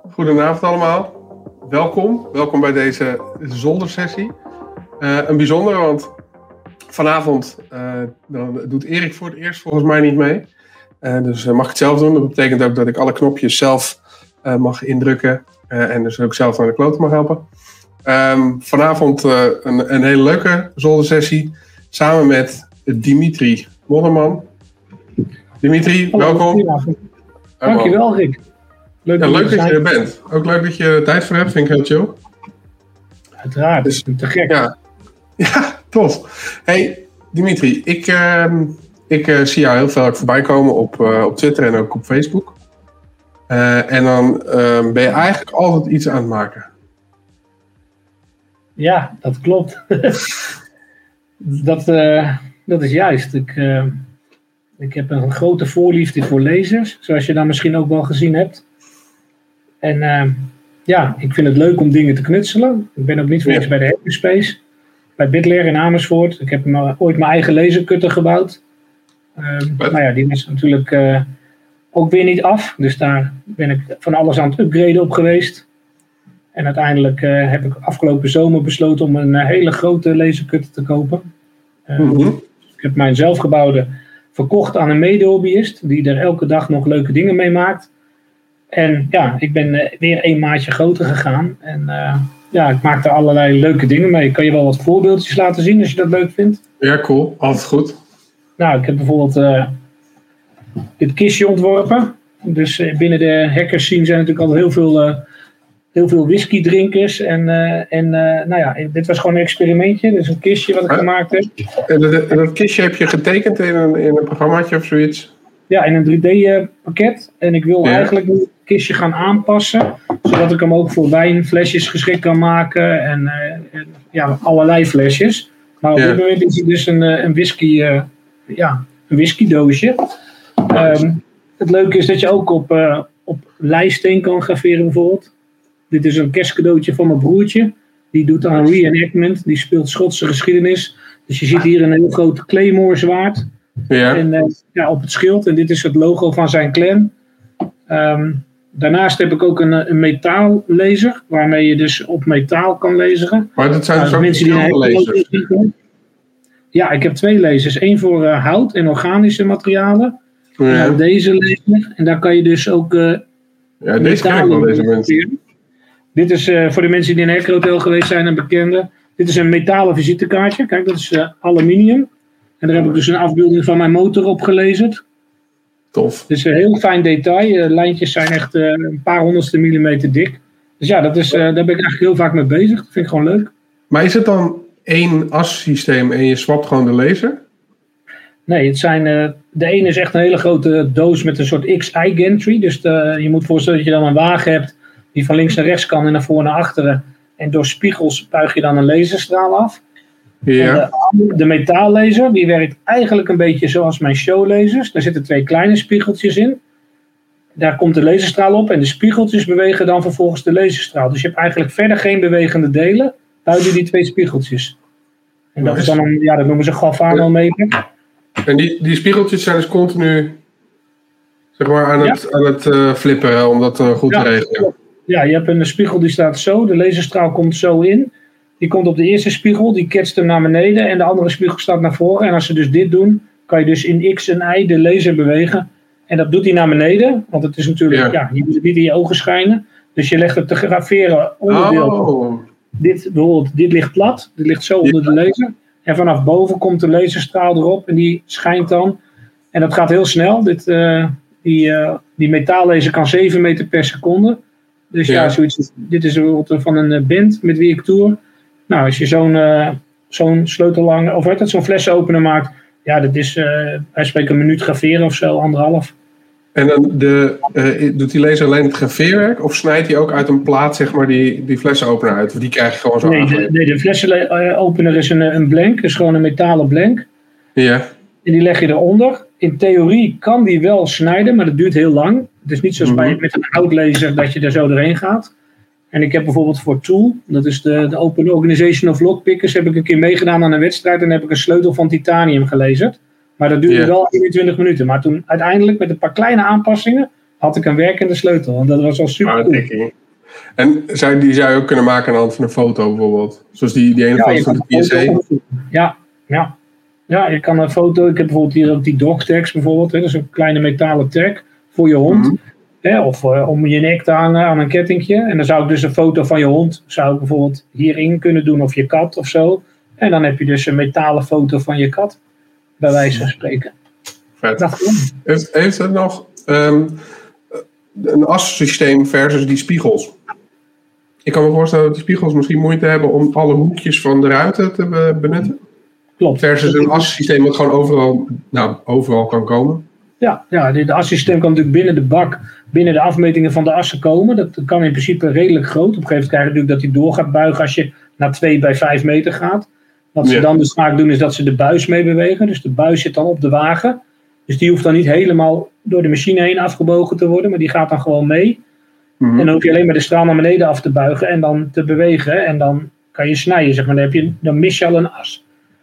Goedenavond allemaal. Welkom bij deze zoldersessie. Een bijzondere, want vanavond dan doet Erik voor het eerst volgens mij niet mee. Dus mag ik het zelf doen. Dat betekent ook dat ik alle knopjes zelf mag indrukken. En dus ook zelf naar de kloten mag helpen. Vanavond een hele leuke zoldersessie. Samen met Dimitri Modderman. Dimitri, welkom. Dankjewel, Rick. Leuk dat je er bent. Ook leuk dat je er tijd voor hebt, vind ik heel chill. Uiteraard, dus, te gek. Ja, tof. Hey, Dimitri, ik zie jou heel veel voorbij komen op Twitter en ook op Facebook. En dan ben je eigenlijk altijd iets aan het maken. Ja, dat klopt. Dat is juist. Ik heb een grote voorliefde voor lezers, zoals je dan misschien ook wel gezien hebt. En ik vind het leuk om dingen te knutselen. Ik ben ook niet voor niks bij de Hackerspace, bij Bitler in Amersfoort. Ik heb ooit mijn eigen lasercutter gebouwd. Die was natuurlijk ook weer niet af. Dus daar ben ik van alles aan het upgraden op geweest. En uiteindelijk heb ik afgelopen zomer besloten om een hele grote lasercutter te kopen. Ik heb mijn zelfgebouwde verkocht aan een mede-hobbyist die er elke dag nog leuke dingen mee maakt. En ja, ik ben weer een maatje groter gegaan. En ik maak er allerlei leuke dingen mee. Ik kan je wel wat voorbeeldjes laten zien als je dat leuk vindt. Ja, cool. Altijd goed. Nou, ik heb bijvoorbeeld dit kistje ontworpen. Dus binnen de hackers scene zijn natuurlijk al heel veel whisky drinkers. Dit was gewoon een experimentje. Dus een kistje wat ik gemaakt heb. En dat kistje heb je getekend in een programmaatje of zoiets? Ja, in een 3D-pakket. En ik wil eigenlijk nu het kistje gaan aanpassen. Zodat ik hem ook voor wijnflesjes geschikt kan maken. En allerlei flesjes. Maar op dit moment is het dus een whisky... een whiskydoosje. Het leuke is dat je ook op lijsteen kan graveren bijvoorbeeld. Dit is een kerstcadeautje van mijn broertje. Die doet aan reenactment. Die speelt Schotse geschiedenis. Dus je ziet hier een heel groot Claymore zwaard. Ja. En op het schild. En dit is het logo van zijn clan. Daarnaast heb ik ook een metaallaser. Waarmee je dus op metaal kan laseren. Maar dat zijn dus ook mensen die lasers. Ja, ik heb 2 lasers. Eén voor hout en organische materialen. Ja. En deze laser. En daar kan je dus ook deze ken ik wel, deze mensen. Dit is voor de mensen die in een hackerhotel geweest zijn en bekende. Dit is een metalen visitekaartje. Kijk, dat is aluminium. En daar heb ik dus een afbeelding van mijn motor op gelezerd. Tof. Dus een heel fijn detail. Lijntjes zijn echt een paar honderdste millimeter dik. Dus ja, daar ben ik eigenlijk heel vaak mee bezig. Dat vind ik gewoon leuk. Maar is het dan 1 as-systeem en je swapt gewoon de laser? Nee, het zijn, de ene is echt een hele grote doos met een soort XI gantry. Dus je moet voorstellen dat je dan een wagen hebt die van links naar rechts kan en naar voren naar achteren. En door spiegels buig je dan een laserstraal af. Ja. De metaallaser, die werkt eigenlijk een beetje zoals mijn showlasers. Daar zitten 2 kleine spiegeltjes in. Daar komt de laserstraal op en de spiegeltjes bewegen dan vervolgens de laserstraal. Dus je hebt eigenlijk verder geen bewegende delen buiten die 2 spiegeltjes. En dat is dan dat noemen ze galvanometer. En die spiegeltjes zijn dus continu zeg maar aan het flippen om dat goed te regelen. Ja, je hebt een spiegel die staat zo, de laserstraal komt zo in. Die komt op de eerste spiegel, die ketst hem naar beneden en de andere spiegel staat naar voren. En als ze dus dit doen, kan je dus in X en Y de laser bewegen. En dat doet hij naar beneden, want het is natuurlijk, je moet het niet in je ogen schijnen. Dus je legt het te graveren onderdeel. Dit ligt plat, dit ligt zo onder de laser. En vanaf boven komt de laserstraal erop en die schijnt dan. En dat gaat heel snel. Die metaallaser kan 7 meter per seconde. Dus zoiets. Dit is bijvoorbeeld van een band met wie ik tour. Nou, als je zo'n sleutelhanger, of zo'n flessenopener maakt. Ja, dat is, wij spreken een minuut graveren of zo, 1,5. En dan doet die laser alleen het graveerwerk? Of snijdt hij ook uit een plaat zeg maar die flessenopener uit? Of die krijg je gewoon zo aangeleverd? Nee, de flessenopener is een blank. is gewoon een metalen blank. Ja. En die leg je eronder. In theorie kan die wel snijden, maar dat duurt heel lang. Het is niet zoals met een houtlaser dat je er zo doorheen gaat. En ik heb bijvoorbeeld voor Tool, dat is de Open Organization of Lockpickers, heb ik een keer meegedaan aan een wedstrijd en heb ik een sleutel van titanium gelezerd. Maar dat duurde wel 21 minuten. Maar toen uiteindelijk met een paar kleine aanpassingen had ik een werkende sleutel. En dat was al super cool. En die zou je ook kunnen maken aan de hand van een foto bijvoorbeeld? Zoals die ene foto van de PSA? Ja, je kan een foto... Ik heb bijvoorbeeld hier ook die dog tags bijvoorbeeld. Hè, dat is een kleine metalen tag voor je hond. Mm-hmm. Of om je nek te hangen aan een kettingje. En dan zou ik dus een foto van je hond... zou ik bijvoorbeeld hierin kunnen doen of je kat of zo. En dan heb je dus een metalen foto van je kat. Bij wijze van spreken. Vet. Heeft het nog een assysteem versus die spiegels? Ik kan me voorstellen dat die spiegels misschien moeite hebben om alle hoekjes van de ruiten te benutten. Klopt. Versus een assysteem dat gewoon overal kan komen. Ja, de assysteem kan natuurlijk binnen de bak, binnen de afmetingen van de assen komen. Dat kan in principe redelijk groot. Op een gegeven moment krijg je natuurlijk dat hij door gaat buigen als je naar 2 bij 5 meter gaat. Wat ze dan dus vaak doen is dat ze de buis mee bewegen. Dus de buis zit dan op de wagen. Dus die hoeft dan niet helemaal door de machine heen afgebogen te worden. Maar die gaat dan gewoon mee. Mm-hmm. En dan hoef je alleen maar de straal naar beneden af te buigen. En dan te bewegen. En dan kan je snijden. Zeg maar. Dan mis je al een as.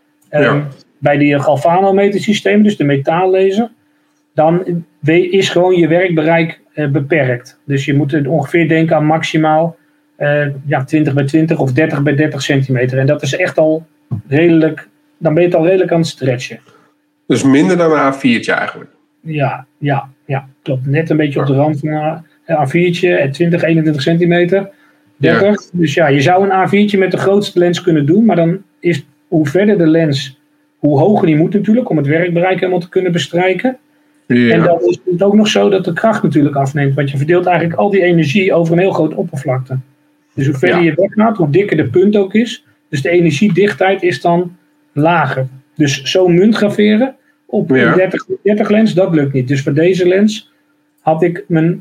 Bij die galvanometer systeem. Dus de metaallaser. Dan is gewoon je werkbereik beperkt. Dus je moet ongeveer denken aan maximaal 20 bij 20 of 30 bij 30 centimeter. En dat is echt al redelijk, dan ben je het al redelijk aan het stretchen. Dus minder dan een A4'tje eigenlijk? Ja, klopt. Net een beetje op de rand van een A4'tje, 20, 21 centimeter, 30. Ja. Dus ja, je zou een A4'tje met de grootste lens kunnen doen, maar dan is hoe verder de lens, hoe hoger die moet natuurlijk, om het werkbereik helemaal te kunnen bestrijken. Ja. En dan is het ook nog zo dat de kracht natuurlijk afneemt, want je verdeelt eigenlijk al die energie over een heel groot oppervlakte. Dus hoe verder je weggaat, hoe dikker de punt ook is. Dus de energiedichtheid is dan lager. Dus zo'n munt graveren op een 30 lens, dat lukt niet. Dus voor deze lens had ik mijn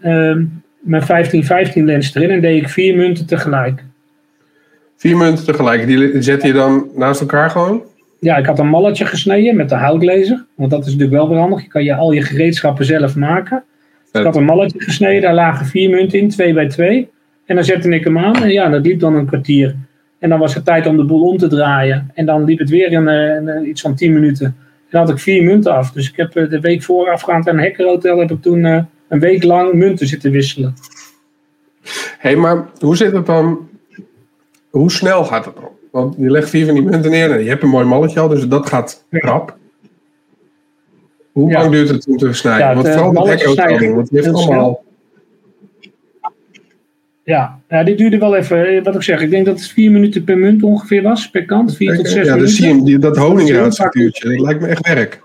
15-15 lens erin en deed ik 4 munten tegelijk. 4 munten tegelijk, die zet je dan naast elkaar gewoon? Ja, ik had een malletje gesneden met de houtlaser. Want dat is natuurlijk wel weer handig. Je kan al je gereedschappen zelf maken. Dus ik had een malletje gesneden, daar lagen 4 munten in, 2 bij 2. En dan zette ik hem aan en ja, dat liep dan een kwartier. En dan was het tijd om de boel om te draaien. En dan liep het weer in iets van 10 minuten. En dan had ik 4 munten af. Dus ik heb de week voorafgaand aan een hackerhotel heb ik toen een week lang munten zitten wisselen. Hé, maar hoe zit het dan? Hoe snel gaat het dan? Want je legt 4 van die munten neer en je hebt een mooi malletje al, dus dat gaat rap. Hoe lang duurt het om te snijden? Ja, want vooral de hackerhotel, want die heeft allemaal... Ja, dit duurde wel even, wat ik zeg. Ik denk dat het 4 minuten per munt ongeveer was, per kant. 4 tot 6 minuten. Dus zie je dat honingraadstructuurtje, dat lijkt me echt werk.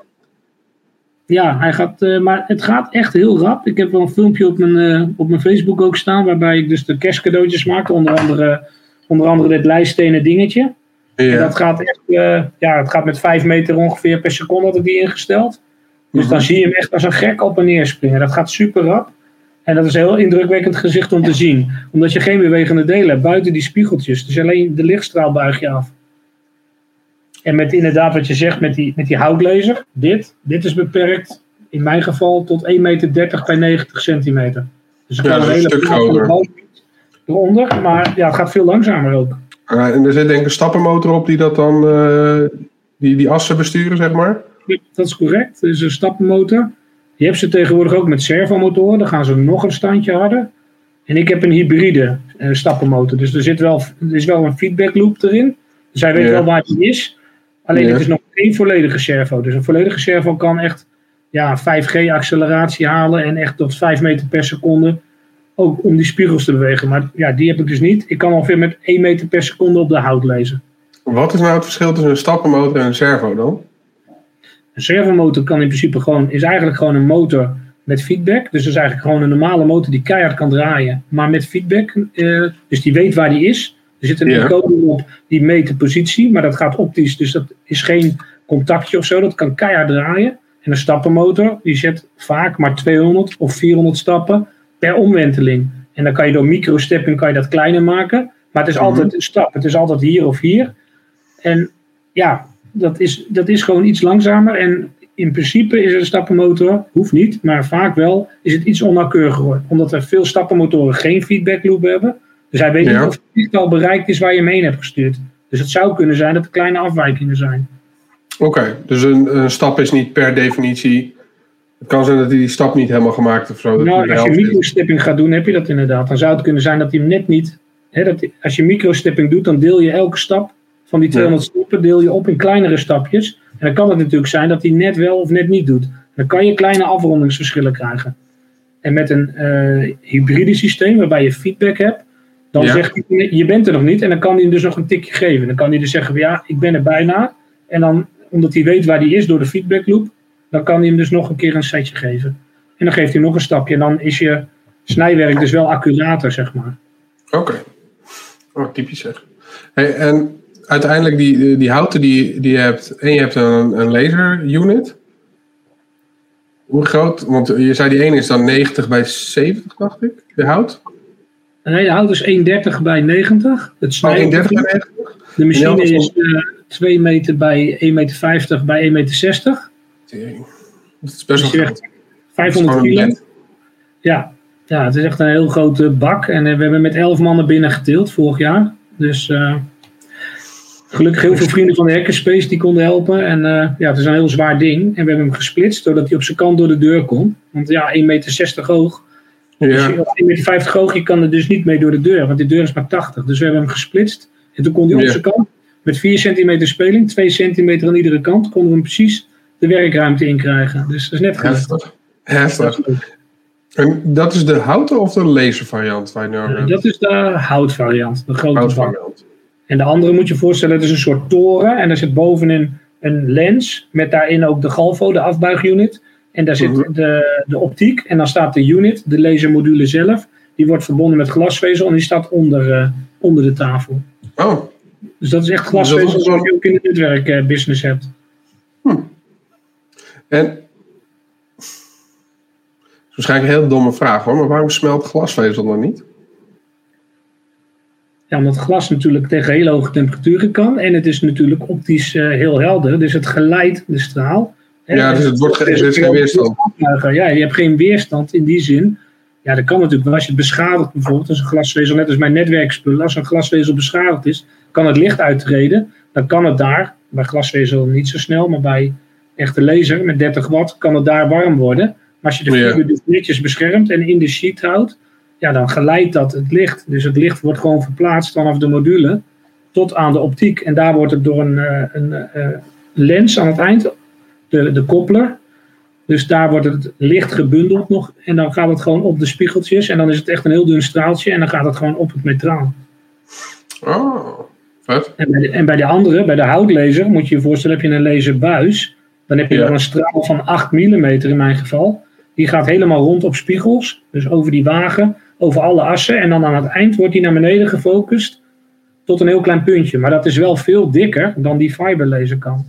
Ja, maar het gaat echt heel rap. Ik heb wel een filmpje op mijn Facebook ook staan, waarbij ik dus de kerstcadeautjes maak. Onder andere dit lijststenen dingetje. Ja. En dat gaat echt, het gaat met 5 meter ongeveer per seconde had ik die ingesteld. Dus dan zie je hem echt als een gek op en neer springen. Dat gaat super rap. En dat is een heel indrukwekkend gezicht om te zien. Omdat je geen bewegende delen hebt buiten die spiegeltjes. Dus alleen de lichtstraal buig je af. En met inderdaad wat je zegt met die houtlaser. Dit is beperkt in mijn geval tot 1,30 meter bij 90 centimeter. Dus ik kan een hele stuk groter eronder. Maar ja, het gaat veel langzamer ook. En er zit denk ik een stappenmotor op die dat dan die assen besturen, zeg maar. Ja, dat is correct. Er is een stappenmotor. Je hebt ze tegenwoordig ook met servomotoren. Dan gaan ze nog een standje harder. En ik heb een hybride stappenmotor. Dus er is wel een feedback loop erin. Dus hij weet wel waar het is. Alleen het is nog geen volledige servo. Dus een volledige servo kan echt 5G acceleratie halen. En echt tot 5 meter per seconde. Ook om die spiegels te bewegen. Maar ja, die heb ik dus niet. Ik kan ongeveer met 1 meter per seconde op de hout lezen. Wat is nou het verschil tussen een stappenmotor en een servo dan? Een servomotor is eigenlijk gewoon een motor met feedback. Dus dat is eigenlijk gewoon een normale motor die keihard kan draaien. Maar met feedback. Dus die weet waar die is. Er zit een encoder op die meet de positie. Maar dat gaat optisch. Dus dat is geen contactje of zo. Dat kan keihard draaien. En een stappenmotor die zet vaak maar 200 of 400 stappen per omwenteling. En dan kan je door microstepping dat kleiner maken. Maar het is altijd een stap. Het is altijd hier of hier. En ja, dat is gewoon iets langzamer. En in principe is een stappenmotor, hoeft niet, maar vaak wel, is het iets onnauwkeuriger. Omdat er veel stappenmotoren geen feedback loop hebben. Dus hij weet niet of het al bereikt is waar je hem heen hebt gestuurd. Dus het zou kunnen zijn dat er kleine afwijkingen zijn. Oké, dus een stap is niet per definitie Het kan zijn dat hij die stap niet helemaal gemaakt heeft. Of zo, Nou, als je microstepping gaat doen, heb je dat inderdaad. Dan zou het kunnen zijn dat hij hem net niet... als je microstepping doet, dan deel je elke stap van die 200 stappen deel je op in kleinere stapjes. En dan kan het natuurlijk zijn dat hij net wel of net niet doet. Dan kan je kleine afrondingsverschillen krijgen. En met een hybride systeem waarbij je feedback hebt, dan zegt hij, je bent er nog niet. En dan kan hij hem dus nog een tikje geven. Dan kan hij dus zeggen, ja, ik ben er bijna. En dan, omdat hij weet waar hij is door de feedback loop, dan kan hij hem dus nog een keer een setje geven. En dan geeft hij nog een stapje. En dan is je snijwerk dus wel accurater, zeg maar. Oké. Oh, typisch zeg. Hey, en uiteindelijk die houten die je hebt, en je hebt een laser unit. Hoe groot? Want je zei die ene is dan 90 bij 70, dacht ik, de hout? Nee, de hout is 1,30 bij 90. Het 1,30 bij 90? De machine is 2 meter bij 1,50 meter bij 1,60 meter. Dat is best wel groot. 500 kilo. Ja, het is echt een heel grote bak. En we hebben met 11 mannen binnen geteeld vorig jaar. Dus gelukkig heel veel vrienden van de Hackerspace die konden helpen. En het is een heel zwaar ding. En we hebben hem gesplitst zodat hij op zijn kant door de deur kon. Want 1,60 meter hoog. Ja. Dus 1,50 meter hoog, je kan er dus niet mee door de deur. Want die deur is maar 80. Dus we hebben hem gesplitst. En toen kon hij op zijn kant met 4 centimeter speling, 2 centimeter aan iedere kant, konden we hem precies de werkruimte in krijgen. Dus dat is net goed. Heftig. En dat is de houten of de laser variant? Dat is de houtvariant, de grote variant. En de andere moet je voorstellen, het is een soort toren. En daar zit bovenin een lens, met daarin ook de Galvo, de afbuigunit. En daar zit de optiek. En dan staat de unit, de lasermodule zelf. Die wordt verbonden met glasvezel en die staat onder de tafel. Oh. Dus dat is echt glasvezel zoals je ook in het netwerkbusiness hebt. En dat is waarschijnlijk een heel domme vraag hoor, maar waarom smelt glasvezel dan niet? Ja, omdat glas natuurlijk tegen hele hoge temperaturen kan. En het is natuurlijk optisch heel helder. Dus het geleidt de straal. Ja, dus er is geen weerstand. Ja, je hebt geen weerstand in die zin. Ja, dat kan natuurlijk wel. Als je het beschadigt bijvoorbeeld, als een glasvezel, net als mijn netwerkspullen, als een glasvezel beschadigd is, kan het licht uittreden. Dan kan het daar, bij glasvezel niet zo snel, maar bij echte laser met 30 watt kan het daar warm worden. Maar als je de fiber dus netjes beschermt en in de sheet houdt, ja, dan geleidt dat het licht. Dus het licht wordt gewoon verplaatst vanaf de module tot aan de optiek. En daar wordt het door een lens aan het eind, de koppler. Dus daar wordt het licht gebundeld nog. En dan gaat het gewoon op de spiegeltjes. En dan is het echt een heel dun straaltje. En dan gaat het gewoon op het metaal. Oh, vet. En bij de andere, bij de houtlaser, moet je je voorstellen, heb je een laserbuis. Dan heb je dan een straal van 8 mm in mijn geval. Die gaat helemaal rond op spiegels. Dus over die wagen, over alle assen. En dan aan het eind wordt die naar beneden gefocust. Tot een heel klein puntje. Maar dat is wel veel dikker dan die fiberlaser kan.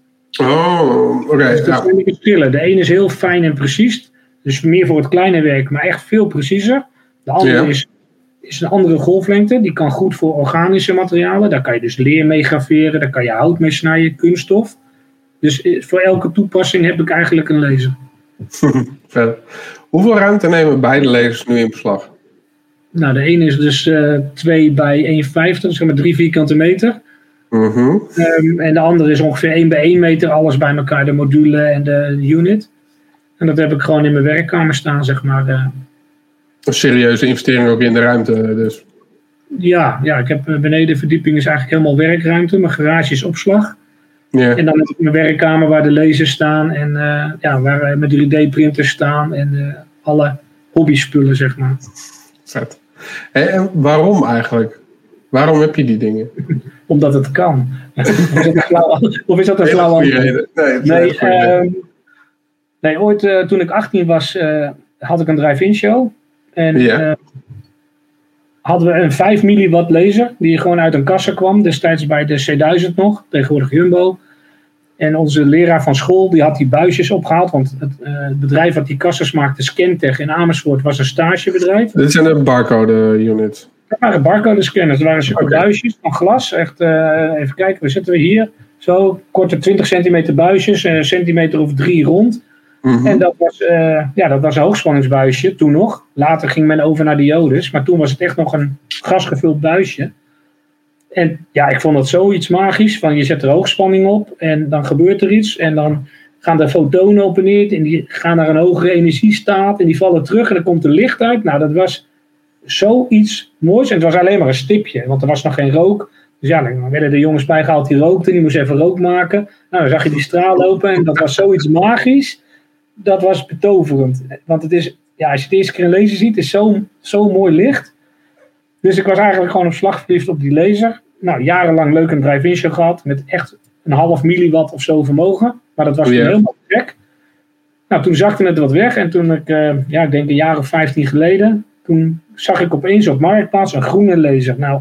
Oh, oké. Dus dat zijn de verschillen. De ene is heel fijn en precies. Dus meer voor het kleine werk, maar echt veel preciezer. De andere is een andere golflengte. Die kan goed voor organische materialen. Daar kan je dus leer mee graveren. Daar kan je hout mee snijden, kunststof. Dus voor elke toepassing heb ik eigenlijk een laser. Verder. Hoeveel ruimte nemen beide lasers nu in beslag? Nou, de ene is dus 2 bij 1,50, zeg maar 3 vierkante meter. En de andere is ongeveer 1 bij 1 meter, alles bij elkaar, de module en de unit. En dat heb ik gewoon in mijn werkkamer staan, zeg maar. Een serieuze investering ook in de ruimte dus. Ja, ik heb benedenverdieping is eigenlijk helemaal werkruimte. Mijn garage is opslag. Yeah. En dan heb ik mijn werkkamer waar de lasers staan en waar mijn 3D-printers staan en alle hobbyspullen, zeg maar. Vet. En waarom eigenlijk? Waarom heb je die dingen? Omdat het kan. Of is dat een flauw antwoord? Nee, ooit toen ik 18 was, had ik een drive-in show. En hadden we een 5 milliwatt laser die gewoon uit een kassa kwam. Destijds bij de C1000 nog, tegenwoordig Jumbo. En onze leraar van school die had die buisjes opgehaald. Want het bedrijf wat die kassas maakte, Scantech in Amersfoort, was een stagebedrijf. Dit zijn de barcode units. Dat waren barcode scanners. Dat waren zulke buisjes van glas. Echt, even kijken, waar zitten we hier? Zo, korte 20 centimeter buisjes. Een centimeter of 3 rond. En dat was een hoogspanningsbuisje toen nog. Later ging men over naar diodes. Maar toen was het echt nog een gasgevuld buisje. En ja, ik vond dat zoiets magisch. Van je zet er hoogspanning op en dan gebeurt er iets. En dan gaan de fotonen op en neer. En die gaan naar een hogere energiestaat. En die vallen terug en er komt er licht uit. Nou, dat was zoiets moois. En het was alleen maar een stipje. Want er was nog geen rook. Dus ja, dan werden de jongens bijgehaald die rookten. Die moesten even rook maken. Nou, dan zag je die straal lopen. En dat was zoiets magisch. Dat was betoverend. Want het is, ja, als je het eerste keer een laser ziet, is zo mooi licht. Dus ik was eigenlijk gewoon op slag verliefd op die laser. Nou, jarenlang leuk een drive-in show gehad. Met echt een half milliwatt of zo vermogen. Maar dat was helemaal gek. Nou, toen zakte het wat weg. En toen ik denk een jaar of 15 geleden. Toen zag ik opeens op Marktplaats een groene laser. Nou,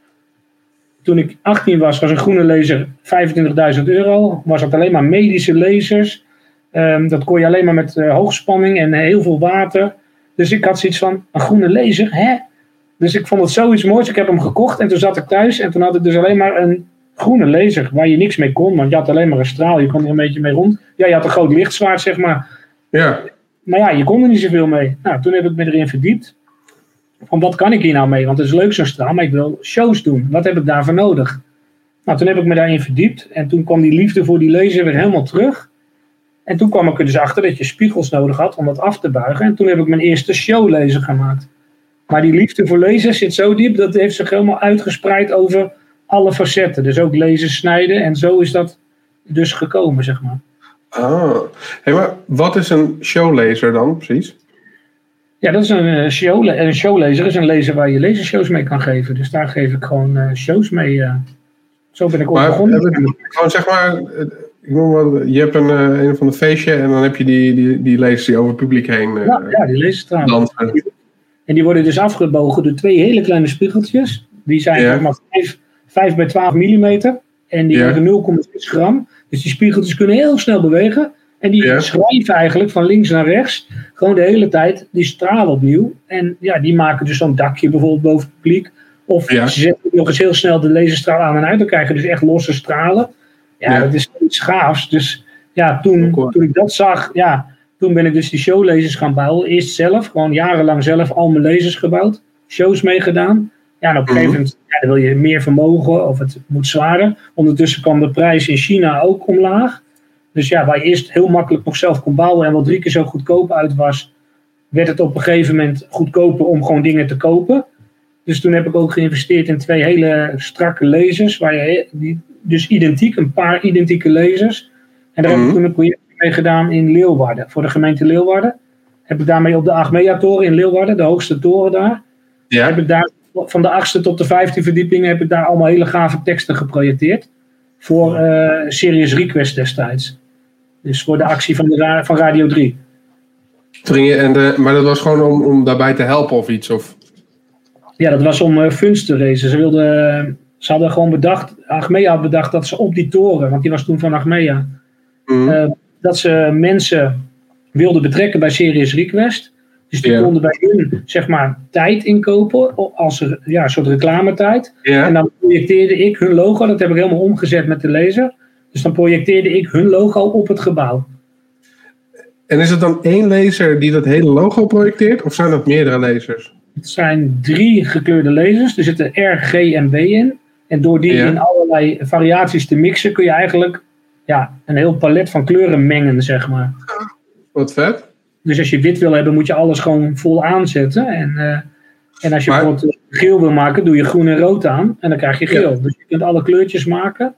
toen ik 18 was een groene laser €25.000. Was dat alleen maar medische lasers. Dat kon je alleen maar met hoogspanning en heel veel water. Dus ik had zoiets van, een groene laser, hè? Dus ik vond het zoiets moois. Ik heb hem gekocht en toen zat ik thuis. En toen had ik dus alleen maar een groene laser waar je niks mee kon. Want je had alleen maar een straal. Je kon er een beetje mee rond. Ja, je had een groot lichtzwaard, zeg maar. Ja. Maar ja, je kon er niet zoveel mee. Nou, toen heb ik me erin verdiept. Van wat kan ik hier nou mee? Want het is leuk zo'n straal, maar ik wil shows doen. Wat heb ik daarvoor nodig? Nou, toen heb ik me daarin verdiept. En toen kwam die liefde voor die laser weer helemaal terug. En toen kwam ik er dus achter dat je spiegels nodig had om dat af te buigen. En toen heb ik mijn eerste showlaser gemaakt. Maar die liefde voor lasers zit zo diep, dat heeft zich helemaal uitgespreid over alle facetten. Dus ook lasers snijden en zo is dat dus gekomen, zeg maar. Ah, hey, maar wat is een showlaser dan precies? Ja, dat is een showlaser is een laser waar je lasershows mee kan geven. Dus daar geef ik gewoon shows mee. Zo ben ik ook begonnen. Gewoon zeg maar, ik noem wel, je hebt een of ander feestje en dan heb je die lasers die over het publiek heen ja, die laserstralen. En die worden dus afgebogen door 2 hele kleine spiegeltjes. Die zijn zeg maar 5 bij 12 millimeter. En die wegen 0,6 gram. Dus die spiegeltjes kunnen heel snel bewegen. En die schrijven eigenlijk van links naar rechts. Gewoon de hele tijd die stralen opnieuw. En ja, die maken dus zo'n dakje bijvoorbeeld boven het publiek. Of ze zetten nog eens heel snel de laserstraal aan en uit. Dan krijg je dus echt losse stralen. Ja, dat is iets gaafs. Dus ja, toen ik dat zag, toen ben ik dus die showlasers gaan bouwen. Eerst zelf, gewoon jarenlang zelf al mijn lasers gebouwd. Shows meegedaan. Ja, en op een gegeven moment dan wil je meer vermogen of het moet zwaarder. Ondertussen kwam de prijs in China ook omlaag. Dus ja, waar je eerst heel makkelijk nog zelf kon bouwen en wel 3 keer zo goedkoop uit was, werd het op een gegeven moment goedkoper om gewoon dingen te kopen. Dus toen heb ik ook geïnvesteerd in 2 hele strakke lasers, waar je dus een paar identieke lasers. En daar heb ik toen een project mee gedaan in Leeuwarden, voor de gemeente Leeuwarden. Heb ik daarmee op de Achmea-toren in Leeuwarden, de hoogste toren daar. Ja. Heb ik daar van de 8e tot de 15e verdieping heb ik daar allemaal hele gave teksten geprojecteerd. Voor Serious Request destijds. Dus voor de actie van Radio 3. Maar dat was gewoon om daarbij te helpen of iets? Of? Ja, dat was om funds te raisen. Ze hadden gewoon bedacht, Achmea had bedacht dat ze op die toren, want die was toen van Achmea, dat ze mensen wilden betrekken bij Serious Request. Dus die konden bij hun, zeg maar, tijd inkopen, als een soort reclametijd. Ja. En dan projecteerde ik hun logo, dat heb ik helemaal omgezet met de laser. Dus dan projecteerde ik hun logo op het gebouw. En is het dan 1 laser die dat hele logo projecteert, of zijn dat meerdere lasers? Het zijn 3 gekleurde lasers, er zitten R, G en B in. En door die in allerlei variaties te mixen, kun je eigenlijk een heel palet van kleuren mengen, zeg maar. Wat vet. Dus als je wit wil hebben, moet je alles gewoon vol aanzetten. En als je bijvoorbeeld geel wil maken, doe je groen en rood aan. En dan krijg je geel. Ja. Dus je kunt alle kleurtjes maken.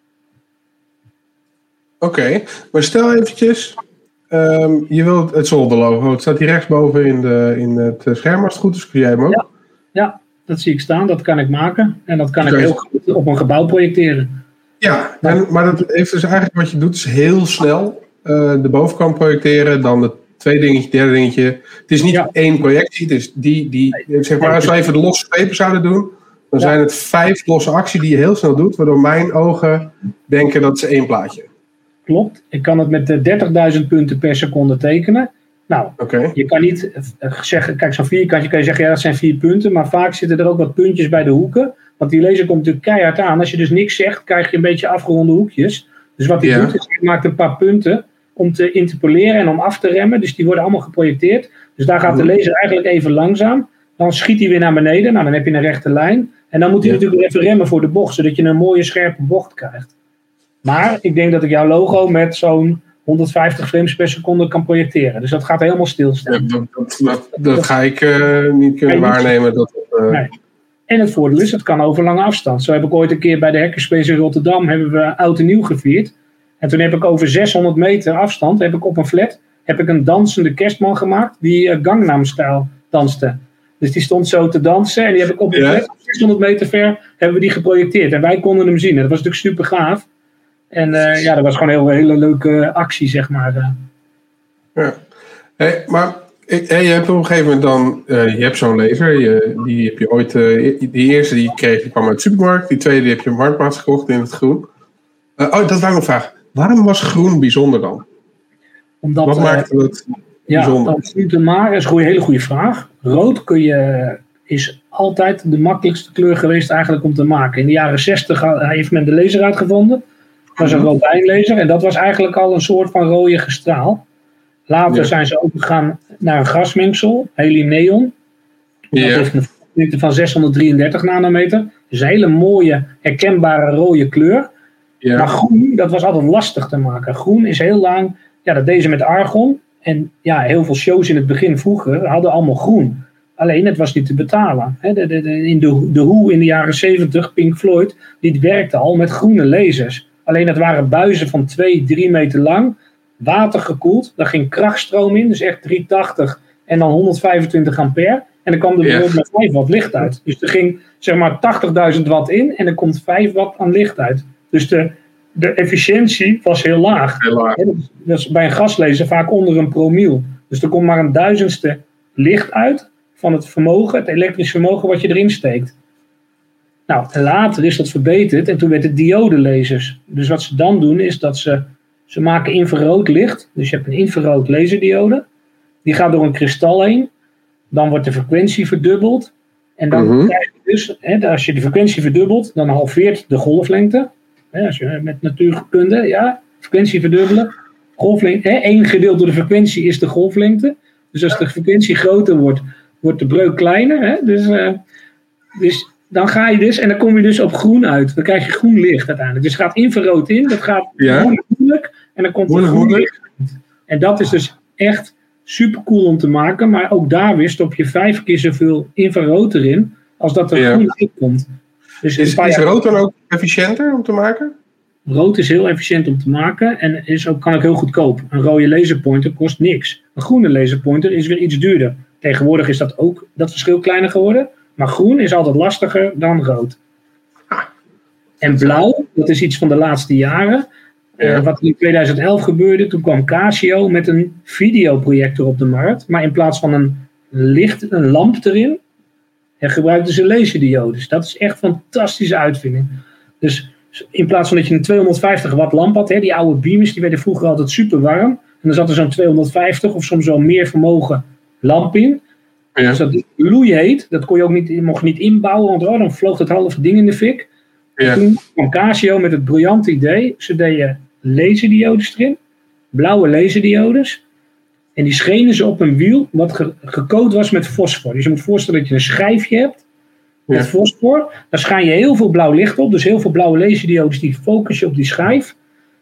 Oké, maar stel eventjes, je wilt het zolderlogo. Het staat hier rechtsboven in het scherm als het goed is. Kun jij hem ook? Ja, dat zie ik staan. Dat kan ik maken. En dat kan ik heel goed op een gebouw projecteren. Ja, maar dat heeft dus eigenlijk wat je doet, is heel snel de bovenkant projecteren. Dan het tweede dingetje, derde dingetje. Het is niet 1 projectie. Het is zeg maar, als we even de losse strepen zouden doen, dan zijn het 5 losse acties die je heel snel doet, waardoor mijn ogen denken dat is 1 plaatje. Klopt. Ik kan het met 30.000 punten per seconde tekenen. Nou, je kan niet zeggen, kijk, zo'n vierkantje kan je zeggen, dat zijn 4 punten, maar vaak zitten er ook wat puntjes bij de hoeken. Want die laser komt natuurlijk keihard aan. Als je dus niks zegt, krijg je een beetje afgeronde hoekjes. Dus wat hij doet, is hij maakt een paar punten om te interpoleren en om af te remmen. Dus die worden allemaal geprojecteerd. Dus daar gaat de laser eigenlijk even langzaam. Dan schiet hij weer naar beneden. Nou, dan heb je een rechte lijn. En dan moet hij natuurlijk weer even remmen voor de bocht, zodat je een mooie scherpe bocht krijgt. Maar ik denk dat ik jouw logo met zo'n 100% 150 frames per seconde kan projecteren. Dus dat gaat helemaal stilstaan. Ja, dat ga ik niet kunnen waarnemen. Nee. En het voordeel is, het kan over lange afstand. Zo heb ik ooit een keer bij de Hackerspace in Rotterdam hebben we oud en nieuw gevierd. En toen heb ik over 600 meter afstand, heb ik op een flat, een dansende kerstman gemaakt die Gangnam-stijl danste. Dus die stond zo te dansen en die heb ik op een flat, 600 meter ver, hebben we die geprojecteerd. En wij konden hem zien. En dat was natuurlijk super gaaf. En dat was gewoon een hele leuke actie, zeg maar. Ja. Hey, maar je hebt op een gegeven moment dan, je hebt zo'n laser, die heb je ooit, die eerste die je kreeg, die kwam uit de supermarkt, die tweede die heb je op Marktplaats gekocht in het groen. Dat wou ik nog vragen. Waarom was groen bijzonder dan? Omdat, wat maakte het bijzonder? Dat is een hele goede vraag. Rood is altijd de makkelijkste kleur geweest eigenlijk om te maken. In de jaren 60 heeft men de laser uitgevonden. Dat was een robijnlaser en dat was eigenlijk al een soort van rode gestraal. Later zijn ze overgegaan naar een gasmengsel, helium-neon. Dat heeft een diepte van 633 nanometer. Dus een hele mooie, herkenbare rode kleur. Ja. Maar groen, dat was altijd lastig te maken. Groen is heel lang, dat deden ze met argon. En heel veel shows in het begin vroeger hadden allemaal groen. Alleen het was niet te betalen. In de Who in de jaren 70, Pink Floyd, die werkte al met groene lasers. Alleen het waren buizen van 2-3 meter lang, watergekoeld. Daar ging krachtstroom in, dus echt 380 en dan 125 ampère. En dan kwam er bijvoorbeeld met 5 watt licht uit. Dus er ging zeg maar 80.000 watt in en er komt 5 watt aan licht uit. Dus de efficiëntie was heel laag. Dat is bij een gaslaser vaak onder een promiel. Dus er komt maar 1/1000ste licht uit van het vermogen, het elektrisch vermogen wat je erin steekt. Nou, en later is dat verbeterd en toen werd het diodelasers. Dus wat ze dan doen is dat ze maken infrarood licht. Dus je hebt een infrarood laserdiode. Die gaat door een kristal heen. Dan wordt de frequentie verdubbeld. En dan krijg je dus, als je de frequentie verdubbelt, dan halveert de golflengte. Als je met natuurkunde, frequentie verdubbelen. Golflengte, 1 gedeeld door de frequentie is de golflengte. Dus als de frequentie groter wordt, wordt de breuk kleiner. Dus dan ga je dus, en dan kom je dus op groen uit. Dan krijg je groen licht uiteindelijk. Dus gaat infrarood in, dat gaat moeilijk. En dan komt er groen licht uit. En dat is dus echt super cool om te maken. Maar ook daar weer stop je 5 keer zoveel infrarood erin, als dat er groen licht komt. Dus is rood dan ook efficiënter om te maken? Rood is heel efficiënt om te maken en kan ook heel goedkoop. Een rode laserpointer kost niks. Een groene laserpointer is weer iets duurder. Tegenwoordig is dat verschil kleiner geworden. Maar groen is altijd lastiger dan rood. En blauw, dat is iets van de laatste jaren. Wat in 2011 gebeurde, toen kwam Casio met een videoprojector op de markt. Maar in plaats van een lamp erin, gebruikten ze laserdiodes. Dat is echt een fantastische uitvinding. Dus in plaats van dat je een 250 watt lamp had, die oude beamers, die werden vroeger altijd super warm. En dan zat er zo'n 250 of soms wel meer vermogen lamp in. Ja. Dus dat loeiheet, dat kon je ook niet, mocht niet inbouwen, want dan vloog het halve ding in de fik. Ja. Toen kwam Casio met het briljante idee, ze deden laserdiodes erin, blauwe laserdiodes. En die schenen ze op een wiel wat gecoat was met fosfor. Dus je moet voorstellen dat je een schijfje hebt met fosfor. Daar schijn je heel veel blauw licht op. Dus heel veel blauwe laserdiodes die focus je op die schijf.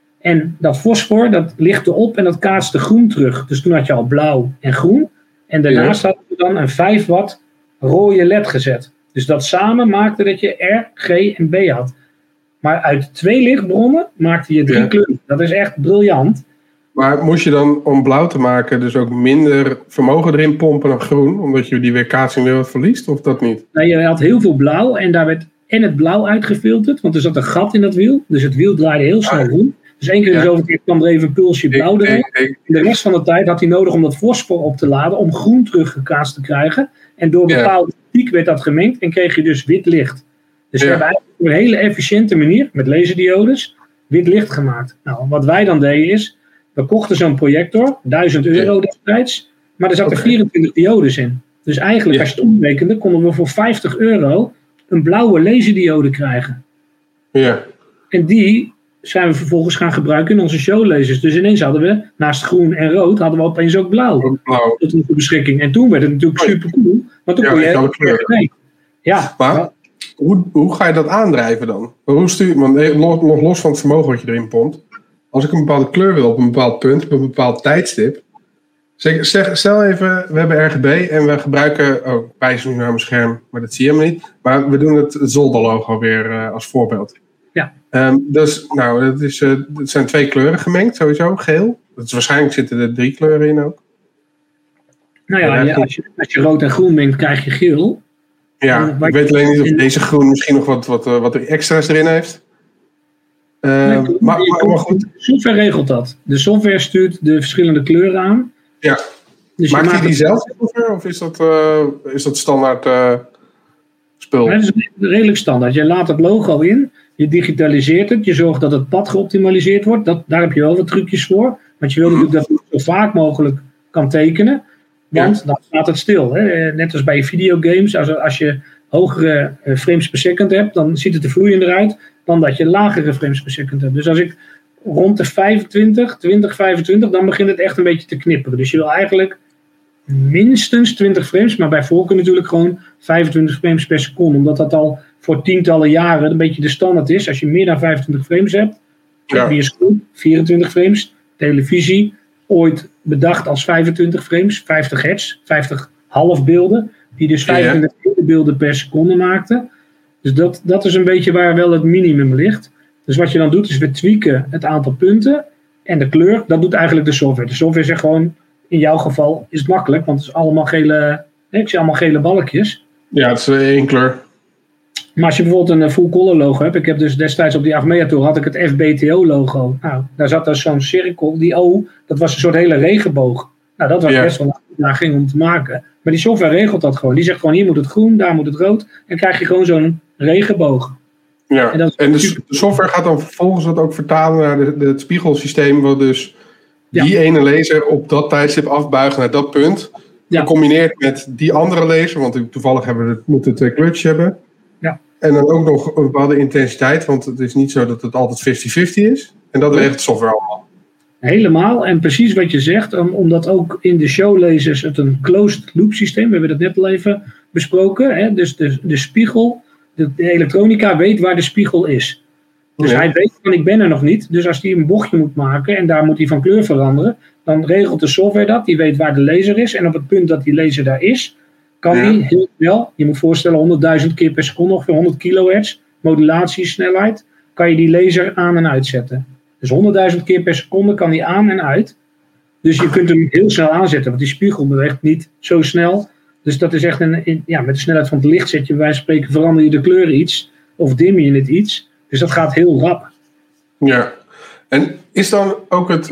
En dat fosfor dat lichtte op en dat kaatste groen terug. Dus toen had je al blauw en groen. En daarnaast hadden we dan een 5 watt rode led gezet. Dus dat samen maakte dat je R, G en B had. Maar uit 2 lichtbronnen maakte je 3 kleuren. Dat is echt briljant. Maar moest je dan, om blauw te maken, dus ook minder vermogen erin pompen dan groen? Omdat je die weerkaatsing weer wat verliest, of dat niet? Nou, je had heel veel blauw en daar werd het blauw uitgefilterd. Want er zat een gat in dat wiel. Dus het wiel draaide heel snel rond. Dus 1 keer in zoveel keer kwam er even een pulsje blauw erin. De rest van de tijd had hij nodig om dat fosfor op te laden, om groen teruggekaatst te krijgen. En door bepaalde optiek werd dat gemengd en kreeg je dus wit licht. Dus we hebben eigenlijk op een hele efficiënte manier, met laserdiodes, wit licht gemaakt. Nou, wat wij dan deden is, we kochten zo'n projector, €1000 destijds, maar er zaten 24 diodes in. Dus eigenlijk, als je het omrekende, konden we voor €50 een blauwe laserdiode krijgen. Ja. En die zijn we vervolgens gaan gebruiken in onze showlasers. Dus ineens hadden we, naast groen en rood, hadden we opeens ook blauw. Tot onze beschikking. En toen werd het natuurlijk super cool. Want toen kon je mee. Ja. Maar hoe ga je dat aandrijven dan? Hoe stuur je, want nog los van het vermogen wat je erin pompt. als ik een bepaalde kleur wil op een bepaald punt, op een bepaald tijdstip. Stel even, we hebben RGB en we gebruiken, ik wijs nu naar mijn scherm, maar dat zie je helemaal niet. Maar we doen het Zolder-logo weer als voorbeeld. Ja. Dus, het zijn 2 kleuren gemengd, sowieso, geel. Waarschijnlijk zitten er 3 kleuren in ook. Nou ja, als je rood en groen mengt, krijg je geel. Ja, ik weet alleen niet of deze groen misschien nog wat extra's erin heeft. Maar goed. De software regelt dat. De software stuurt de verschillende kleuren aan. Ja. Dus maakt hij die zelf software of is dat standaard spul? Nee, dat is redelijk standaard. Je laat het logo in, je digitaliseert het, je zorgt dat het pad geoptimaliseerd wordt. Daar heb je wel wat trucjes voor. Want je wil natuurlijk dat het zo vaak mogelijk kan tekenen. Want dan staat het stil. Hè? Net als bij videogames. Als je hogere frames per second hebt, dan ziet het er vloeiender uit dan dat je lagere frames per second hebt. Dus als ik rond de 25, dan begint het echt een beetje te knipperen. Dus je wil eigenlijk minstens 20 frames, maar bij voorkeur natuurlijk gewoon 25 frames per seconde. Omdat dat al voor tientallen jaren een beetje de standaard is. Als je meer dan 25 frames hebt, bioscoop, 24 frames, televisie, ooit bedacht als 25 frames, 50 hertz, 50 halfbeelden, die dus 25 beelden per seconde maakten. Dus dat is een beetje waar wel het minimum ligt. Dus wat je dan doet, is we tweaken het aantal punten en de kleur, dat doet eigenlijk de software. De software zegt gewoon, in jouw geval is het makkelijk, want het is allemaal gele, ik zie allemaal gele balkjes. Ja, het is 1 kleur. Maar als je bijvoorbeeld een full color logo hebt, ik heb dus destijds op die Achmea Tour had ik het FBTO logo. Nou, daar zat dus zo'n cirkel, die O, dat was een soort hele regenboog. Nou, dat was best wel een ging om te maken. Maar die software regelt dat gewoon. Die zegt gewoon, hier moet het groen, daar moet het rood. En dan krijg je gewoon zo'n regenboog. Ja, en de software gaat dan vervolgens dat ook vertalen naar het spiegelsysteem, wat dus die ene laser op dat tijdstip afbuigen naar dat punt. Ja. Gecombineerd met die andere laser, want toevallig moeten we 2 kleurtjes hebben. Ja. En dan ook nog een bepaalde intensiteit, want het is niet zo dat het altijd 50-50 is. En dat regelt de software allemaal. Helemaal, en precies wat je zegt, omdat ook in de showlasers het een closed loop systeem, we hebben dat net al even besproken, hè? Dus de spiegel, de elektronica weet waar de spiegel is. Dus hij weet van ik ben er nog niet, dus als hij een bochtje moet maken en daar moet hij van kleur veranderen, dan regelt de software dat, die weet waar de laser is en op het punt dat die laser daar is, kan die heel snel, je moet voorstellen 100.000 keer per seconde, ongeveer 100 kilohertz, modulatiesnelheid, kan je die laser aan en uitzetten. Dus 100.000 keer per seconde kan die aan en uit. Dus je kunt hem heel snel aanzetten, want die spiegel beweegt niet zo snel. Dus dat is echt met de snelheid van het licht zet je bij wijze van spreken, verander je de kleur iets, of dim je het iets. Dus dat gaat heel rap. Ja, en is dan ook het,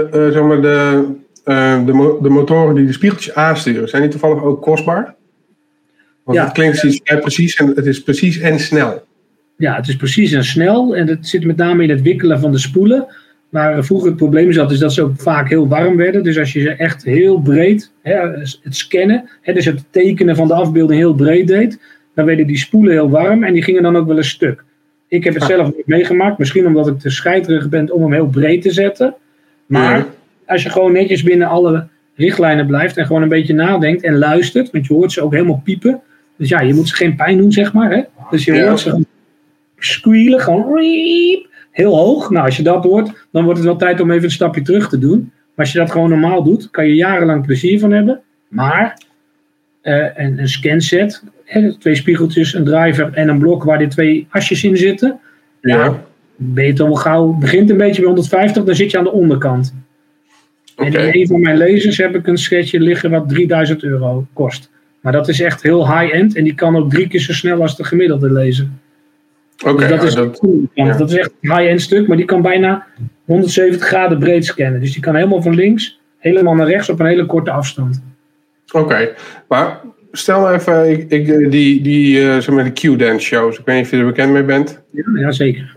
de motoren die de spiegeltjes aansturen, zijn die toevallig ook kostbaar? Want het klinkt iets vrij precies en het is precies en snel. Ja, het is precies en snel en het zit met name in het wikkelen van de spoelen. Waar vroeger het probleem zat, is dat ze ook vaak heel warm werden. Dus als je ze echt heel breed, het scannen, dus het tekenen van de afbeelding heel breed deed, dan werden die spoelen heel warm en die gingen dan ook wel een stuk. Ik heb het zelf niet meegemaakt, misschien omdat ik te scheiterig ben om hem heel breed te zetten. Maar als je gewoon netjes binnen alle richtlijnen blijft en gewoon een beetje nadenkt en luistert, want je hoort ze ook helemaal piepen. Dus ja, je moet ze geen pijn doen, zeg maar. Hè? Dus je hoort ze squealen, gewoon heel hoog. Nou, als je dat hoort, dan wordt het wel tijd om even een stapje terug te doen. Maar als je dat gewoon normaal doet, kan je jarenlang plezier van hebben. Maar een scanset, 2 spiegeltjes, een driver en een blok waar die 2 asjes in zitten. Ja, ben je toch wel gauw, begint een beetje bij 150, dan zit je aan de onderkant. En in een van mijn lasers heb ik een schetje liggen wat €3000 kost. Maar dat is echt heel high-end en die kan ook 3 keer zo snel als de gemiddelde laser. Dus dat is echt een high-end stuk, maar die kan bijna 170 graden breed scannen. Dus die kan helemaal van links, helemaal naar rechts op een hele korte afstand. Oké, maar stel even, de Q-dance shows, ik weet niet of je er bekend mee bent. Ja zeker.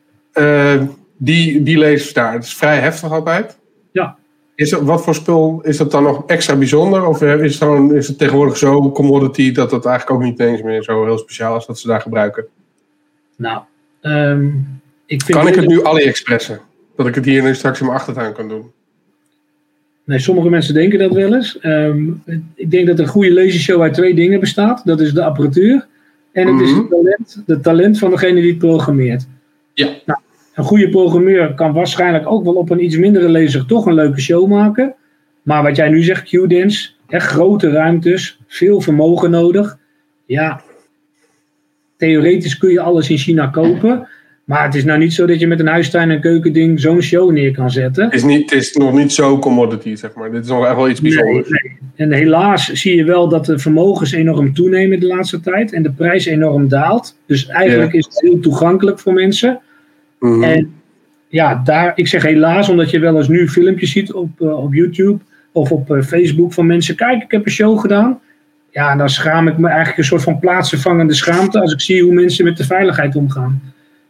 Die lasers daar, het is vrij heftig altijd. Ja. Wat voor spul, is dat dan nog extra bijzonder? Of is het tegenwoordig zo commodity dat het eigenlijk ook niet eens meer zo heel speciaal is dat ze daar gebruiken? Nou, ik vind... Kan ik het nu AliExpressen? Dat ik het hier nu straks in mijn achtertuin kan doen? Nee, sommige mensen denken dat wel eens. Ik denk dat een goede lasershow uit 2 dingen bestaat. Dat is de apparatuur. En het is het talent van degene die het programmeert. Ja. Nou, een goede programmeur kan waarschijnlijk ook wel op een iets mindere lezer toch een leuke show maken. Maar wat jij nu zegt, Q-Dance, grote ruimtes, veel vermogen nodig. Ja, theoretisch kun je alles in China kopen. Maar het is nou niet zo dat je met een huistuin- en keukending zo'n show neer kan zetten. Het is nog niet zo commodity, zeg maar. Dit is nog echt wel iets bijzonders. Nee. En helaas zie je wel dat de vermogens enorm toenemen de laatste tijd. En de prijs enorm daalt. Dus eigenlijk is het heel toegankelijk voor mensen. Mm-hmm. En ja, ik zeg helaas, omdat je wel eens nu filmpjes ziet op YouTube of op Facebook van mensen. Kijk, ik heb een show gedaan. Ja, en dan schaam ik me eigenlijk een soort van plaatsvervangende schaamte als ik zie hoe mensen met de veiligheid omgaan.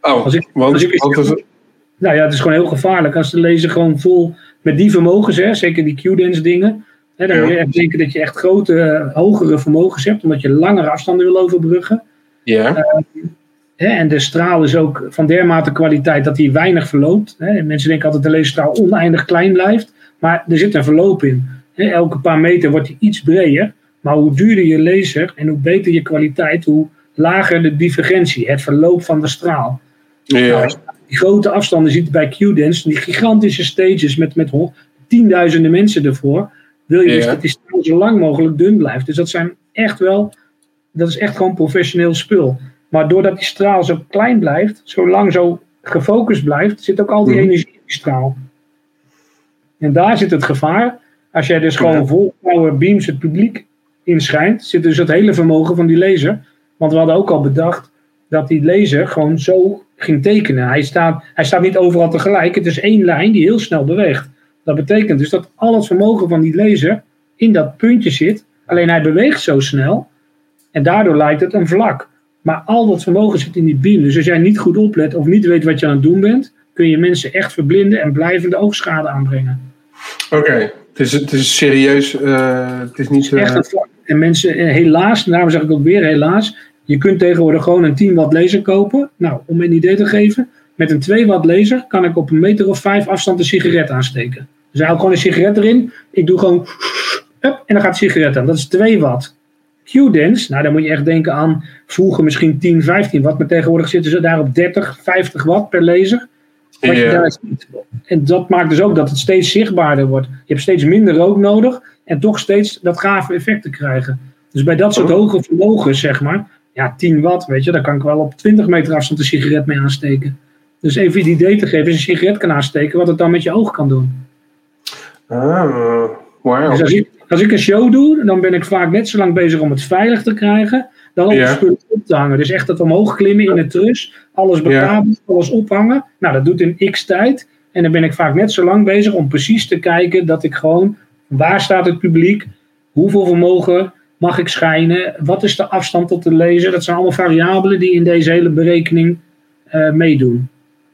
Nou ja, het is gewoon heel gevaarlijk als de lezer gewoon vol met die vermogens, zeker die Q-Dance dingen. Dan moet je echt denken dat je echt grote, hogere vermogens hebt, omdat je langere afstanden wil overbruggen. Ja. En de straal is ook van dermate kwaliteit dat hij weinig verloopt. Mensen denken altijd dat de laserstraal oneindig klein blijft, maar er zit een verloop in. Elke paar meter wordt hij iets breder, maar hoe duurder je laser en hoe beter je kwaliteit, hoe lager de divergentie, het verloop van de straal. Ja. Nou, als je die grote afstanden ziet bij Q-Dance, die gigantische stages met tienduizenden mensen ervoor, wil je dus dat die straal zo lang mogelijk dun blijft. Dus dat is echt gewoon professioneel spul. Maar doordat die straal zo klein blijft, zo lang zo gefocust blijft, zit ook al die energie in die straal. En daar zit het gevaar. Als jij dus gewoon vol power beams het publiek inschijnt, zit dus het hele vermogen van die laser. Want we hadden ook al bedacht dat die laser gewoon zo ging tekenen. Hij staat niet overal tegelijk. Het is één lijn die heel snel beweegt. Dat betekent dus dat al het vermogen van die laser in dat puntje zit. Alleen hij beweegt zo snel. En daardoor lijkt het een vlak. Maar al dat vermogen zit in die beam. Dus als jij niet goed oplet of niet weet wat je aan het doen bent, kun je mensen echt verblinden en blijvende oogschade aanbrengen. Oké. Het is serieus. Het is niet echt een vlak. En mensen, helaas, daarom zeg ik ook weer helaas, je kunt tegenwoordig gewoon een 10 watt laser kopen. Nou, om een idee te geven, met een 2 watt laser kan ik op 1 meter of 5 afstand een sigaret aansteken. Dus hij houdt gewoon een sigaret erin. Ik doe gewoon en dan gaat de sigaret aan. Dat is 2 watt. Q-Dance, nou dan moet je echt denken aan vroeger misschien 10, 15 watt. Maar tegenwoordig zitten ze daar op 30, 50 watt per laser. Wat je daar ziet. En dat maakt dus ook dat het steeds zichtbaarder wordt. Je hebt steeds minder rook nodig en toch steeds dat gave effect te krijgen. Dus bij dat soort hoge vermogens, zeg maar, ja, 10 watt, weet je, daar kan ik wel op 20 meter afstand een sigaret mee aansteken. Dus even het idee te geven, als je een sigaret kan aansteken, wat het dan met je oog kan doen. Wow. Dus als ik een show doe, dan ben ik vaak net zo lang bezig om het veilig te krijgen, dan om het spul op te hangen. Dus echt dat omhoog klimmen in het trus, alles bekabelen, alles ophangen. Nou, dat doet in x tijd. En dan ben ik vaak net zo lang bezig om precies te kijken dat ik gewoon, waar staat het publiek, hoeveel vermogen mag ik schijnen, wat is de afstand tot de laser. Dat zijn allemaal variabelen die in deze hele berekening meedoen.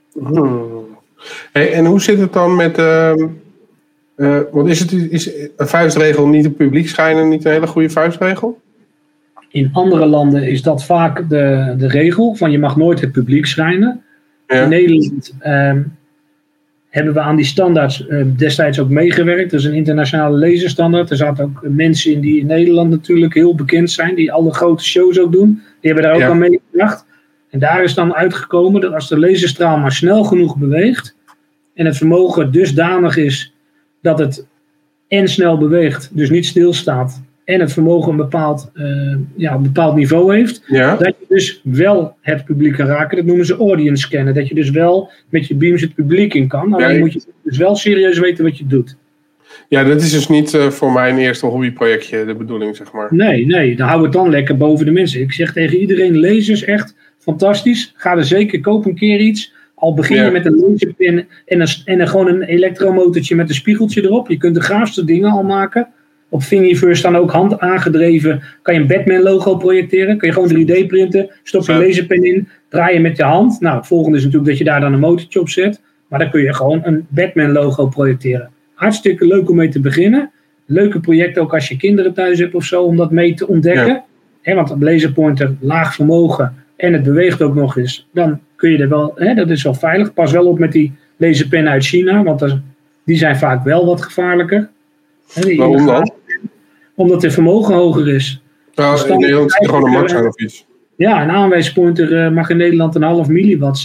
Hey, en hoe zit het dan met, want is een vuistregel niet een publiek schijnen niet een hele goede vuistregel? In andere landen is dat vaak de regel, van je mag nooit het publiek schijnen. Ja. In Nederland hebben we aan die standaards destijds ook meegewerkt. Dat is een internationale laserstandaard. Er zaten ook mensen in die in Nederland natuurlijk heel bekend zijn, die alle grote shows ook doen. Die hebben daar ook aan meegebracht. En daar is dan uitgekomen dat als de laserstraal maar snel genoeg beweegt en het vermogen dusdanig is dat het en snel beweegt, dus niet stilstaat, en het vermogen een bepaald niveau heeft, dat je dus wel het publiek kan raken. Dat noemen ze audience scannen. Dat je dus wel met je beams het publiek in kan. Alleen moet je dus wel serieus weten wat je doet. Ja, dat is dus niet voor mij een eerste hobbyprojectje de bedoeling, zeg maar. Nee, dan hou het dan lekker boven de mensen. Ik zeg tegen iedereen, lasers echt fantastisch. Ga er zeker, koop een keer iets. Al begin je met een laserpin en gewoon een elektromotortje met een spiegeltje erop. Je kunt de gaafste dingen al maken. Op Thingiverse staan ook hand aangedreven. Kan je een Batman logo projecteren. Kun je gewoon 3D printen. Stop je een laserpen in. Draai je met je hand. Nou, het volgende is natuurlijk dat je daar dan een motortje op zet. Maar dan kun je gewoon een Batman logo projecteren. Hartstikke leuk om mee te beginnen. Leuke project ook als je kinderen thuis hebt of zo. Om dat mee te ontdekken. Want een laserpointer, laag vermogen. En het beweegt ook nog eens. Dan kun je er wel, dat is wel veilig. Pas wel op met die laserpennen uit China. Want die zijn vaak wel wat gevaarlijker. Waarom dan? Omdat de vermogen hoger is. Nou, in Nederland is het gewoon een max aan of iets. Ja, een aanwijspointer mag in Nederland 1,5 milliwatt zijn.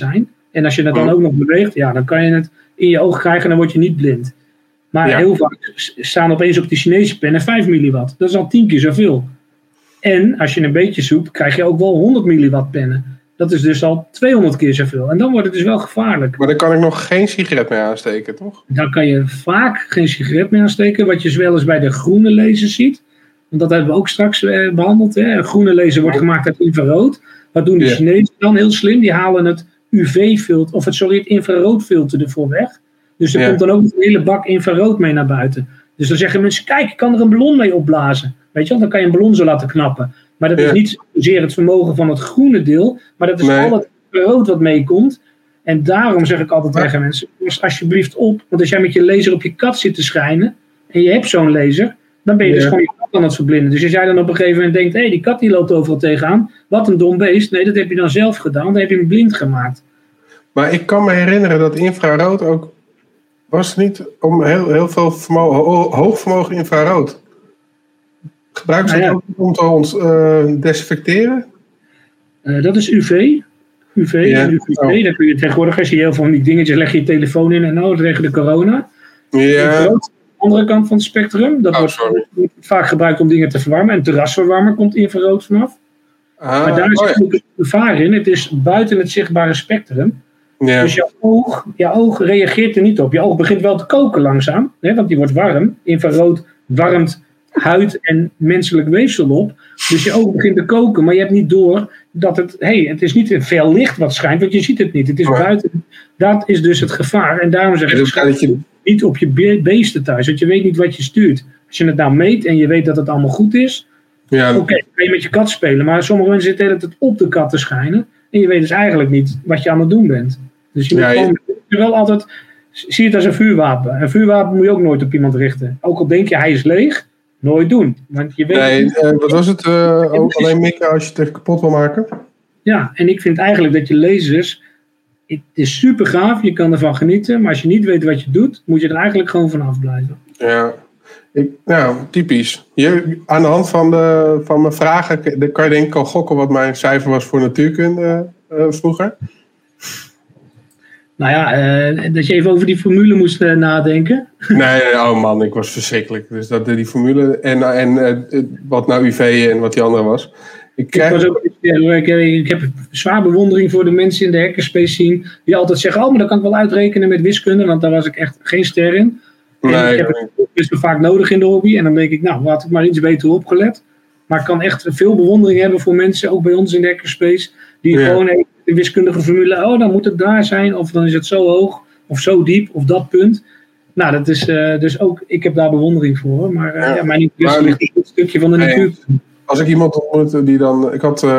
En als je het dan ook nog beweegt, ja, dan kan je het in je oog krijgen en dan word je niet blind. Maar heel vaak staan opeens op die Chinese pennen 5 milliwatt. Dat is al 10 keer zoveel. En als je een beetje zoekt, krijg je ook wel 100 milliwatt pennen. Dat is dus al 200 keer zoveel. En dan wordt het dus wel gevaarlijk. Maar dan kan ik nog geen sigaret mee aansteken, toch? Dan kan je vaak geen sigaret meer aansteken. Wat je wel eens bij de groene laser ziet. Want dat hebben we ook straks behandeld. Hè. Een groene laser wordt gemaakt uit infrarood. Wat doen de Chinezen dan heel slim? Die halen het UV-filter, of het infraroodfilter ervoor weg. Dus er komt dan ook een hele bak infrarood mee naar buiten. Dus dan zeggen mensen, kijk, ik kan er een ballon mee opblazen. Weet je wel, dan kan je een ballon zo laten knappen. Maar dat is niet zozeer het vermogen van het groene deel, maar dat is al het infrarood wat meekomt. En daarom zeg ik altijd tegen mensen, pas alsjeblieft op, want als jij met je laser op je kat zit te schijnen, en je hebt zo'n laser, dan ben je dus gewoon je kat aan het verblinden. Dus als jij dan op een gegeven moment denkt, hé, die kat die loopt overal tegenaan, wat een dom beest. Nee, dat heb je dan zelf gedaan, dan heb je hem blind gemaakt. Maar ik kan me herinneren dat infrarood ook, was het niet om heel veel hoog vermogen infrarood? Gebruiken ze dat ook om te ons desinfecteren? Dat is UV. En UVC, daar kun je tegenwoordig, als je heel veel van die dingetjes, leg je telefoon in en tegen de corona. Ja. De andere kant van het spectrum, dat wordt vaak gebruikt om dingen te verwarmen. En terrasverwarmer komt infrarood vanaf. Maar daar is ook het gevaar in. Het is buiten het zichtbare spectrum. Ja. Dus je oog reageert er niet op. Je oog begint wel te koken langzaam, hè, want die wordt warm. Infrarood warmt huid en menselijk weefsel op. Dus je oog begint te koken, maar je hebt niet door dat het is niet veel licht wat schijnt, want je ziet het niet. Het is buiten. Dat is dus het gevaar. En daarom zeg ik, niet op je beesten thuis, want je weet niet wat je stuurt. Als je het nou meet en je weet dat het allemaal goed is, oké, kan je met je kat spelen. Maar sommige mensen zitten de hele tijd op de kat te schijnen en je weet dus eigenlijk niet wat je aan het doen bent. Dus je moet gewoon wel altijd, zie het als een vuurwapen. Een vuurwapen moet je ook nooit op iemand richten. Ook al denk je hij is leeg, nooit doen. Want je weet wat was het? Alleen mikken als je het echt kapot wil maken? Ja, en ik vind eigenlijk dat je lasers, het is super gaaf, je kan ervan genieten. Maar als je niet weet wat je doet, moet je er eigenlijk gewoon vanaf blijven. Ja, typisch. Aan de hand van mijn vragen kan je denk ik al gokken wat mijn cijfer was voor natuurkunde vroeger. Nou ja, dat je even over die formule moest nadenken. Nee, oh man, ik was verschrikkelijk. Dus die formule en wat nou UV en wat die andere was. Ik heb zwaar bewondering voor de mensen in de hackerspace scene die altijd zeggen, maar dat kan ik wel uitrekenen met wiskunde, want daar was ik echt geen ster in. Ik heb het best wel vaak nodig in de hobby en dan denk ik, nou, had ik maar iets beter opgelet. Maar ik kan echt veel bewondering hebben voor mensen, ook bij ons in de hackerspace, die gewoon de wiskundige formule, dan moet het daar zijn, of dan is het zo hoog, of zo diep, of dat punt. Nou, dat is dus ook, ik heb daar bewondering voor, maar mijn interesse ligt in een stukje van de natuur. Als ik iemand ontmoette die dan, ik had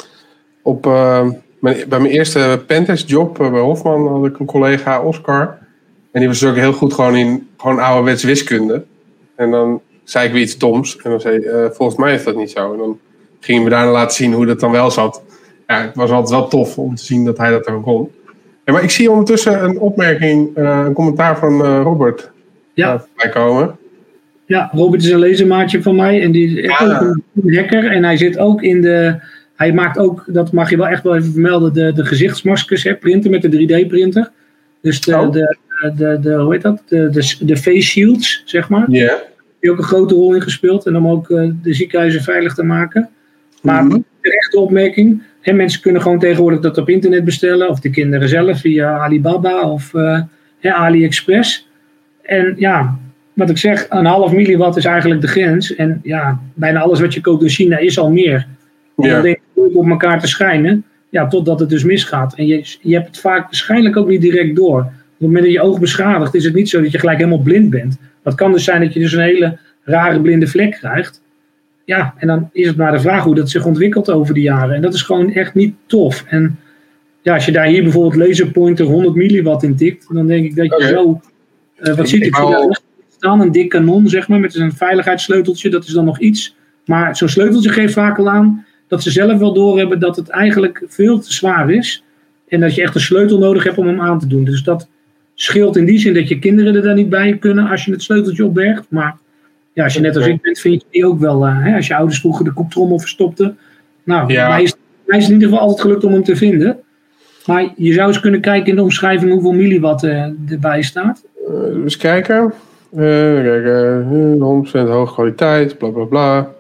bij mijn eerste pentest job bij Hofman had ik een collega, Oscar, en die was dus ook heel goed gewoon ouderwets wiskunde. En dan zei ik weer iets doms en dan zei volgens mij is dat niet zo. En dan ging hij me daarna laten zien hoe dat dan wel zat. Ja, het was altijd wel tof om te zien dat hij dat dan kon. Ja, maar ik zie ondertussen een opmerking, een commentaar van Robert voorbij komen. Ja, Robert is een lasermaatje van mij en die is ook een hacker. En hij zit ook hij maakt ook, dat mag je wel echt wel even vermelden, de gezichtsmaskers, printen met de 3D-printer. Dus hoe heet dat? De face shields, zeg maar. Ja. Daar heb je ook een grote rol in gespeeld. En om ook de ziekenhuizen veilig te maken. Maar terechte opmerking. Mensen kunnen gewoon tegenwoordig dat op internet bestellen. Of de kinderen zelf via Alibaba of AliExpress. En ja, wat ik zeg, 1,5 milliwatt is eigenlijk de grens. En ja, bijna alles wat je koopt in China is al meer. En dan denk je op elkaar te schijnen. Ja, totdat het dus misgaat. En je hebt het vaak waarschijnlijk ook niet direct door. Op het moment dat je oog beschadigt, is het niet zo dat je gelijk helemaal blind bent. Het kan dus zijn dat je dus een hele rare blinde vlek krijgt. Ja, en dan is het maar de vraag hoe dat zich ontwikkelt over de jaren. En dat is gewoon echt niet tof. En ja, als je daar hier bijvoorbeeld laserpointer 100 milliwatt in tikt, dan denk ik dat je zo... wat ziet er staan? Een dik kanon, zeg maar, met een veiligheidssleuteltje. Dat is dan nog iets. Maar zo'n sleuteltje geeft vaak al aan dat ze zelf wel doorhebben dat het eigenlijk veel te zwaar is. En dat je echt een sleutel nodig hebt om hem aan te doen. Dus dat scheelt in die zin dat je kinderen er daar niet bij kunnen als je het sleuteltje opbergt. Maar ja, als je net als ik bent, vind je die ook wel. Als je ouders vroeger de koektrommel verstopten. Nou, mij is het in ieder geval altijd gelukt om hem te vinden. Maar je zou eens kunnen kijken in de omschrijving hoeveel milliwatt erbij staat. Eens kijken. 100% hoge kwaliteit, bla bla bla.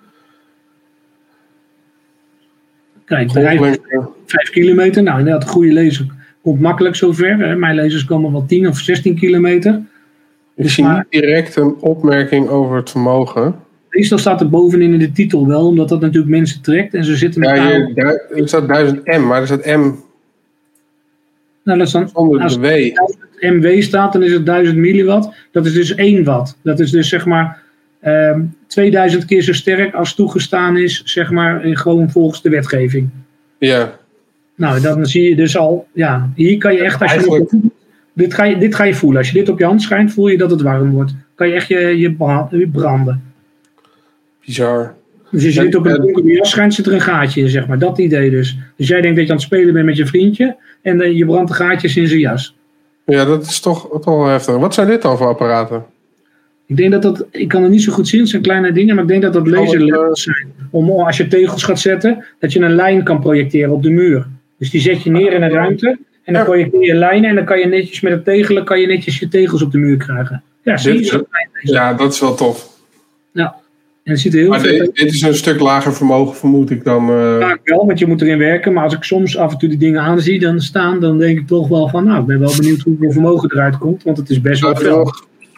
Kijk, 5 kilometer. Nou, inderdaad, een goede laser komt makkelijk zover. Hè. Mijn lasers komen wel 10 of 16 kilometer. Ik zie niet direct een opmerking over het vermogen. Meestal staat er bovenin in de titel wel, omdat dat natuurlijk mensen trekt. En ze zitten met er staat 1000 M, maar er staat M nou, dat is dan, zonder als de W. 1000 MW staat, dan is het 1000 milliwatt. Dat is dus 1 watt. Dat is dus zeg maar 2000 keer zo sterk als toegestaan is, zeg maar, gewoon volgens de wetgeving. Ja. Nou, dan zie je dus al, ja, hier kan je echt, als je dit ga je voelen. Als je dit op je hand schijnt, voel je dat het warm wordt. Kan je echt je branden. Bizar. Dus als je dit op een donkere jas schijnt, zit er een gaatje in, zeg maar. Dat idee dus. Dus jij denkt dat je aan het spelen bent met je vriendje en je brandt de gaatjes in zijn jas. Ja, dat is toch wel heftig. Wat zijn dit dan voor apparaten? Ik denk ik kan het niet zo goed zien, het zijn kleine dingen, maar ik denk dat dat laserleds zijn. Om als je tegels gaat zetten, dat je een lijn kan projecteren op de muur. Dus die zet je neer in een ruimte en dan projecteer je lijnen en dan kan je netjes met het tegelen je tegels op de muur krijgen. Ja, zie je zo. Ja, dat is wel tof. Ja. En het ziet er heel maar dit is een stuk lager vermogen, vermoed ik dan. Ja, wel, want je moet erin werken. Maar als ik soms af en toe die dingen aanzie dan denk ik toch wel van, nou, ik ben wel benieuwd hoeveel vermogen eruit komt. Want het is best wel veel.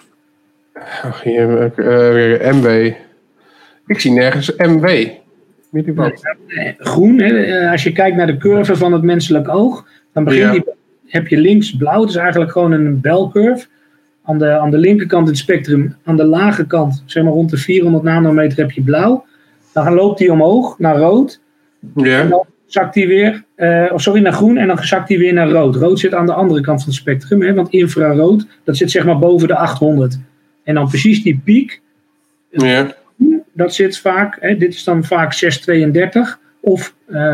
MW. Ik zie nergens MW. Weet je wat? Groen, hè, als je kijkt naar de curve van het menselijk oog, dan heb je links blauw. Het is eigenlijk gewoon een belcurve. Aan de linkerkant het spectrum, aan de lage kant, zeg maar rond de 400 nanometer heb je blauw. Dan loopt hij omhoog naar rood. Ja. En dan zakt hij weer, naar groen en dan zakt hij weer naar rood. Rood zit aan de andere kant van het spectrum, hè, want infrarood, dat zit zeg maar boven de 800. En dan precies die piek, dat zit vaak, hè, dit is dan vaak 632 of,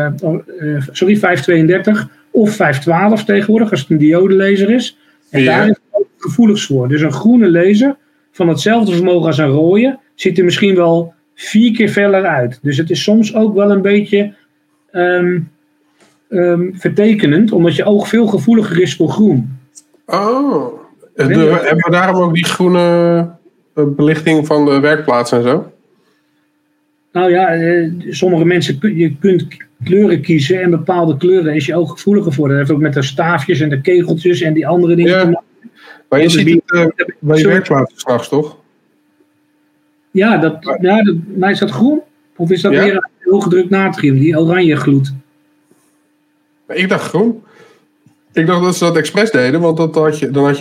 532 of 512 tegenwoordig, als het een diodelaser is. En daar is het ook gevoelig voor. Dus een groene laser van hetzelfde vermogen als een rode ziet er misschien wel 4 keer feller uit. Dus het is soms ook wel een beetje vertekenend, omdat je oog veel gevoeliger is voor groen. Oh, hebben we daarom ook die groene belichting van de werkplaats en zo? Nou ja, sommige mensen, je kunt kleuren kiezen en bepaalde kleuren is je oog gevoeliger voor. Dat heeft ook met de staafjes en de kegeltjes en die andere dingen te maken. Maar je ziet het bij je werkplaats s'nachts, toch? Ja, maar is dat groen? Of is dat weer een hooggedrukt natrium, die oranje gloed? Ik dacht groen. Ik dacht dat ze dat expres deden, want dan had je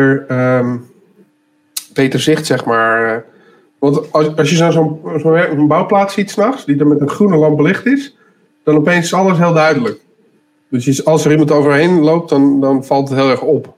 beter zicht, zeg maar. Want als je zo'n bouwplaats ziet s'nachts, die dan met een groene lamp belicht is, dan opeens is alles heel duidelijk. Dus als er iemand overheen loopt, dan valt het heel erg op.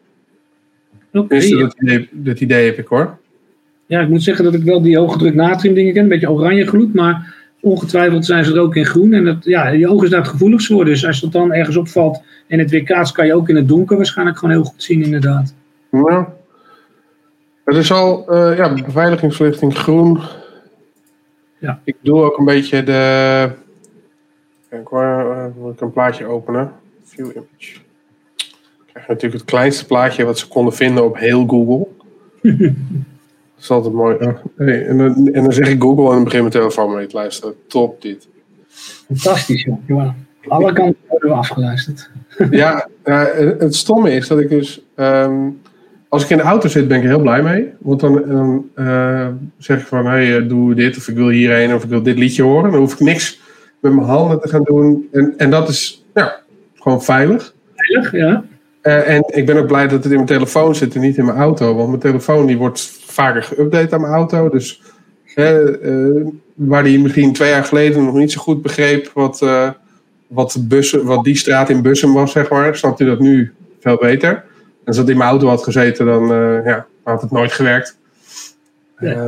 Dat idee heb ik, hoor. Ja, ik moet zeggen dat ik wel die hooggedrukt natrium dingen ken, een beetje oranje gloed, maar ongetwijfeld zijn ze er ook in groen. En je oog is daar het gevoeligst voor, dus als het dan ergens opvalt en het weer kaatst, kan je ook in het donker waarschijnlijk gewoon heel goed zien, inderdaad. Ja. Het is al, beveiligingsverlichting groen. Ja. Ik doe ook een beetje de... Kijk hoor, moet ik een plaatje openen. View image. Ik krijg natuurlijk het kleinste plaatje wat ze konden vinden op heel Google. Dat is altijd mooi. En dan zeg ik Google en dan begin mijn telefoon mee te luisteren. Top dit. Fantastisch, joh. Alle kanten worden we afgeluisterd. Ja, het stomme is dat ik dus... als ik in de auto zit, ben ik er heel blij mee. Want dan zeg ik van, doe dit, of ik wil hierheen, of ik wil dit liedje horen. Dan hoef ik niks met mijn handen te gaan doen. En dat is gewoon veilig. Veilig, ja. En ik ben ook blij dat het in mijn telefoon zit en niet in mijn auto. Want mijn telefoon die wordt vaker geüpdate aan mijn auto. Dus waar die misschien 2 jaar geleden nog niet zo goed begreep wat die straat in Bussum was, zeg maar, snapt hij dat nu veel beter. En als dat in mijn auto had gezeten, dan had het nooit gewerkt. Ja.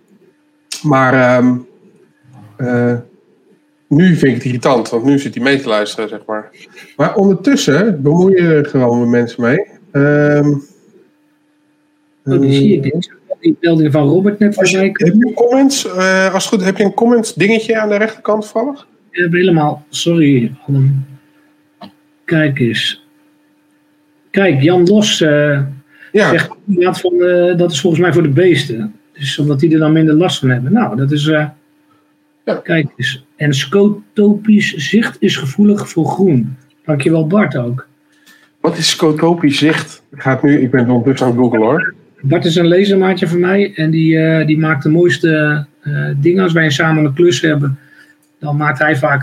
Nu vind ik het irritant, want nu zit hij mee te luisteren, zeg maar. Maar ondertussen bemoei je er gewoon met mensen mee. Die zie ik dit. Die melding van Robert net voorbij. Heb je comments? Als het goed, heb je een comments dingetje aan de rechterkant toevallig? Ik heb helemaal, sorry. Kijk eens. Kijk, Jan Los zegt inderdaad van, dat is volgens mij voor de beesten. Dus omdat die er dan minder last van hebben. Nou, dat is... Kijk eens. En scotopisch zicht is gevoelig voor groen. Dankjewel Bart ook. Wat is scotopisch zicht? Ik ben ondertussen aan Google hoor. Bart is een lasermaatje van mij. En die maakt de mooiste dingen. Als wij samen een klus hebben, dan maakt hij vaak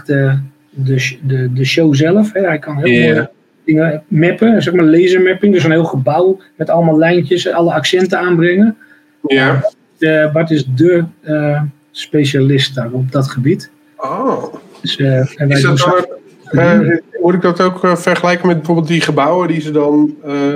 de show zelf. Hè. Hij kan heel mooie dingen mappen. Zeg maar lasermapping. Dus een heel gebouw met allemaal lijntjes. Alle accenten aanbrengen. Ja. Bart is de specialist daar op dat gebied. Oh. Dus, is dat dan moet ik dat ook vergelijken met bijvoorbeeld die gebouwen die ze dan...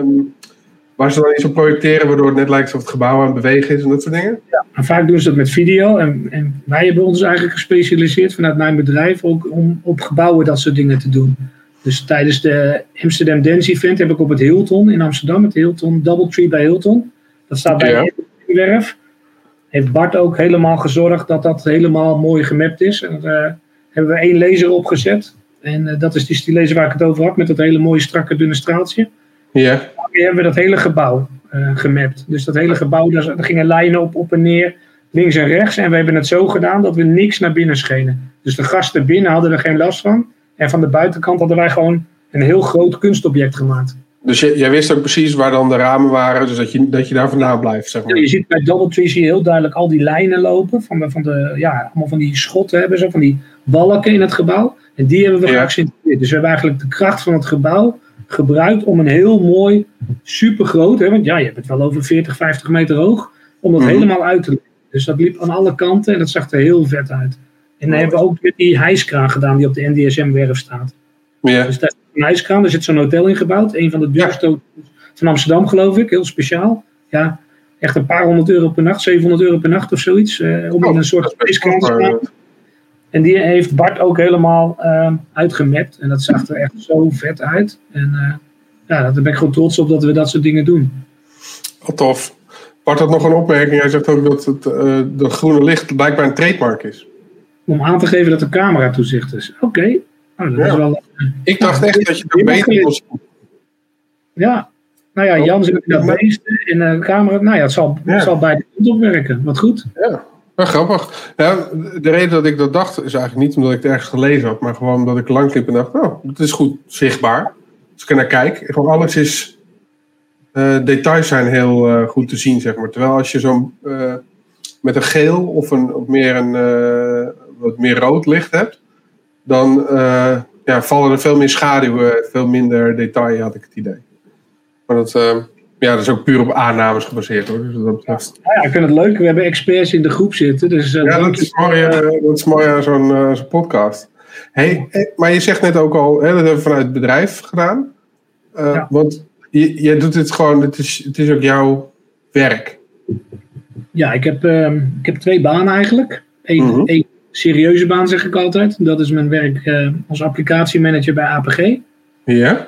waar ze dan iets op projecteren waardoor het net lijkt alsof het gebouw aan het bewegen is en dat soort dingen? Ja, en vaak doen ze dat met video. En wij hebben ons eigenlijk gespecialiseerd vanuit mijn bedrijf ook om op gebouwen dat soort dingen te doen. Dus tijdens de Amsterdam Dance Event heb ik op het Hilton in Amsterdam, het Hilton Doubletree bij Hilton. Dat staat bij de werf. Heeft Bart ook helemaal gezorgd dat dat helemaal mooi gemapt is. En daar hebben we 1 laser opgezet. En dat is die laser waar ik het over had, met dat hele mooie strakke dunne straaltje. Ja. Daarmee hebben we dat hele gebouw gemapt. Dus dat hele gebouw, daar gingen lijnen op en neer, links en rechts. En we hebben het zo gedaan dat we niks naar binnen schenen. Dus de gasten binnen hadden er geen last van. En van de buitenkant hadden wij gewoon een heel groot kunstobject gemaakt. Dus jij wist ook precies waar dan de ramen waren, dus dat je daar vandaan blijft, zeg maar. Ja, je ziet bij Doubletree zie je heel duidelijk al die lijnen lopen. Allemaal van die schotten hebben ze, van die balken in het gebouw. En die hebben we geaccentueerd. Dus we hebben eigenlijk de kracht van het gebouw gebruikt om een heel mooi, supergroot, want je hebt het wel over 40, 50 meter hoog, om dat helemaal uit te leggen. Dus dat liep aan alle kanten en dat zag er heel vet uit. En dan hebben we ook met die hijskraan gedaan die op de NDSM-werf staat. Ja. Dus daar is een hijskraan, daar zit zo'n hotel in gebouwd. Een van de duurste hotels van Amsterdam, geloof ik. Heel speciaal. Ja, echt een paar €100 per nacht, €700 per nacht of zoiets. Om in een soort hijskraan te staan. En die heeft Bart ook helemaal uitgemapt. En dat zag er echt zo vet uit. En daar ben ik gewoon trots op dat we dat soort dingen doen. Wat tof. Bart had nog een opmerking. Hij zegt ook dat het groene licht blijkbaar een trademark is. Om aan te geven dat er camera toezicht is. Oké. Nou, dat is wel, ik dacht echt dat je het beter kon zien. Ja. Nou ja, Jan zit in dat beest in de camera. Nou ja, het zal bij de kant opwerken. Wat goed. Ja. Ja, grappig. Ja, de reden dat ik dat dacht is eigenlijk niet omdat ik het ergens gelezen had, maar gewoon omdat ik lang liep en dacht, het is goed zichtbaar. Als ik er naar kijk, gewoon alles is, details zijn heel goed te zien, zeg maar. Terwijl als je zo'n met een geel of wat meer rood licht hebt, dan vallen er veel meer schaduwen, veel minder detail, had ik het idee. Maar dat is ook puur op aannames gebaseerd hoor. Dus dat betreft... Ja, ik vind het leuk. We hebben experts in de groep zitten. Dus, dat is mooi aan zo'n podcast. Hey, maar je zegt net ook al, dat hebben we vanuit het bedrijf gedaan. Want jij doet het gewoon, het is ook jouw werk. Ja, ik heb 2 banen eigenlijk. Eén serieuze baan zeg ik altijd. Dat is mijn werk als applicatiemanager bij APG. Ja.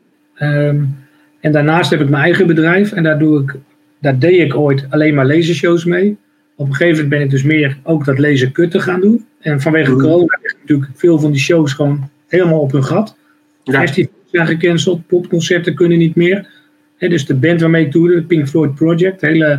En daarnaast heb ik mijn eigen bedrijf en daar deed ik ooit alleen maar lasershows mee. Op een gegeven moment ben ik dus meer ook dat laserkutten gaan doen. En vanwege corona ligt natuurlijk veel van die shows gewoon helemaal op hun gat. Festivals zijn gecanceld, popconcerten kunnen niet meer. Dus de band waarmee ik doe, de Pink Floyd Project,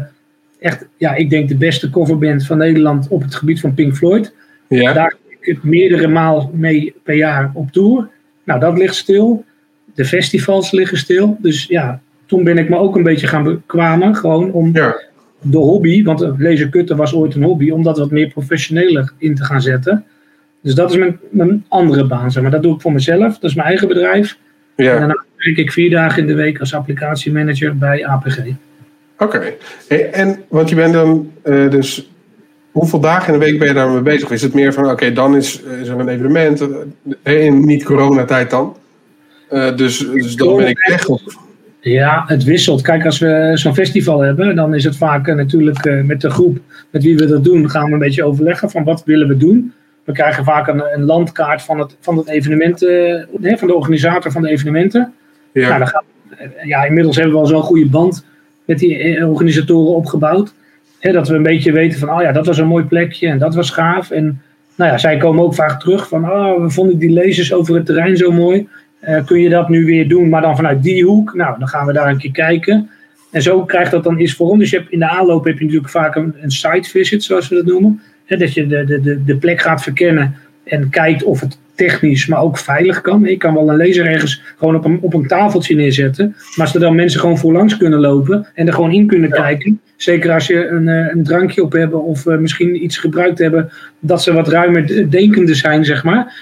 ik denk de beste coverband van Nederland op het gebied van Pink Floyd. Ja. Daar ga ik meerdere maal mee per jaar op tour. Nou, dat ligt stil. De festivals liggen stil. Dus ja, toen ben ik me ook een beetje gaan bekwamen. Gewoon om de hobby, want laserkutten was ooit een hobby, om dat wat meer professioneler in te gaan zetten. Dus dat is mijn andere baan, zeg maar. Dat doe ik voor mezelf. Dat is mijn eigen bedrijf. Ja. En daarna werk ik 4 dagen in de week als applicatiemanager bij APG. Oké. En want je bent dan dus... Hoeveel dagen in de week ben je daarmee bezig? Of is het meer van, dan is er een evenement, in niet-coronatijd dan? Dus dan ben ik weg? Of? Ja, het wisselt. Kijk, als we zo'n festival hebben, dan is het vaak natuurlijk met de groep met wie we dat doen, gaan we een beetje overleggen van wat willen we doen. We krijgen vaak een landkaart van het evenement, van de organisator van de evenementen. Ja. Nou, dan inmiddels hebben we al zo'n goede band met die organisatoren opgebouwd. Dat we een beetje weten van, dat was een mooi plekje en dat was gaaf. En zij komen ook vaak terug van, we vonden die lasers over het terrein zo mooi. Kun je dat nu weer doen, maar dan vanuit die hoek? Nou, dan gaan we daar een keer kijken. En zo krijgt dat dan iets vorm. Dus in de aanloop heb je natuurlijk vaak een site visit, zoals we dat noemen. Dat je de plek gaat verkennen en kijkt of het technisch, maar ook veilig kan. Je kan wel een laser ergens gewoon op een tafeltje neerzetten. Maar als er dan mensen gewoon voorlangs kunnen lopen en er gewoon in kunnen kijken. Zeker als je een drankje op hebben of misschien iets gebruikt hebben dat ze wat ruimer denkende zijn, zeg maar.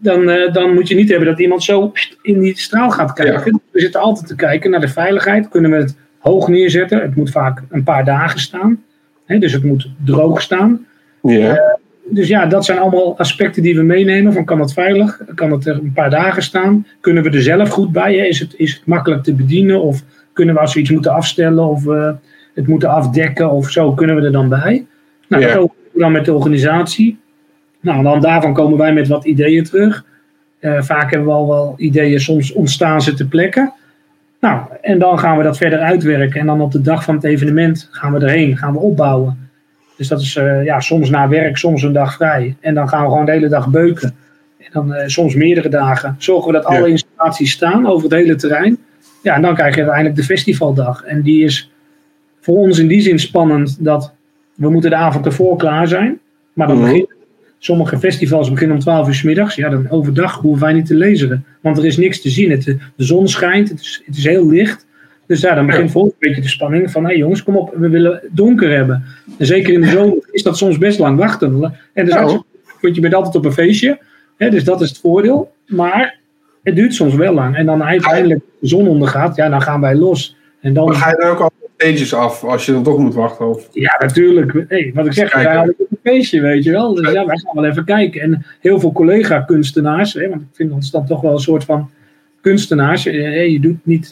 Dan moet je niet hebben dat iemand zo in die straal gaat kijken. Ja. We zitten altijd te kijken naar de veiligheid. Kunnen we het hoog neerzetten? Het moet vaak een paar dagen staan. Dus het moet droog staan. Ja. Dus ja, dat zijn allemaal aspecten die we meenemen. Van kan het veilig? Kan het er een paar dagen staan? Kunnen we er zelf goed bij? Is het makkelijk te bedienen? Of kunnen we als we iets moeten afstellen of het moeten afdekken of zo, kunnen we er dan bij? Nou, dat doen we dan met de organisatie. Nou, dan daarvan komen wij met wat ideeën terug. Vaak hebben we al wel ideeën, soms ontstaan ze ter plekke. Nou, en dan gaan we dat verder uitwerken. En dan op de dag van het evenement gaan we erheen, gaan we opbouwen. Dus dat is soms na werk, soms een dag vrij. En dan gaan we gewoon de hele dag beuken. En dan soms meerdere dagen. Zorgen we dat alle installaties staan over het hele terrein. Ja, en dan krijg je uiteindelijk de festivaldag. En die is voor ons in die zin spannend dat we moeten de avond ervoor klaar zijn. Maar dan beginnen sommige festivals beginnen om 12 uur 's middags. Ja, dan overdag hoeven wij niet te laseren. Want er is niks te zien. De zon schijnt, het is heel licht. Dus dan begint volgens een beetje de spanning van, hé jongens, kom op, we willen donker hebben. En zeker in de zomer is dat soms best lang wachten. En dus want je bent altijd op een feestje. Dus dat is het voordeel. Maar het duurt soms wel lang. En dan uiteindelijk de zon ondergaat, ja, dan gaan wij los. En dan ga je dan ook al stages af als je dan toch moet wachten? Of? Ja, natuurlijk. Hey, wat ik zeg, wij gaan op een feestje, weet je wel. Dus ja, wij gaan wel even kijken. En heel veel collega-kunstenaars, want ik vind ons dan toch wel een soort van kunstenaars. Je doet niet...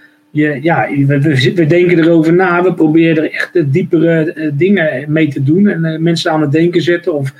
we denken erover na, we proberen er echt diepere dingen mee te doen en mensen aan het denken zetten of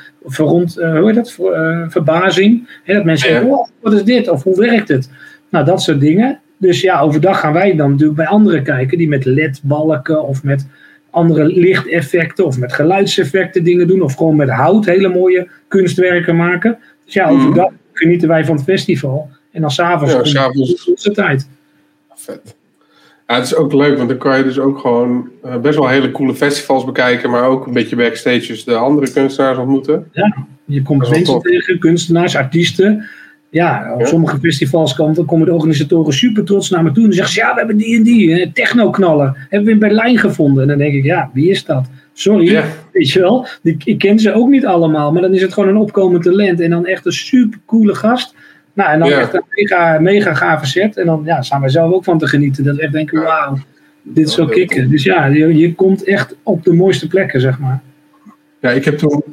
verbazing. Dat mensen zeggen, oh, wat is dit? Of hoe werkt het? Nou, dat soort dingen. Dus ja, overdag gaan wij dan natuurlijk bij anderen kijken die met LED-balken of met andere lichteffecten of met geluidseffecten dingen doen of gewoon met hout hele mooie kunstwerken maken. Dus ja, overdag genieten wij van het festival en dan s'avonds onze tijd. Vet. Ja, het is ook leuk, want dan kan je dus ook gewoon best wel hele coole festivals bekijken, maar ook een beetje backstages de andere kunstenaars ontmoeten. Ja, je komt mensen tegen, kunstenaars, artiesten. Ja, op sommige festivals komen de organisatoren super trots naar me toe en zeggen ze, ja, we hebben die en die, technoknaller, hebben we in Berlijn gevonden. En dan denk ik, ja, wie is dat? Sorry, weet je wel, ik ken ze ook niet allemaal, maar dan is het gewoon een opkomend talent en dan echt een super coole gast. Nou, en dan echt een mega gave set. En dan staan wij zelf ook van te genieten. Dat we echt denken, wauw, dit is zo kicken. Dus ja, je komt echt op de mooiste plekken, zeg maar. Ja, ik heb toen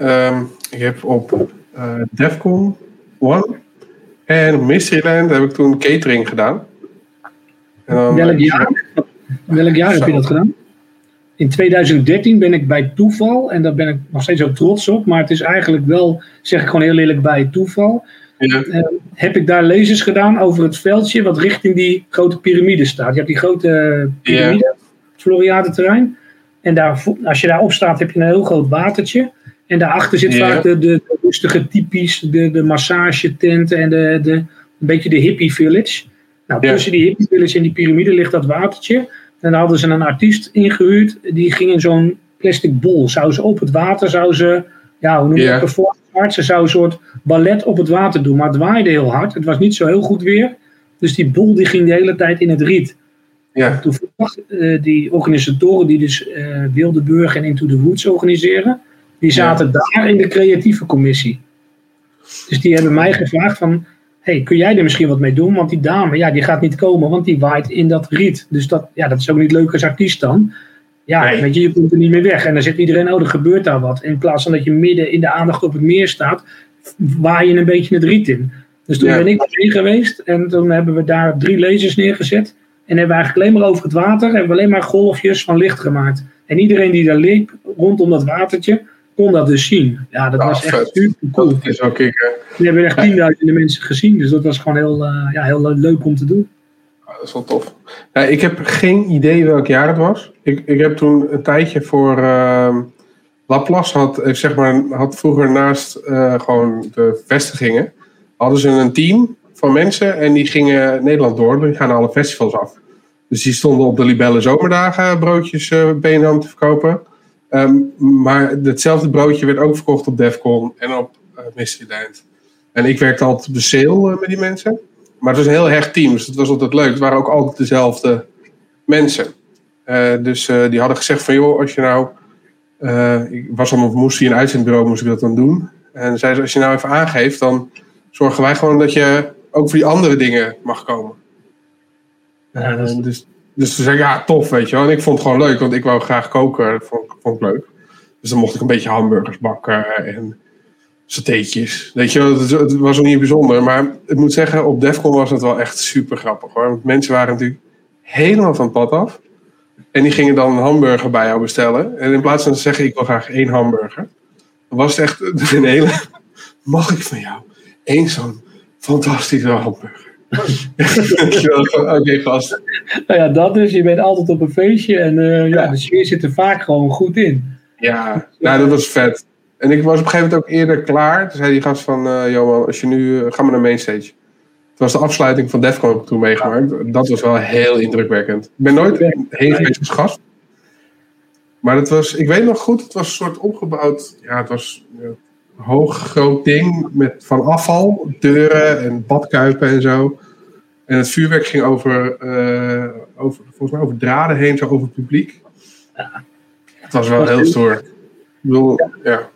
op Defcon 1 en Mysteryland heb ik toen catering gedaan. En dan, welk jaar heb je dat gedaan? In 2013 ben ik bij toeval, en daar ben ik nog steeds ook trots op, maar het is eigenlijk wel, zeg ik gewoon heel eerlijk, bij toeval. Heb ik daar lezers gedaan over het veldje wat richting die grote piramide staat. Je hebt die grote piramide, het Floriade-terrein. En daar, als je daarop staat heb je een heel groot watertje. En daarachter zit vaak de rustige typisch, de massagetenten en een beetje de hippie village. Nou, tussen die hippie village en die piramide ligt dat watertje. En daar hadden ze een artiest ingehuurd. Die ging in zo'n plastic bol. Zou ze op het water, hoe noem je dat? Ze zou een soort ballet op het water doen. Maar het waaide heel hard. Het was niet zo heel goed weer. Dus die bol die ging de hele tijd in het riet. Ja. Toevallig die organisatoren die dus Wildeburg en Into the Woods organiseren. Die zaten daar in de creatieve commissie. Dus die hebben mij gevraagd van... Hey, kun jij er misschien wat mee doen? Want die dame, die gaat niet komen, want die waait in dat riet. Dus dat is ook niet leuk als artiest dan. Ja, weet je komt er niet meer weg. En dan zegt iedereen, er gebeurt daar wat. In plaats van dat je midden in de aandacht op het meer staat, waai je een beetje het riet in. Dus toen ben ik erin geweest en toen hebben we daar 3 lasers neergezet. En hebben we eigenlijk alleen maar over het water, hebben we alleen maar golfjes van licht gemaakt. En iedereen die daar liep, rondom dat watertje, kon dat dus zien. Ja, dat was echt super cool. Dat is ook we hebben echt 10.000 mensen gezien, dus dat was gewoon heel leuk om te doen. Dat is wel tof. Nou, ik heb geen idee welk jaar het was. Ik heb toen een tijdje voor Laplace had vroeger naast gewoon de vestigingen, hadden ze een team van mensen en die gingen Nederland door. Die gaan alle festivals af. Dus die stonden op de Libelle Zomerdagen broodjes Benham te verkopen. Maar hetzelfde broodje werd ook verkocht op Defcon en op Mysteryland. En ik werkte altijd op de sale met die mensen. Maar het was een heel hecht team, dus het was altijd leuk. Het waren ook altijd dezelfde mensen. Dus die hadden gezegd van, joh, als je nou... moest hij een uitzendbureau, moest ik dat dan doen. En zei ze, als je nou even aangeeft, dan zorgen wij gewoon dat je ook voor die andere dingen mag komen. Ja, dus toen zei ik, ja, tof, weet je wel. En ik vond het gewoon leuk, want ik wou graag koken. Dat vond ik leuk. Dus dan mocht ik een beetje hamburgers bakken en satéetjes. Weet je wel, het was nog niet bijzonder. Maar ik moet zeggen, op Defcon was het wel echt super grappig, hoor. Want mensen waren natuurlijk helemaal van het pad af. En die gingen dan een hamburger bij jou bestellen. En in plaats van te zeggen, ik wil graag 1 hamburger. Dan was het echt een hele... Mag ik van jou 1 zo'n fantastische hamburger? Oké, gast. Nou ja, dat dus. Je bent altijd op een feestje. En de sfeer zit er vaak gewoon goed in. Ja, nou, dat was vet. En ik was op een gegeven moment ook eerder klaar. Toen zei die gast van, Johan, als je nu... ga maar naar Mainstage. Het was de afsluiting van Defcon heb ik toen meegemaakt. Dat was wel heel indrukwekkend. Ik ben nooit heen geweest als gast. Maar het was, ik weet nog goed, het was een soort opgebouwd... Ja, het was een hoog, groot ding van afval. Deuren en badkuipen en zo. En het vuurwerk ging volgens mij over draden heen, zo over het publiek. Ja. Het was wel heel stoer. Ik bedoel, ja...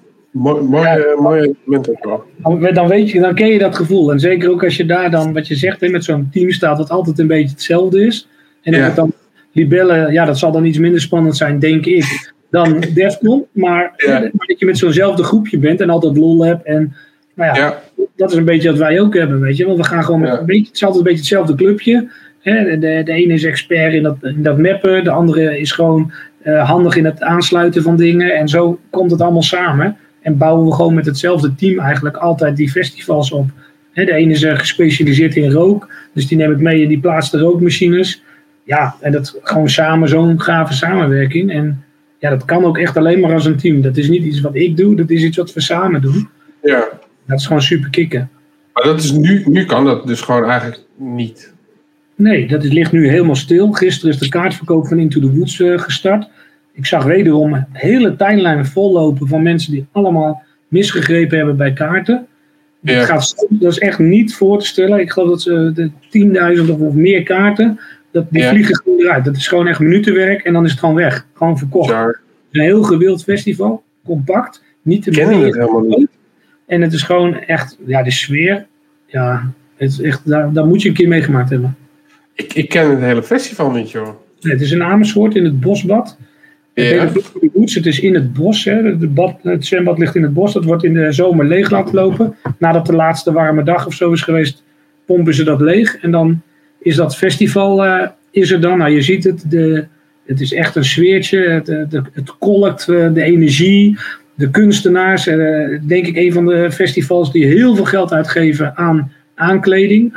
Mooi moment ook wel. Dan ken je dat gevoel. En zeker ook als je daar dan, wat je zegt, met zo'n team staat dat altijd een beetje hetzelfde is. En dan dan Libelle, ja, dat zal dan iets minder spannend zijn, denk ik, dan Defcon. Maar dat je met zo'nzelfde groepje bent en altijd lol hebt. En nou ja, dat is een beetje wat wij ook hebben, weet je. Want we gaan gewoon met het is altijd een beetje hetzelfde clubje. De ene is expert in dat mappen, de andere is gewoon handig in het aansluiten van dingen. En zo komt het allemaal samen. En bouwen we gewoon met hetzelfde team eigenlijk altijd die festivals op. De ene is gespecialiseerd in rook. Dus die neem ik mee en die plaatst de rookmachines. Ja, en dat gewoon samen zo'n gave samenwerking. En ja, dat kan ook echt alleen maar als een team. Dat is niet iets wat ik doe. Dat is iets wat we samen doen. Ja. Dat is gewoon super kicken. Maar dat is nu kan dat dus gewoon eigenlijk niet. Nee, dat ligt nu helemaal stil. Gisteren is de kaartverkoop van Into the Woods gestart. Ik zag wederom een hele tijdlijn vollopen van mensen die allemaal misgegrepen hebben bij kaarten. Ja. Dat is echt niet voor te stellen. Ik geloof dat ze de 10.000 of meer kaarten, die vliegen gewoon eruit. Dat is gewoon echt minutenwerk en dan is het gewoon weg. Gewoon verkocht. Ja. Het is een heel gewild festival. Compact. Niet te kennen het helemaal niet. En het is gewoon echt, ja, de sfeer. Ja, het is echt, daar moet je een keer meegemaakt hebben. Ik ken het hele festival niet, joh. Nee, het is in Amersfoort in het Bosbad. Ja. Het is in het bos. Hè. Het zwembad ligt in het bos. Dat wordt in de zomer leeg laten lopen. Nadat de laatste warme dag of zo is geweest, pompen ze dat leeg. En dan is dat festival is er dan. Nou, je ziet het. Het is echt een sfeertje. Het kolkt, de energie. De kunstenaars. Denk ik een van de festivals die heel veel geld uitgeven aan aankleding.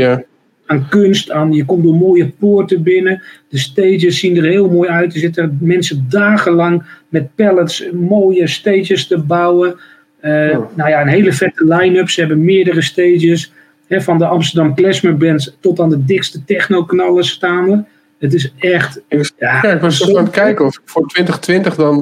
Aan kunst, je komt door mooie poorten binnen. De stages zien er heel mooi uit. Er zitten mensen dagenlang met pallets mooie stages te bouwen. Nou ja, een hele vette line-up. Ze hebben meerdere stages. Van de Amsterdam Klezmer Bands tot aan de dikste techno-knallers staande. Het is echt... Ik was zo aan het kijken of ik voor 2020 dan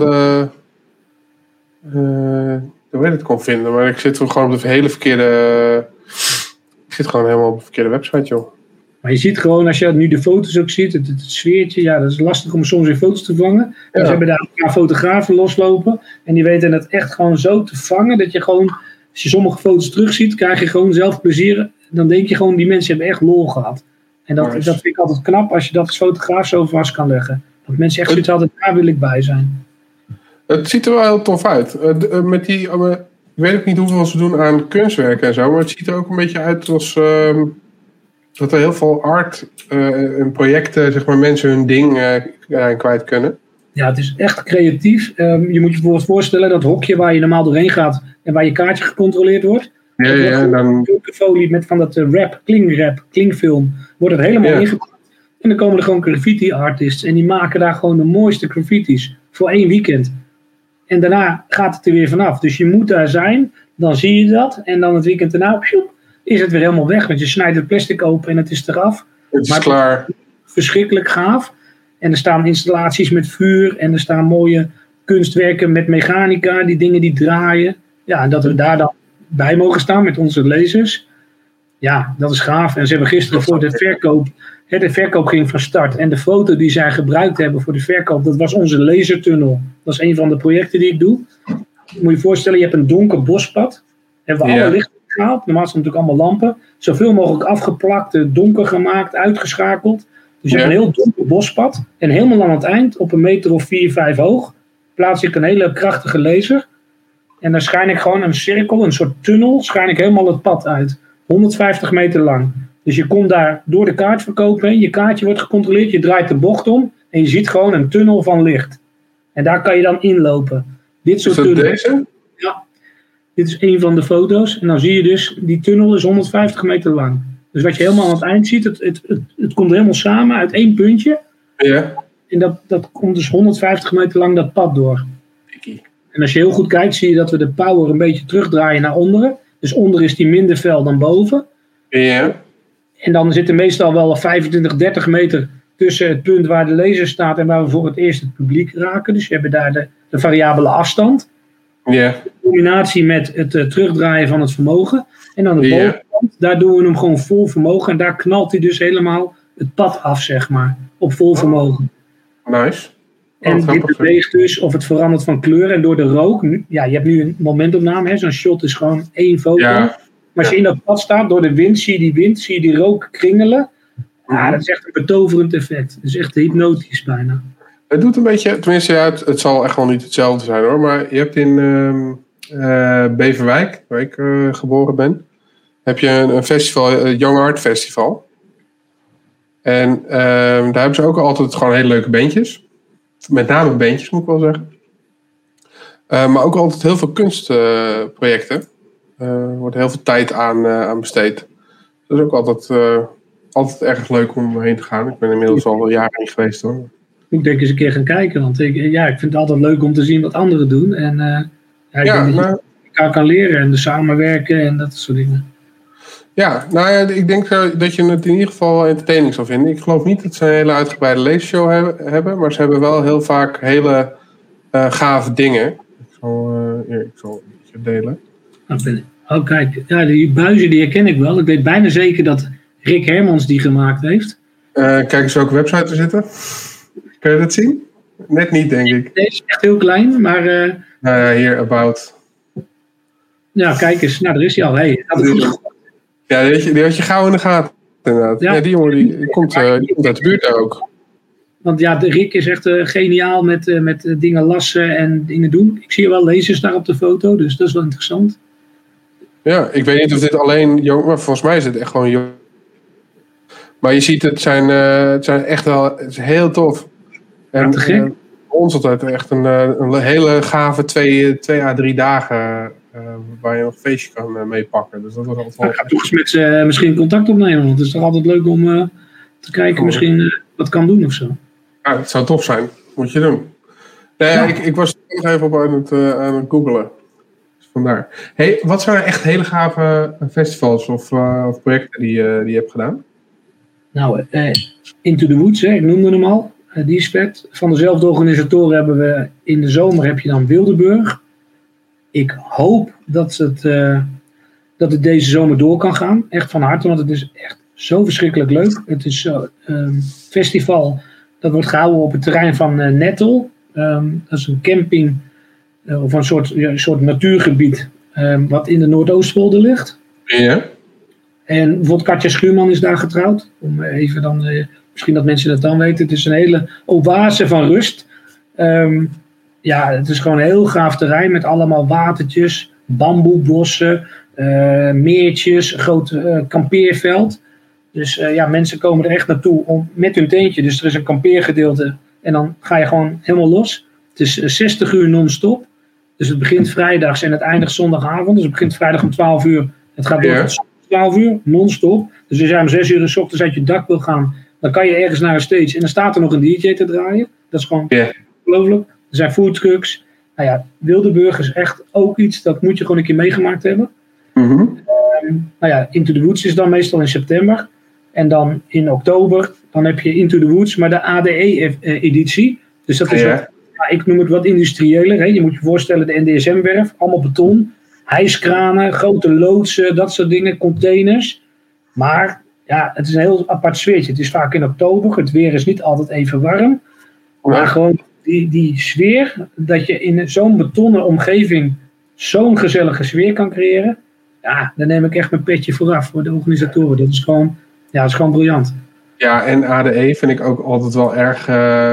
het kon vinden. Maar ik zit gewoon op de hele verkeerde... Ik zit gewoon helemaal op de verkeerde website, joh. Maar je ziet gewoon, als je nu de foto's ook ziet, het sfeertje, ja, dat is lastig om soms in foto's te vangen. Ja. Ze hebben daar een paar fotografen loslopen en die weten het echt gewoon zo te vangen, dat je gewoon, als je sommige foto's terugziet, krijg je gewoon zelf plezier. Dan denk je gewoon, die mensen hebben echt lol gehad. En dat vind ik altijd knap, als je dat als fotograaf zo vast kan leggen. Dat mensen echt zoiets hadden, daar wil ik bij zijn. Het ziet er wel heel tof uit. Met die, ik weet ook niet hoeveel ze doen aan kunstwerken en zo, maar het ziet er ook een beetje uit als... dat er heel veel art en projecten, zeg maar, mensen hun ding kwijt kunnen. Ja, het is echt creatief. Je moet je bijvoorbeeld voorstellen dat hokje waar je normaal doorheen gaat en waar je kaartje gecontroleerd wordt. Ja, dan... De folie met van dat klinkfilm, wordt het helemaal ingepakt. En dan komen er gewoon graffiti artists en die maken daar gewoon de mooiste graffiti's voor 1 weekend. En daarna gaat het er weer vanaf. Dus je moet daar zijn, dan zie je dat en dan het weekend daarna, is het weer helemaal weg. Want je snijdt het plastic open en het is eraf. Het is maar klaar. Het is verschrikkelijk gaaf. En er staan installaties met vuur. En er staan mooie kunstwerken met mechanica. Die dingen die draaien. Ja, en dat we daar dan bij mogen staan met onze lasers. Ja, dat is gaaf. En ze hebben gisteren voor de verkoop... De verkoop ging van start. En de foto die zij gebruikt hebben voor de verkoop... dat was onze lasertunnel. Dat is een van de projecten die ik doe. Je moet je voorstellen, je hebt een donker bospad. Hebben we alle licht gehaald. Normaal zijn natuurlijk allemaal lampen. Zoveel mogelijk afgeplakt, donker gemaakt, uitgeschakeld. Dus je hebt een heel donker bospad. En helemaal aan het eind, op 1 meter of 4, 5 hoog... plaats ik een hele krachtige laser. En dan schijn ik gewoon een cirkel, een soort tunnel... schijn ik helemaal het pad uit. 150 meter lang. Dus je komt daar door de kaartverkoop heen. Je kaartje wordt gecontroleerd. Je draait de bocht om. En je ziet gewoon een tunnel van licht. En daar kan je dan inlopen. Dit soort tunnels. Deze? Ja. Dit is een van de foto's. En dan zie je dus, die tunnel is 150 meter lang. Dus wat je helemaal aan het eind ziet, het komt helemaal samen uit 1 puntje. Ja. En dat komt dus 150 meter lang dat pad door. En als je heel goed kijkt, zie je dat we de power een beetje terugdraaien naar onderen. Dus onder is die minder fel dan boven. Ja. En dan zit er meestal wel 25, 30 meter tussen het punt waar de laser staat en waar we voor het eerst het publiek raken. Dus je hebt daar de variabele afstand. Ja. In combinatie met het terugdraaien van het vermogen. En dan de bovenkant, daar doen we hem gewoon vol vermogen. En daar knalt hij dus helemaal het pad af, zeg maar. Op vol vermogen. Nice. En dit beweegt dus, of het verandert van kleur. En door de rook, ja, je hebt nu een momentopname. Hè? Zo'n shot is gewoon 1 foto. Ja. Maar als je in dat pad staat, door de wind, zie je die rook kringelen. Ja, dat is echt een betoverend effect. Dat is echt hypnotisch bijna. Het doet een beetje, tenminste, ja, het zal echt wel niet hetzelfde zijn hoor. Maar je hebt in Beverwijk, waar ik geboren ben, heb je een festival, Young Art Festival. En daar hebben ze ook altijd gewoon hele leuke bandjes. Met name bandjes, moet ik wel zeggen. Maar ook altijd heel veel kunstprojecten. Er wordt heel veel tijd aan besteed. Dat is ook altijd erg leuk om heen te gaan. Ik ben inmiddels al wel jaren niet geweest hoor. Ik denk eens een keer gaan kijken. Want ik vind het altijd leuk om te zien wat anderen doen. En ik denk dat je elkaar kan leren en samenwerken en dat soort dingen. Ja, nou ja, ik denk dat je het in ieder geval entertaining zal vinden. Ik geloof niet dat ze een hele uitgebreide lasershow hebben. Maar ze hebben wel heel vaak hele gave dingen. Ik zal een beetje delen. Oh kijk, ja, die buizen die herken ik wel. Ik weet bijna zeker dat Rick Hermans die gemaakt heeft. Kijk eens welke website er zitten. Kun je dat zien? Net niet, denk ik. Deze is echt heel klein, maar... hier, About. Ja, kijk eens. Nou, daar is hij al. Hey, ja, die had je gauw in de gaten, inderdaad. Ja, die jongen die komt uit de buurt daar ook. Want ja, Rick is echt geniaal met dingen lassen en dingen doen. Ik zie wel lasers daar op de foto, dus dat is wel interessant. Ja, ik weet niet of dit alleen jong, maar volgens mij is het echt gewoon jong. Maar je ziet, het zijn echt wel, het is heel tof. En voor ons altijd echt een hele gave 2 à 3 dagen waar je nog een feestje kan meepakken. Dus dat was altijd wel... Ik ga toch eens met ze misschien contact opnemen, want het is toch altijd leuk om te kijken misschien wat kan doen of zo. Ja, het zou tof zijn. Moet je doen. Nee, ja. Ik was nog even op aan het googlen. Dus vandaar. Hey, wat zijn echt hele gave festivals of projecten die je hebt gedaan? Nou, Into the Woods, ik noemde hem al. Die is vet. Van dezelfde organisatoren hebben we in de zomer heb je dan Wildeburg. Ik hoop dat het deze zomer door kan gaan. Echt van harte, want het is echt zo verschrikkelijk leuk. Het is een festival dat wordt gehouden op het terrein van Nettel. Dat is een camping of een soort natuurgebied wat in de Noordoostpolder ligt. Ja. En bijvoorbeeld Katja Schuurman is daar getrouwd. Om even dan, misschien dat mensen dat dan weten. Het is een hele oase van rust. Ja, het is gewoon een heel gaaf terrein met allemaal watertjes, bamboebossen, meertjes, een groot kampeerveld. Dus ja, mensen komen er echt naartoe met hun tentje. Dus er is een kampeergedeelte en dan ga je gewoon helemaal los. Het is 60 uur non-stop. Dus het begint vrijdags en het eindigt zondagavond. Dus het begint vrijdag om 12 uur. Het gaat door tot 12 uur, non-stop. Dus als jij om 6 uur 's ochtends uit je dak wil gaan, dan kan je ergens naar een stage. En dan staat er nog een DJ te draaien. Dat is gewoon ongelooflijk. Er zijn foodtrucks. Nou ja, Wildeburg is echt ook iets, dat moet je gewoon een keer meegemaakt hebben. Nou ja, Into the Woods is dan meestal in september. En dan in oktober, dan heb je Into the Woods, maar de ADE-editie. Dus dat is ik noem het wat industriëler. Hè. Je moet je voorstellen, de NDSM-werf, allemaal beton, hijskranen, grote loodsen, dat soort dingen, containers. Maar ja, het is een heel apart sfeertje. Het is vaak in oktober, het weer is niet altijd even warm. Maar gewoon die sfeer, dat je in zo'n betonnen omgeving zo'n gezellige sfeer kan creëren. Ja, daar neem ik echt mijn petje vooraf voor de organisatoren. Dat is gewoon briljant. Ja, en ADE vind ik ook altijd wel erg.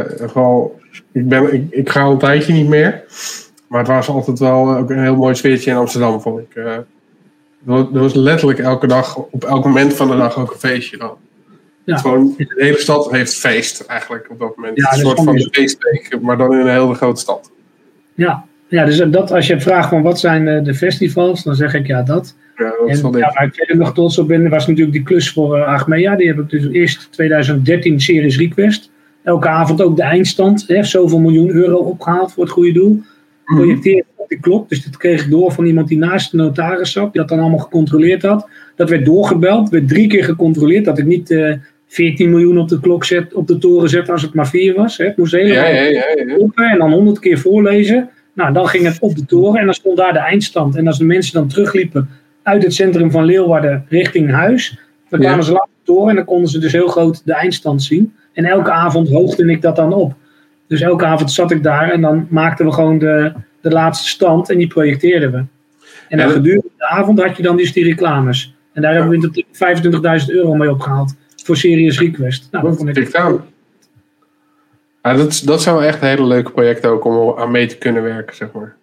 Ik ga al een tijdje niet meer. Maar het was altijd wel ook een heel mooi sfeertje in Amsterdam, vond ik. Er was letterlijk elke dag, op elk moment van de dag ook een feestje dan. Ja. Gewoon, de hele stad heeft feest eigenlijk op dat moment. Ja, een soort van feestweek, maar dan in een hele grote stad. Ja, dus dat, als je vraagt van wat zijn de festivals, dan zeg ik dat. Ja, dat is wel waar ik verder nog trots op ben, was natuurlijk die klus voor Achmea. Die heb ik dus eerst 2013 Series Request. Elke avond ook de eindstand. Zoveel miljoen euro opgehaald voor het goede doel. Projecteerd op die klok. Dus dat kreeg ik door van iemand die naast de notaris zat. Die dat dan allemaal gecontroleerd had. Dat werd doorgebeld. Werd 3 keer gecontroleerd. Dat ik niet 14 miljoen op de klok op de toren zet als het maar 4 was. Het moest helemaal open en dan 100 keer voorlezen. Nou, dan ging het op de toren en dan stond daar de eindstand. En als de mensen dan terugliepen uit het centrum van Leeuwarden richting huis, dan kwamen ze langs de toren en dan konden ze dus heel groot de eindstand zien. En elke avond hoogde ik dat dan op. Dus elke avond zat ik daar en dan maakten we gewoon de laatste stand en die projecteerden we. En dan gedurende de avond had je dan dus die reclames. En daar hebben we €25.000 mee opgehaald voor Serious Request. Nou, dat vond ik aan. Ja, dat zijn wel echt hele leuke projecten ook om aan mee te kunnen werken, zeg maar.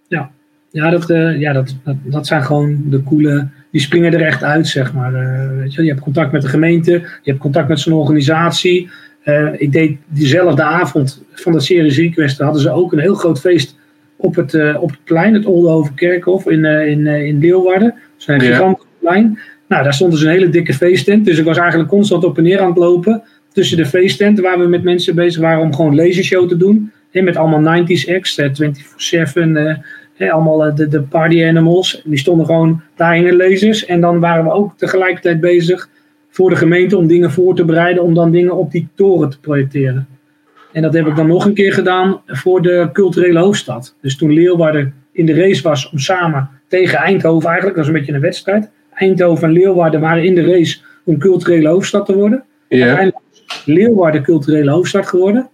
Dat zijn gewoon de coole, die springen er echt uit, zeg maar. Weet je hebt contact met de gemeente, je hebt contact met zo'n organisatie. Ik deed diezelfde avond van de Series Request, hadden ze ook een heel groot feest op het plein, het Oldhoven Kerkhof in Leeuwarden. Dat is een gigantisch plein. Nou, daar stond dus een hele dikke feesttent, dus ik was eigenlijk constant op en neer aan het lopen tussen de feesttenten waar we met mensen bezig waren om gewoon een lasershow te doen. Met allemaal 90s acts, 24/7, allemaal de party animals. Die stonden gewoon daar in de lasers. En dan waren we ook tegelijkertijd bezig voor de gemeente om dingen voor te bereiden, om dan dingen op die toren te projecteren. En dat heb ik dan nog een keer gedaan voor de culturele hoofdstad. Dus toen Leeuwarden in de race was om samen tegen Eindhoven eigenlijk, dat was een beetje een wedstrijd. Eindhoven en Leeuwarden waren in de race om culturele hoofdstad te worden. Uiteindelijk is Leeuwarden culturele hoofdstad geworden.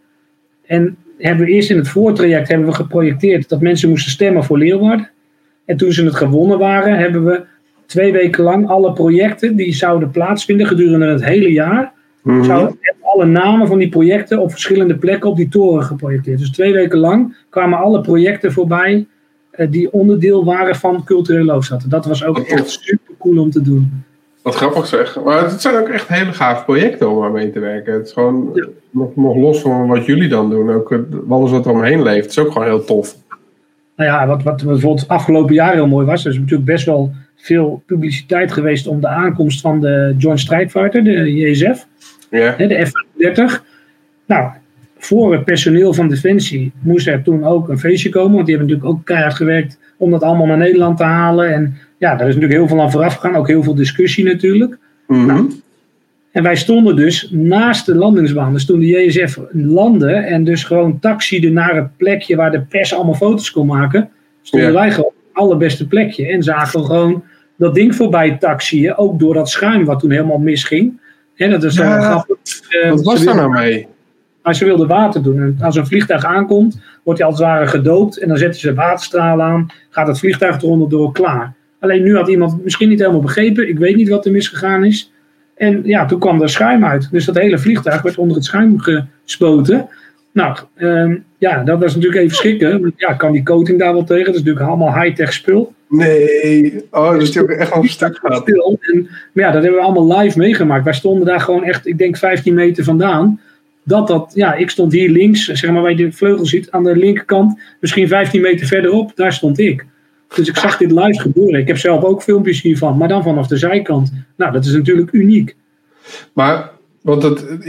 En hebben we eerst in het voortraject geprojecteerd dat mensen moesten stemmen voor Leeuwarden. En toen ze het gewonnen waren, hebben we 2 weken lang alle projecten die zouden plaatsvinden gedurende het hele jaar. Zouden alle namen van die projecten op verschillende plekken op die toren geprojecteerd. Dus 2 weken lang kwamen alle projecten voorbij die onderdeel waren van culturele hoofdstad. Dat was ook echt super cool om te doen. Wat grappig zeg. Maar het zijn ook echt hele gave projecten om aan mee te werken. Het is gewoon nog los van wat jullie dan doen. Ook alles wat er omheen leeft. Het is ook gewoon heel tof. Nou ja, wat bijvoorbeeld afgelopen jaar heel mooi was. Er is natuurlijk best wel veel publiciteit geweest om de aankomst van de Joint Strike Fighter, de JSF. Ja. De F-35. Nou, voor het personeel van Defensie moest er toen ook een feestje komen. Want die hebben natuurlijk ook keihard gewerkt om dat allemaal naar Nederland te halen. En ja, daar is natuurlijk heel veel aan vooraf gegaan. Ook heel veel discussie natuurlijk. Nou, en wij stonden dus naast de landingsbaan. Dus toen de JSF landde en dus gewoon taxiede naar het plekje waar de pers allemaal foto's kon maken, stonden wij gewoon op het allerbeste plekje. En zagen we gewoon dat ding voorbij taxiën. Ook door dat schuim wat toen helemaal misging. En dat is grappig. Wat was daar nou mee? Maar ze wilden water doen. En als een vliegtuig aankomt, wordt hij als het ware gedoopt. En dan zetten ze waterstralen aan. Gaat het vliegtuig eronder door klaar. Alleen nu had iemand misschien niet helemaal begrepen. Ik weet niet wat er misgegaan is. En ja, toen kwam er schuim uit. Dus dat hele vliegtuig werd onder het schuim gespoten. Nou, dat was natuurlijk even schrikken. Ja, kan die coating daar wel tegen? Dat is natuurlijk allemaal high-tech spul. Nee, dus die ook echt al een stuk gaat. Maar ja, dat hebben we allemaal live meegemaakt. Wij stonden daar gewoon echt, ik denk 15 meter vandaan. Ik stond hier links, zeg maar waar je de vleugel ziet, aan de linkerkant. Misschien 15 meter verderop, daar stond ik. Dus ik zag dit live gebeuren. Ik heb zelf ook filmpjes hiervan, maar dan vanaf de zijkant. Nou, dat is natuurlijk uniek. Maar, want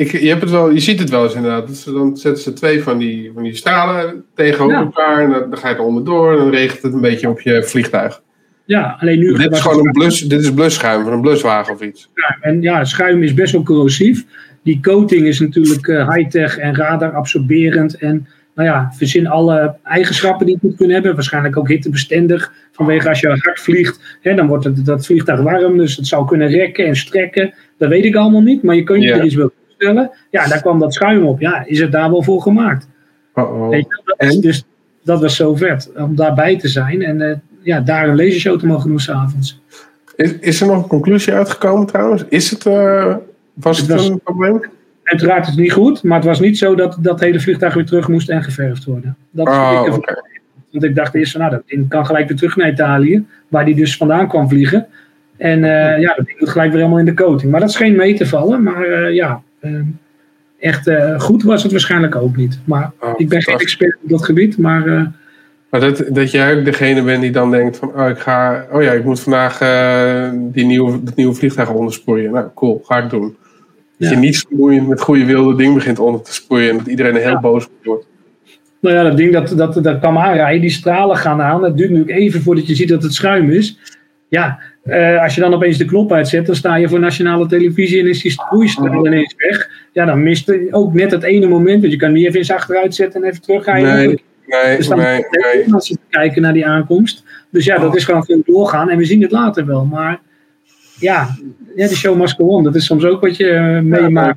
je ziet het wel eens inderdaad. Dus dan zetten ze 2 van die stralen tegenover elkaar. En dan ga je er onderdoor en dan regent het een beetje op je vliegtuig. Ja, alleen nu... Dit is gewoon dit is blusschuim van een bluswagen of iets. Ja, en ja, schuim is best wel corrosief. Die coating is natuurlijk high-tech en radarabsorberend. En nou ja, verzin alle eigenschappen die het moet kunnen hebben. Waarschijnlijk ook hittebestendig. Vanwege als je hard vliegt, dan wordt dat vliegtuig warm. Dus het zou kunnen rekken en strekken. Dat weet ik allemaal niet. Maar je kunt je er iets bij voorstellen. Ja, daar kwam dat schuim op. Ja, is het daar wel voor gemaakt? Weet je, dus dat was zo vet. Om daarbij te zijn. En daar een lasershow te mogen doen 's avonds. Is er nog een conclusie uitgekomen trouwens? Was het een probleem? Uiteraard is het niet goed, maar het was niet zo dat dat hele vliegtuig weer terug moest en geverfd worden. Dat is want ik dacht eerst van, dat ding kan gelijk weer terug naar Italië, waar die dus vandaan kwam vliegen. En dat ding moet gelijk weer helemaal in de coating. Maar dat scheen mee te vallen, maar echt goed was het waarschijnlijk ook niet. Maar ik ben geen expert op dat gebied, maar... Maar dat jij ook degene bent die dan denkt van, ik moet vandaag dat nieuwe vliegtuig ondersproeien. Nou, cool, ga ik doen. Dat je niet vermoeiend met goede wilde ding begint onder te sproeien en dat iedereen heel boos wordt. Nou ja, dat ding dat kwam aanrijden, die stralen gaan aan. Het duurt natuurlijk even voordat je ziet dat het schuim is. Ja, als je dan opeens de knop uitzet, dan sta je voor nationale televisie en is die sproeistraal ineens weg. Ja, dan mist je ook net het ene moment, want je kan niet even eens achteruit zetten en even terugrijden. Dus dan als je kijken naar die aankomst. Dus ja, dat is gewoon veel doorgaan en we zien het later wel. Maar de show must go on. Dat is soms ook wat je meemaakt.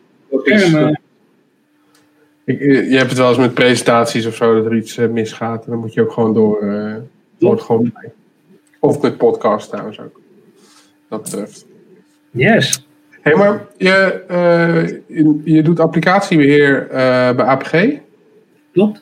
Je hebt het wel eens met presentaties of zo, dat er iets misgaat. En dan moet je ook gewoon door. Hoort gewoon bij. Of met podcast trouwens ook. Dat betreft. Yes. Hé, maar je doet applicatiebeheer bij APG? Klopt.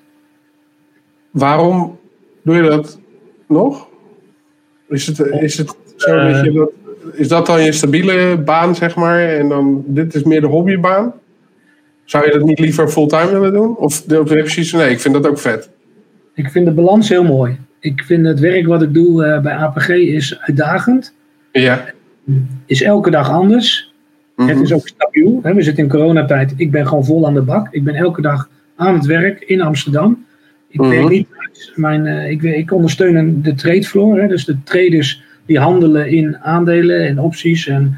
Waarom doe je dat nog? Is het zo dat je dat... Is dat dan je stabiele baan, zeg maar? En dan, dit is meer de hobbybaan? Zou je dat niet liever fulltime willen doen? Of heb je zoiets van, nee, ik vind dat ook vet? Ik vind de balans heel mooi. Ik vind het werk wat ik doe bij APG is uitdagend. Ja. Is elke dag anders. Het is ook stabiel. We zitten in coronatijd. Ik ben gewoon vol aan de bak. Ik ben elke dag aan het werk in Amsterdam. Ik werk niet thuis. Ik ondersteun de trade floor. Dus de traders die handelen in aandelen en opties en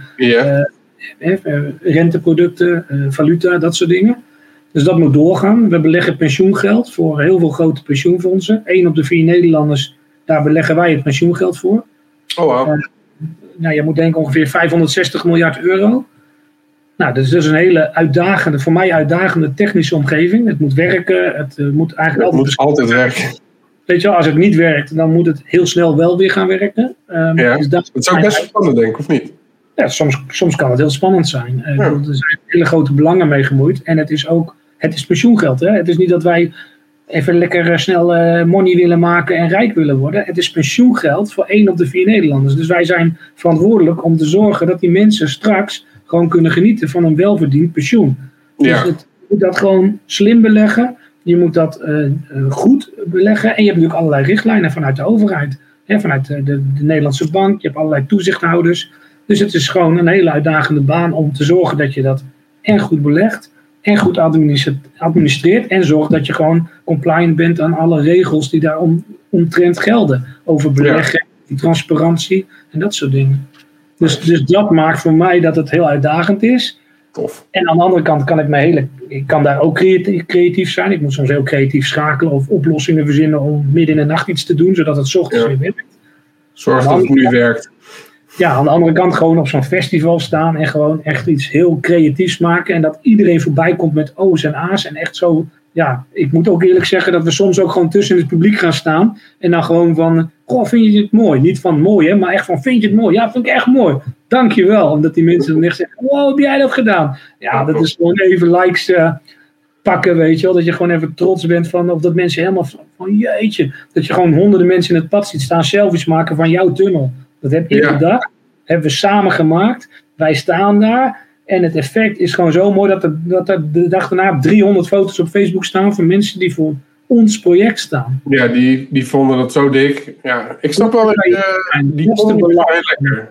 renteproducten, valuta, dat soort dingen. Dus dat moet doorgaan. We beleggen pensioengeld voor heel veel grote pensioenfondsen. 1 op de 4 Nederlanders, daar beleggen wij het pensioengeld voor. Oh, wow. Je moet denken ongeveer 560 miljard euro. Nou, dat is dus een hele uitdagende, voor mij uitdagende technische omgeving. Het moet werken. Het moet eigenlijk altijd werken. Weet je wel, als het niet werkt, dan moet het heel snel wel weer gaan werken. Dus dat is ook best spannend, denk ik, of niet? Ja, soms kan het heel spannend zijn. Er zijn hele grote belangen mee gemoeid. En het is pensioengeld. Hè? Het is niet dat wij even lekker snel money willen maken en rijk willen worden. Het is pensioengeld voor 1 op de 4 Nederlanders. Dus wij zijn verantwoordelijk om te zorgen dat die mensen straks gewoon kunnen genieten van een welverdiend pensioen. Dus je moet dat gewoon slim beleggen. Je moet dat goed beleggen. En je hebt natuurlijk allerlei richtlijnen vanuit de overheid. Vanuit de Nederlandse bank. Je hebt allerlei toezichthouders. Dus het is gewoon een hele uitdagende baan om te zorgen dat je dat en goed belegt. En goed administreert. En zorgt dat je gewoon compliant bent aan alle regels die daar omtrent gelden. Over beleggen, transparantie en dat soort dingen. Dus dat maakt voor mij dat het heel uitdagend is. Tof. En aan de andere kant ik kan daar ook creatief zijn. Ik moet soms heel creatief schakelen of oplossingen verzinnen om midden in de nacht iets te doen, zodat het 's ochtends weer werkt. Zorg dat het nu werkt. Ja, aan de andere kant gewoon op zo'n festival staan en gewoon echt iets heel creatiefs maken. En dat iedereen voorbij komt met O's en A's en echt zo. Ja, ik moet ook eerlijk zeggen dat we soms ook gewoon tussen het publiek gaan staan. En dan gewoon van, goh, vind je het mooi? Niet van mooi, hè, maar echt van, vind je het mooi? Ja, vind ik echt mooi. Dankjewel. Omdat die mensen dan echt zeggen, wow, heb jij dat gedaan? Ja, dat is gewoon even likes pakken, weet je wel. Dat je gewoon even trots bent van, of dat mensen helemaal van jeetje. Dat je gewoon honderden mensen in het pad ziet staan selfies maken van jouw tunnel. Dat heb ik bedacht. Hebben we samen gemaakt. Wij staan daar. En het effect is gewoon zo mooi dat er de dag daarna 300 foto's op Facebook staan van mensen die voor ons project staan. Ja, die vonden dat zo dik. Ja, ik snap wel dat die vonden het wel heel lekker.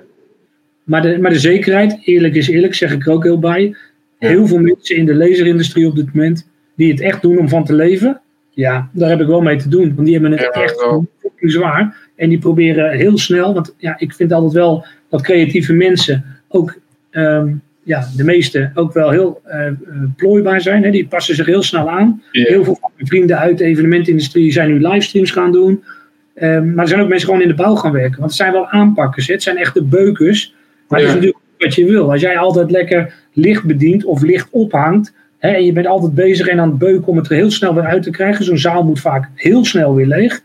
Maar de zekerheid, eerlijk is eerlijk, zeg ik er ook heel bij. Heel veel mensen in de laserindustrie op dit moment die het echt doen om van te leven. Ja, daar heb ik wel mee te doen. Want die hebben het echt zwaar. En die proberen heel snel, want ja, ik vind altijd wel dat creatieve mensen ook, de meeste ook wel heel plooibaar zijn. Hè? Die passen zich heel snel aan. Yeah. Heel veel van mijn vrienden uit de evenementindustrie zijn nu livestreams gaan doen. Maar er zijn ook mensen gewoon in de bouw gaan werken. Want het zijn wel aanpakkers. Hè? Het zijn echte beukers. Maar dat is natuurlijk wat je wil. Als jij altijd lekker licht bedient of licht ophangt. Hè, en je bent altijd bezig en aan het beuken om het er heel snel weer uit te krijgen. Zo'n zaal moet vaak heel snel weer leeg.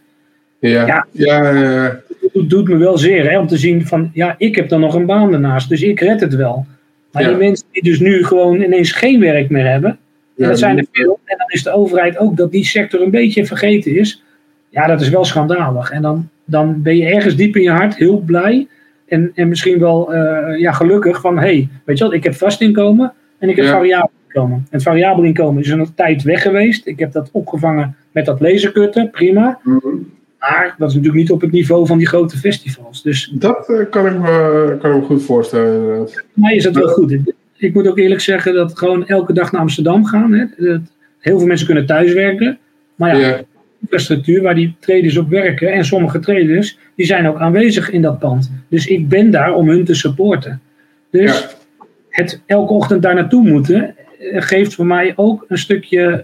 Het doet me wel zeer, hè, om te zien van, ja, ik heb dan nog een baan ernaast, dus ik red het wel. Maar die mensen die dus nu gewoon ineens geen werk meer hebben, en dat zijn er veel, en dan is de overheid ook dat die sector een beetje vergeten is. Ja, dat is wel schandalig. En dan ben je ergens diep in je hart heel blij en misschien wel gelukkig van, weet je wat, ik heb vast inkomen en ik heb variabel inkomen. En het variabel inkomen is een tijd weg geweest. Ik heb dat opgevangen met dat lasercutten, prima. Mm-hmm. Maar dat is natuurlijk niet op het niveau van die grote festivals. Dus, dat kan ik me goed voorstellen, inderdaad. Voor mij is dat wel goed. Ik moet ook eerlijk zeggen dat gewoon elke dag naar Amsterdam gaan. Hè. Heel veel mensen kunnen thuiswerken. Maar de infrastructuur waar die traders op werken. En sommige traders die zijn ook aanwezig in dat pand. Dus ik ben daar om hun te supporten. Dus het elke ochtend daar naartoe moeten geeft voor mij ook een stukje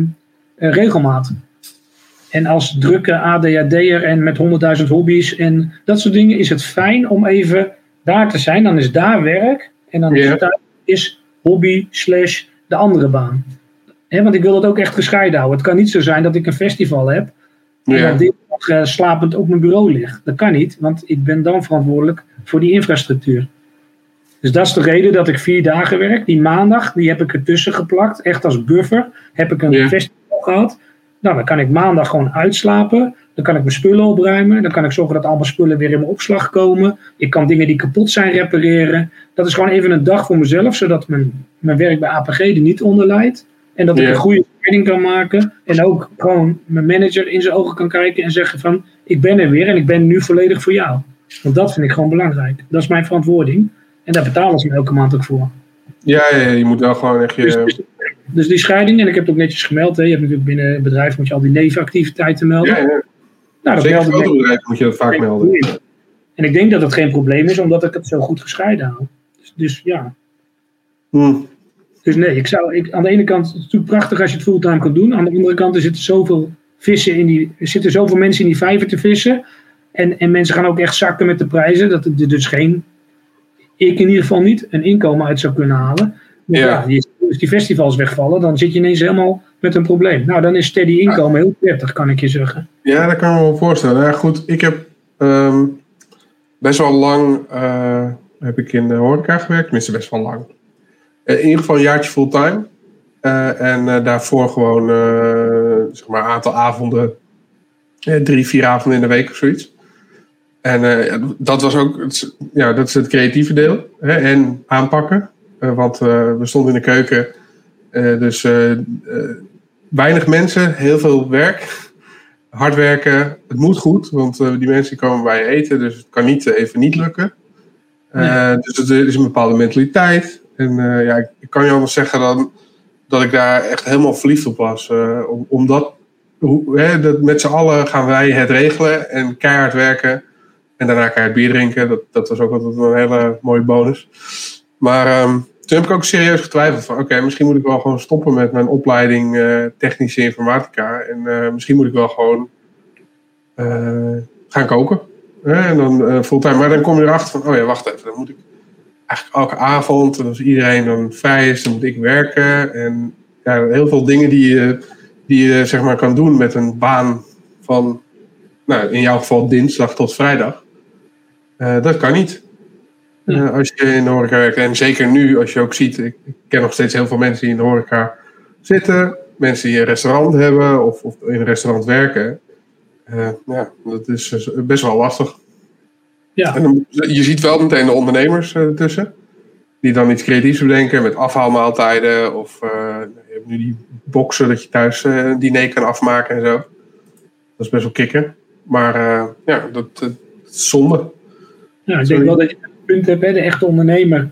regelmaat. En als drukke ADHD'er en met 100.000 hobby's en dat soort dingen is het fijn om even daar te zijn. Dan is daar werk en dan is hobby / de andere baan. Want ik wil dat ook echt gescheiden houden. Het kan niet zo zijn dat ik een festival heb en dat dit nog slapend op mijn bureau ligt. Dat kan niet, want ik ben dan verantwoordelijk voor die infrastructuur. Dus dat is de reden dat ik 4 dagen werk. Die maandag, die heb ik ertussen geplakt. Echt als buffer heb ik een festival gehad. Nou, dan kan ik maandag gewoon uitslapen. Dan kan ik mijn spullen opruimen. Dan kan ik zorgen dat al mijn spullen weer in mijn opslag komen. Ik kan dingen die kapot zijn repareren. Dat is gewoon even een dag voor mezelf. Zodat mijn werk bij APG er niet onder leidt. En dat ik een goede scheiding kan maken. En ook gewoon mijn manager in zijn ogen kan kijken. En zeggen van, ik ben er weer. En ik ben nu volledig voor jou. Want dat vind ik gewoon belangrijk. Dat is mijn verantwoording. En daar betalen ze me elke maand ook voor. Ja, je moet wel gewoon echt Dus die scheiding, en ik heb het ook netjes gemeld. Hè. Je hebt natuurlijk binnen het bedrijf moet je al die nevenactiviteiten melden. Ja. Nou, zeker in het bedrijf moet je dat vaak melden. En ik denk dat het geen probleem is, omdat ik het zo goed gescheiden hou. Dus ja. Dus nee, aan de ene kant is het natuurlijk prachtig als je het fulltime kan doen. Aan de andere kant er zitten zoveel zoveel mensen in die vijver te vissen. En mensen gaan ook echt zakken met de prijzen. Dat er dus ik in ieder geval niet, een inkomen uit zou kunnen halen. Als die festivals wegvallen, dan zit je ineens helemaal met een probleem. Nou, dan is steady inkomen heel prettig, kan ik je zeggen. Ja, dat kan ik me wel voorstellen. Ja, goed, ik heb best wel lang heb ik in de horeca gewerkt. Tenminste, best wel lang. In ieder geval een jaartje fulltime. En daarvoor gewoon zeg maar een aantal avonden. 3-4 avonden in de week of zoiets. En dat was ook, dat is het creatieve deel. Hè, en aanpakken. Want we stonden in de keuken. Dus weinig mensen, heel veel werk. Hard werken. Het moet goed, want die mensen komen bij je eten. Dus het kan even niet lukken. Dus het is een bepaalde mentaliteit. En ik kan je anders zeggen dan dat ik daar echt helemaal verliefd op was. Omdat met z'n allen gaan wij het regelen en keihard werken. En daarna keihard bier drinken. Dat was ook altijd een hele mooie bonus. Maar toen heb ik ook serieus getwijfeld van oké, misschien moet ik wel gewoon stoppen met mijn opleiding technische informatica. En misschien moet ik wel gewoon gaan koken. En dan fulltime. Maar dan kom je erachter van wacht even, dan moet ik eigenlijk elke avond, en als iedereen dan vrij is, dan moet ik werken. En heel veel dingen die je zeg maar kan doen met een baan van, in jouw geval dinsdag tot vrijdag. Dat kan niet. Als je in de horeca werkt. En zeker nu, als je ook ziet, ik ken nog steeds heel veel mensen die in de horeca zitten. Mensen die een restaurant hebben of in een restaurant werken. Dat is best wel lastig. Ja. En je ziet wel meteen de ondernemers ertussen. Die dan iets creatiefs bedenken met afhaalmaaltijden. Of je hebt nu die boxen dat je thuis een diner kan afmaken en zo. Dat is best wel kicken. Maar dat is zonde. Ja, ik denk wel dat je een punt hebt. Hè? De echte ondernemer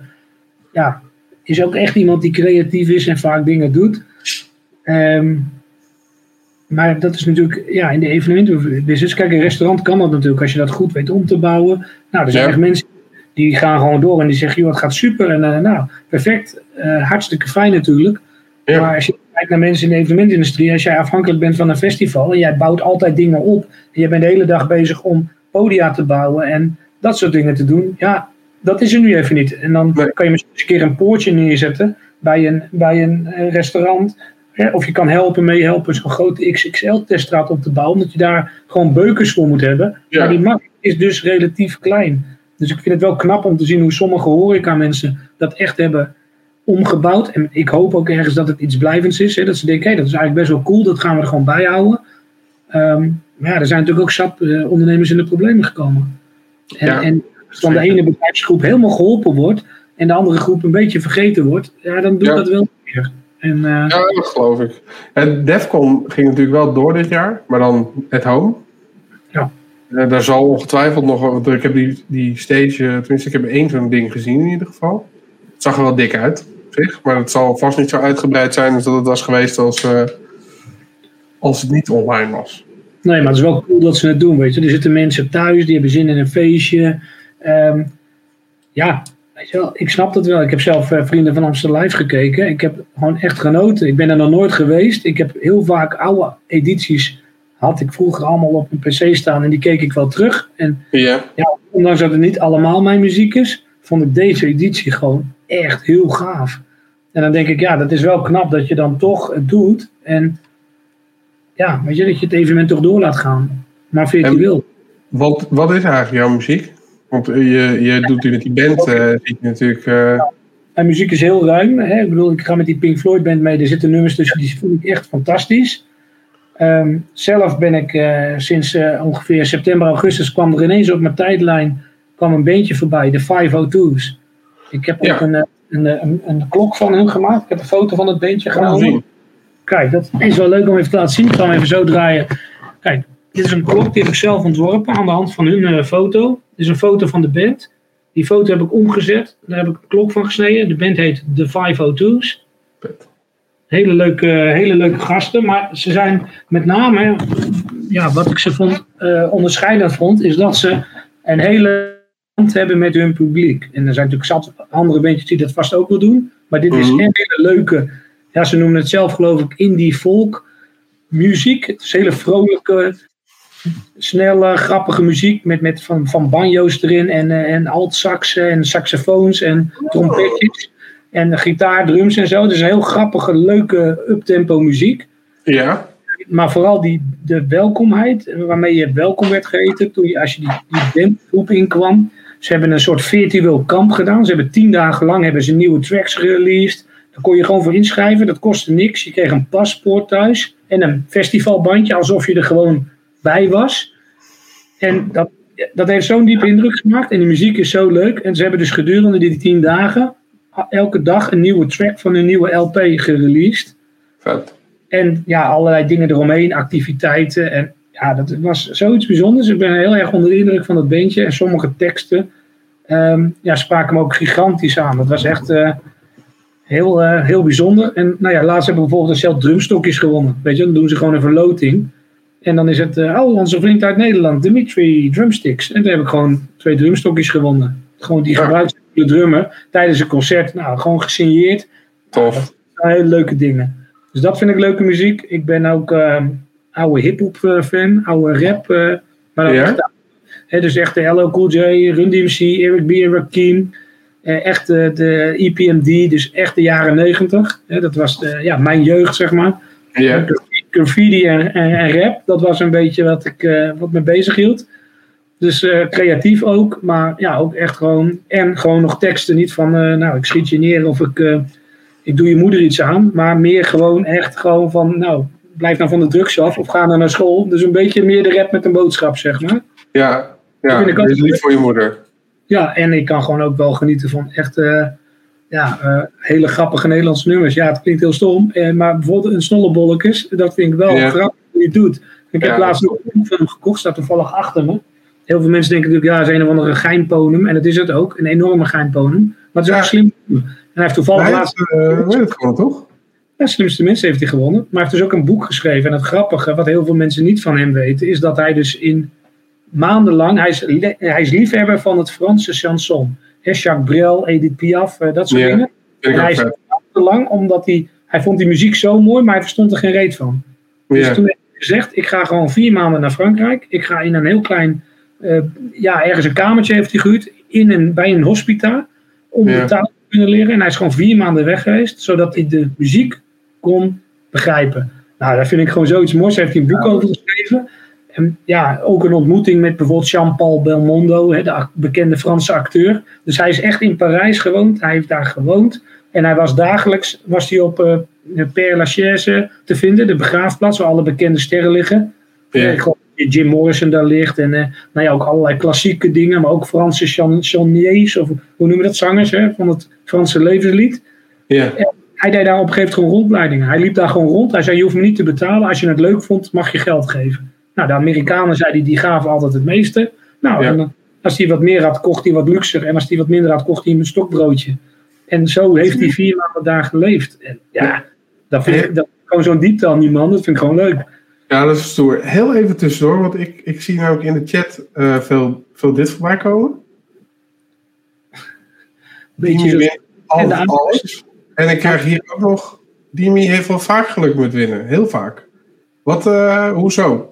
is ook echt iemand die creatief is en vaak dingen doet. Maar dat is natuurlijk, ja, in de evenementenbusiness. Kijk, een restaurant kan dat natuurlijk als je dat goed weet om te bouwen. Nou, er zijn echt mensen die gaan gewoon door en die zeggen, joh, het gaat super. En nou, perfect. Hartstikke fijn natuurlijk. Ja. Maar als je kijkt naar mensen in de evenementindustrie, als jij afhankelijk bent van een festival en jij bouwt altijd dingen op. En je bent de hele dag bezig om podia te bouwen en dat soort dingen te doen. Ja, dat is er nu even niet. En dan kan je misschien eens een keer een poortje neerzetten bij een restaurant. Of je kan meehelpen zo'n grote XXL-teststraat op te bouwen. Omdat je daar gewoon beukers voor moet hebben. Ja. Maar die markt is dus relatief klein. Dus ik vind het wel knap om te zien hoe sommige horeca-mensen dat echt hebben omgebouwd. En ik hoop ook ergens dat het iets blijvends is. Hè? Dat ze denken, dat is eigenlijk best wel cool. Dat gaan we er gewoon bij houden. Maar ja, er zijn natuurlijk ook ondernemers in de problemen gekomen. En als dan de ene bedrijfsgroep helemaal geholpen wordt. En de andere groep een beetje vergeten wordt. Ja, dan doet dat wel meer. Ja, dat geloof ik. En Defcon ging natuurlijk wel door dit jaar, maar dan at home. Ja. Daar zal ongetwijfeld nog... Ik heb die stage... Tenminste, ik heb 1 zo'n ding gezien in ieder geval. Het zag er wel dik uit, op zich. Maar het zal vast niet zo uitgebreid zijn als dat het was geweest als het niet online was. Nee, maar het is wel cool dat ze het doen, weet je. Er zitten mensen thuis, die hebben zin in een feestje. Ja... Weet je wel, ik snap dat wel. Ik heb zelf Vrienden van Amsterdam Live gekeken. Ik heb gewoon echt genoten. Ik ben er nog nooit geweest. Ik heb heel vaak oude edities. Had ik vroeger allemaal op een pc staan. En die keek ik wel terug. En ja, ondanks dat het niet allemaal mijn muziek is. Vond ik deze editie gewoon echt heel gaaf. En dan denk ik, ja, dat is wel knap dat je dan toch het doet. En ja, weet je, dat je het evenement toch door laat gaan. Maar virtueel. Wat is eigenlijk jouw muziek? Want je doet nu met die band, zie je natuurlijk... Mijn muziek is heel ruim. Hè? Ik bedoel, ik ga met die Pink Floyd band mee. Er zitten nummers tussen, die vind ik echt fantastisch. Zelf ben ik sinds ongeveer september, augustus... kwam er ineens op mijn tijdlijn een bandje voorbij, de 502's. Ik heb ook een klok van hun gemaakt. Ik heb een foto van het bandje genomen. Kijk, dat is wel leuk om even te laten zien. Ik zal hem even zo draaien. Kijk. Dit is een klok die heb ik zelf ontworpen aan de hand van hun foto. Dit is een foto van de band. Die foto heb ik omgezet. Daar heb ik een klok van gesneden. De band heet The 502's. Hele leuke gasten. Maar ze zijn met name, ja, wat ik ze onderscheidend vond, is dat ze een hele band hebben met hun publiek. En er zijn natuurlijk zat andere bandjes die dat vast ook wel doen. Maar dit is een hele leuke, ja, ze noemen het zelf geloof ik indie folk muziek. Het is hele vrolijke, snelle, grappige muziek met van banjo's erin en altsaxen en saxofoons en trompetjes en gitaar, drums en zo. Dus een heel grappige, leuke uptempo muziek. Ja. Maar vooral de welkomheid waarmee je welkom werd geheten als je die bandgroep inkwam. Ze hebben een soort virtueel kamp gedaan. Ze hebben 10 dagen lang nieuwe tracks gereleased. Daar kon je gewoon voor inschrijven. Dat kostte niks. Je kreeg een paspoort thuis en een festivalbandje alsof je er gewoon bij was. En dat heeft zo'n diepe indruk gemaakt. En de muziek is zo leuk. En ze hebben dus gedurende die 10 dagen elke dag een nieuwe track van een nieuwe LP gereleased. Vet. En ja, allerlei dingen eromheen, activiteiten. En ja, dat was zoiets bijzonders. Ik ben heel erg onder de indruk van dat bandje. En sommige teksten spraken me ook gigantisch aan. Dat was echt heel bijzonder. En nou ja, laatst hebben we bijvoorbeeld een stel drumstokjes gewonnen. Weet je, dan doen ze gewoon een verloting. En dan is het, onze vriend uit Nederland, Dimitri Drumsticks. En toen heb ik gewoon 2 drumstokjes gewonnen. Gewoon die gebruikt de drummer tijdens een concert. Nou, gewoon gesigneerd. Tof. Dat zijn hele leuke dingen. Dus dat vind ik leuke muziek. Ik ben ook oude hip-hop fan, oude rap. Maar ook dus echt de LL Cool J, Run DMC, Eric B. en Rakim. Echt de EPMD, dus echt de jaren 90. Dat was mijn jeugd, zeg maar. Ja. Graffiti en rap, dat was een beetje wat me bezig hield. Dus creatief ook, maar ja, ook echt gewoon. En gewoon nog teksten, niet van, ik schiet je neer of ik doe je moeder iets aan. Maar meer gewoon echt gewoon van, blijf nou van de drugs af of ga nou naar school. Dus een beetje meer de rap met een boodschap, zeg maar. Ja, dat is lief voor je moeder. Ja, en ik kan gewoon ook wel genieten van echt hele grappige Nederlandse nummers. Ja, het klinkt heel stom, maar bijvoorbeeld een Snollebollekes, dat vind ik wel grappig hoe hij het doet. Ik heb laatst nog een boek van hem gekocht, staat toevallig achter me. Heel veel mensen denken natuurlijk, het is een of andere geheimponum. En dat is het ook, een enorme geheimponum. Maar het is ook slim. En hij heeft toevallig laatst... weet het gewoon, toch? Ja, Slimste Mensen heeft hij gewonnen. Maar hij heeft dus ook een boek geschreven. En het grappige, wat heel veel mensen niet van hem weten, is dat hij dus in maandenlang, hij is liefhebber van het Franse chanson. Jacques Brel, Edith Piaf, dat soort dingen. En hij is maandenlang, omdat hij vond die muziek zo mooi, maar hij verstond er geen reet van. Dus toen heeft hij gezegd, ik ga gewoon 4 maanden naar Frankrijk. Ik ga in een heel klein, ergens een kamertje heeft hij gehuurd, bij een hospita, om de taal te kunnen leren. En hij is gewoon 4 maanden weg geweest, zodat hij de muziek kon begrijpen. Nou, dat vind ik gewoon zoiets moois. Daar heeft hij een boek over geschreven. En ja, ook een ontmoeting met bijvoorbeeld Jean-Paul Belmondo, de bekende Franse acteur. Dus hij is echt in Parijs gewoond. Hij heeft daar gewoond. En hij was dagelijks op Père Lachaise te vinden, de begraafplaats waar alle bekende sterren liggen. Ja. Ik geloof dat Jim Morrison daar ligt. En ook allerlei klassieke dingen, maar ook Franse chansonniers, of hoe noem je dat, zangers van het Franse levenslied. Ja. En hij deed daar op een gegeven moment gewoon rondleidingen. Hij liep daar gewoon rond. Hij zei, je hoeft me niet te betalen. Als je het leuk vond, mag je geld geven. Nou, de Amerikanen, zei hij, die gaven altijd het meeste. Nou, en als hij wat meer had, kocht hij wat luxer. En als hij wat minder had, kocht hij een stokbroodje. En zo heeft hij 4 maanden daar geleefd. En dat vind ik gewoon zo'n diepte aan die man. Dat vind ik gewoon leuk. Ja, dat is stoer. Heel even tussendoor, want ik zie nou ook in de chat veel dit voorbij komen. Beetje alles. En ik krijg hier ook nog, Dimi heeft wel vaak geluk met winnen. Heel vaak. Hoezo?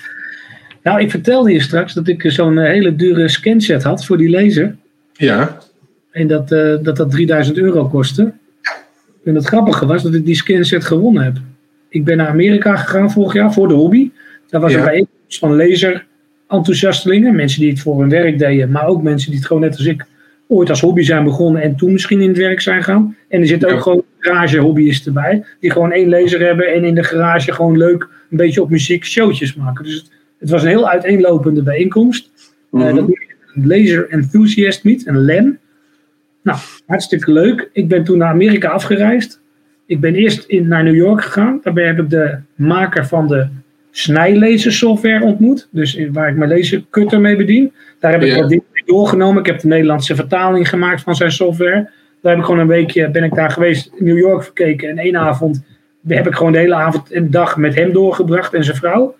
Nou, ik vertelde je straks dat ik zo'n hele dure scanset had voor die laser. Ja. En dat 3000 euro kostte. En het grappige was dat ik die scanset gewonnen heb. Ik ben naar Amerika gegaan vorig jaar voor de hobby. Daar was een bijeenkomst van laser-enthousiastelingen. Mensen die het voor hun werk deden, maar ook mensen die het gewoon net als ik ooit als hobby zijn begonnen en toen misschien in het werk zijn gaan. En er zitten ook gewoon garage-hobbyisten bij, die gewoon 1 laser hebben en in de garage gewoon leuk een beetje op muziek showtjes maken. Dus het was een heel uiteenlopende bijeenkomst. Dat noem je een Laser Enthusiast Meet, een LAN. Nou, hartstikke leuk. Ik ben toen naar Amerika afgereisd. Ik ben eerst naar New York gegaan. Daarbij heb ik de maker van de snijlasersoftware ontmoet. Dus waar ik mijn lasercutter mee bedien. Daar heb ik wat dingen mee doorgenomen. Ik heb de Nederlandse vertaling gemaakt van zijn software. Daar heb ik gewoon een weekje, ben ik daar geweest, in New York verkeken. En 1 avond heb ik gewoon de hele avond en dag met hem doorgebracht en zijn vrouw.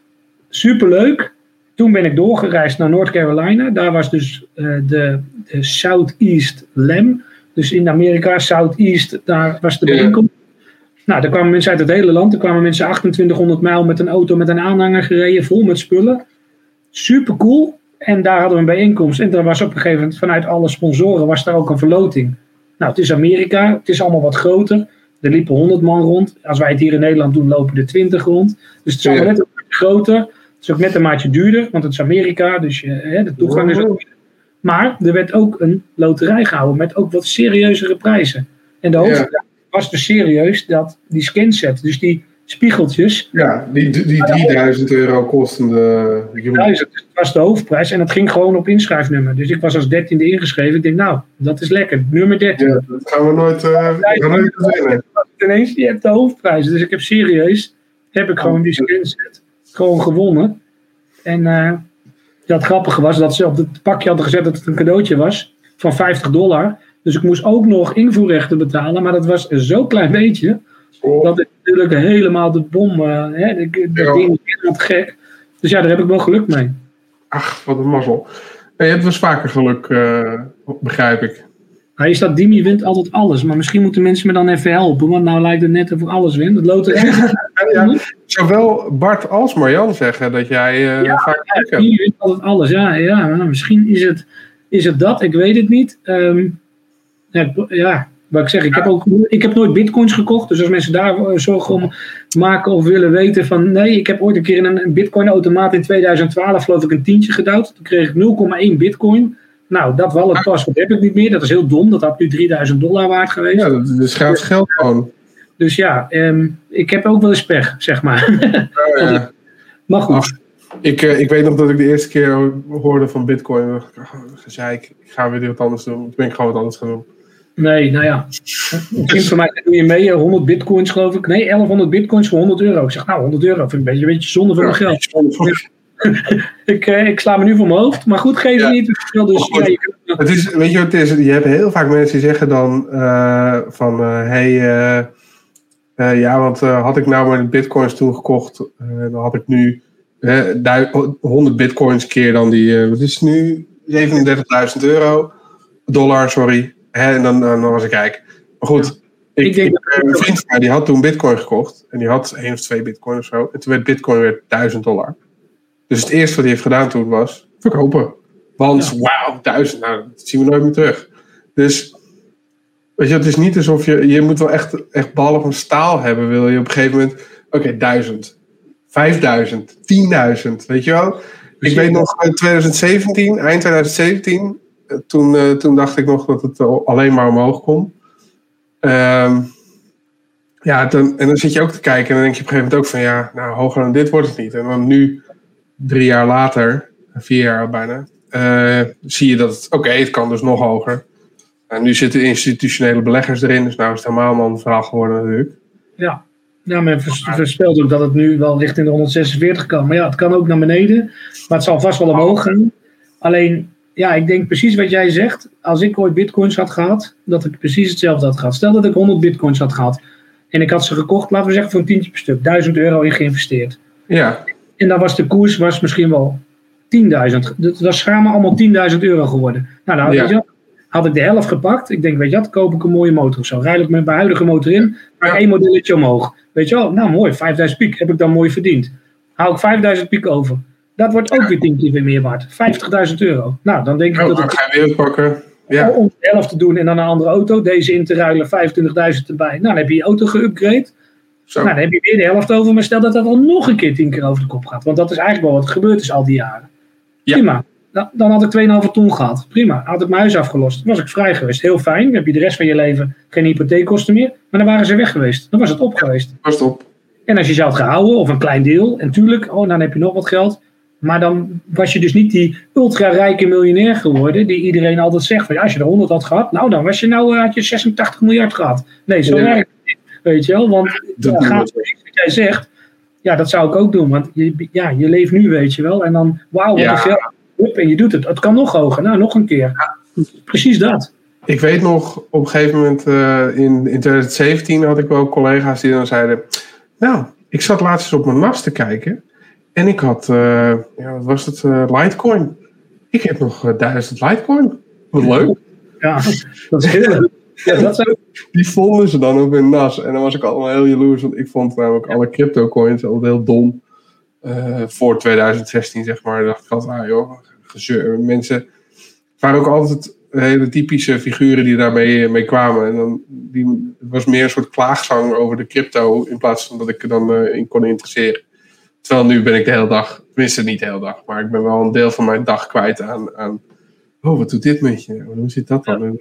Superleuk. Toen ben ik doorgereisd naar North Carolina. Daar was dus de Southeast LAM. Dus in Amerika, Southeast, daar was de bijeenkomst. Nou, daar kwamen mensen uit het hele land. Er kwamen mensen 2800 mijl met een auto met een aanhanger gereden, vol met spullen. Super cool. En daar hadden we een bijeenkomst. En er was op een gegeven moment, vanuit alle sponsoren, was daar ook een verloting. Nou, het is Amerika. Het is allemaal wat groter. Er liepen 100 man rond. Als wij het hier in Nederland doen, lopen er 20 rond. Dus het is allemaal net een beetje groter. Het is ook net een maatje duurder, want het is Amerika. Dus de toegang is ook. Maar er werd ook een loterij gehouden met ook wat serieuzere prijzen. En de hoofdprijs was dus serieus die scanset. Dus die spiegeltjes. Ja, die 3000 euro kostende. 3000 was de hoofdprijs en dat ging gewoon op inschrijfnummer. Dus ik was als 13e ingeschreven. Ik denk, nou, dat is lekker. Nummer 13. Ja, dat gaan we nooit winnen. Ineens, je hebt de hoofdprijs. Dus ik heb serieus, gewoon die scanset gewoon gewonnen. En dat grappige was dat ze op het pakje hadden gezet dat het een cadeautje was van $50. Dus ik moest ook nog invoerrechten betalen, maar dat was zo'n klein beetje dat het natuurlijk helemaal de bom, dat ding is helemaal te gek. Dus ja, daar heb ik wel geluk mee. Ach, wat een mazzel. Je hebt wel vaker geluk, begrijp ik. Is dat Dimi wint altijd alles, maar misschien moeten mensen me dan even helpen, want nou lijkt het net of ik alles win. Het loterij. Zowel Bart als Marjan zeggen dat jij vaak geluk hebt. Dimi wint altijd alles, ja. Nou, misschien is het dat, ik weet het niet. Wat ik zeg, ik heb nooit bitcoins gekocht. Dus als mensen daar zorgen om maken of willen weten van... Nee, ik heb ooit een keer in een bitcoin-automaat in 2012 geloof ik een tientje gedouwd. Toen kreeg ik 0,1 bitcoin. Nou, dat wallet paswoord heb ik niet meer. Dat is heel dom. Dat had nu $3000 waard geweest. Ja, dat is gratis geld gewoon. Dus ja, ik heb ook wel eens pech, zeg maar. Ja. Maar goed. Ik weet nog dat ik de eerste keer hoorde van bitcoin. Zei ik ga weer wat anders doen. Toen ben ik gewoon wat anders gaan doen. Nee, nou ja. Een vriend van mij doe je mee, 100 bitcoins geloof ik. Nee, 1100 bitcoins voor €100. Ik zeg, nou, €100 vind ik een beetje zonde van mijn geld. Ik sla me nu voor mijn hoofd. Maar goed, geef niet. Dus, het is, weet je wat het is? Je hebt heel vaak mensen die zeggen dan Want had ik nou mijn bitcoins toen gekocht, dan had ik nu 100 bitcoins keer dan die, wat is het nu? €37.000. Dollar, sorry. En dan was ik rijk. Maar goed, een vriend van mij die had toen bitcoin gekocht. En die had 1 of 2 bitcoin of zo. En toen werd bitcoin weer $1.000. Dus het eerste wat hij heeft gedaan toen was verkopen. Want wauw, 1000, nou, dat zien we nooit meer terug. Dus, weet je, het is niet alsof je moet wel echt ballen van staal hebben. Wil je op een gegeven moment, oké, 1000, 5000, 10.000, weet je wel? Ik weet nog, in 2017, eind 2017, toen dacht ik nog dat het alleen maar omhoog kon. En dan zit je ook te kijken en dan denk je op een gegeven moment ook van hoger dan dit wordt het niet. En dan nu, 3 jaar later, 4 jaar bijna, zie je dat het kan dus nog hoger. En nu zitten institutionele beleggers erin, dus nou is het helemaal een ander verhaal geworden natuurlijk. Ja, men voorspelt ook dat het nu wel richting de 146 kan. Maar het kan ook naar beneden, maar het zal vast wel omhoog gaan. Alleen, ik denk precies wat jij zegt. Als ik ooit bitcoins had gehad, dat ik precies hetzelfde had gehad. Stel dat ik 100 bitcoins had gehad en ik had ze gekocht, laten we zeggen voor een tientje per stuk, €1.000 in geïnvesteerd. Ja. En dan was de koers misschien wel 10.000. Dat was samen allemaal €10.000 geworden. Nou, dan had ik de helft gepakt. Ik denk, weet je wat, koop ik een mooie motor of zo. Rijd ik met mijn huidige motor in, maar 1 modelletje omhoog. Weet je wel, nou mooi, 5.000 piek heb ik dan mooi verdiend. Hou ik 5.000 piek over. Dat wordt ook weer 10 keer weer meer waard. €50.000. Nou, dan denk ik dat ik... ga je weer pakken. Ja. Om de helft te doen en dan een andere auto. Deze in te ruilen, 25.000 erbij. Nou, dan heb je je auto geüpgrade. Nou, dan heb je weer de helft over. Maar stel dat dat dan nog een keer 10 keer over de kop gaat. Want dat is eigenlijk wel wat gebeurd is al die jaren. Ja. Prima. Dan had ik 2,5 ton gehad. Prima. Had ik mijn huis afgelost. Dan was ik vrij geweest. Heel fijn. Dan heb je de rest van je leven geen hypotheekkosten meer. Maar dan waren ze weg geweest. Dan was het op geweest. Was het op. En als je ze had gehouden, of een klein deel. En tuurlijk, dan heb je nog wat geld. Maar dan was je dus niet die ultra-rijke miljonair geworden. Die iedereen altijd zegt. Van, als je er 100 had gehad. Nou, dan had je 86 miljard gehad. Nee, zo werkt het niet. Weet je wel. Want wat jij zegt. Ja, dat zou ik ook doen. Want je leeft nu, weet je wel. En dan, wauw, wat een geld. En je doet het. Het kan nog hoger. Nou, nog een keer. Ja. Precies dat. Ik weet nog, op een gegeven moment in 2017 had ik wel collega's die dan zeiden... Nou, ik zat laatst eens op mijn NAS te kijken. En ik had, wat was het, Litecoin. Ik heb nog 1000 Litecoin. Wat leuk. Ja, dat is heel leuk. Ja, die vonden ze dan op hun NAS. En dan was ik allemaal heel jaloers. Want ik vond namelijk alle crypto coins altijd heel dom. Voor 2016, zeg maar. Dacht ik altijd, gezeur. Mensen waren ook altijd hele typische figuren die daarmee mee kwamen. En dan, het was meer een soort klaagzang over de crypto. In plaats van dat ik er dan in kon interesseren. Terwijl nu ben ik de hele dag, tenminste niet de hele dag. Maar ik ben wel een deel van mijn dag kwijt aan wat doet dit met je? Hoe zit dat dan?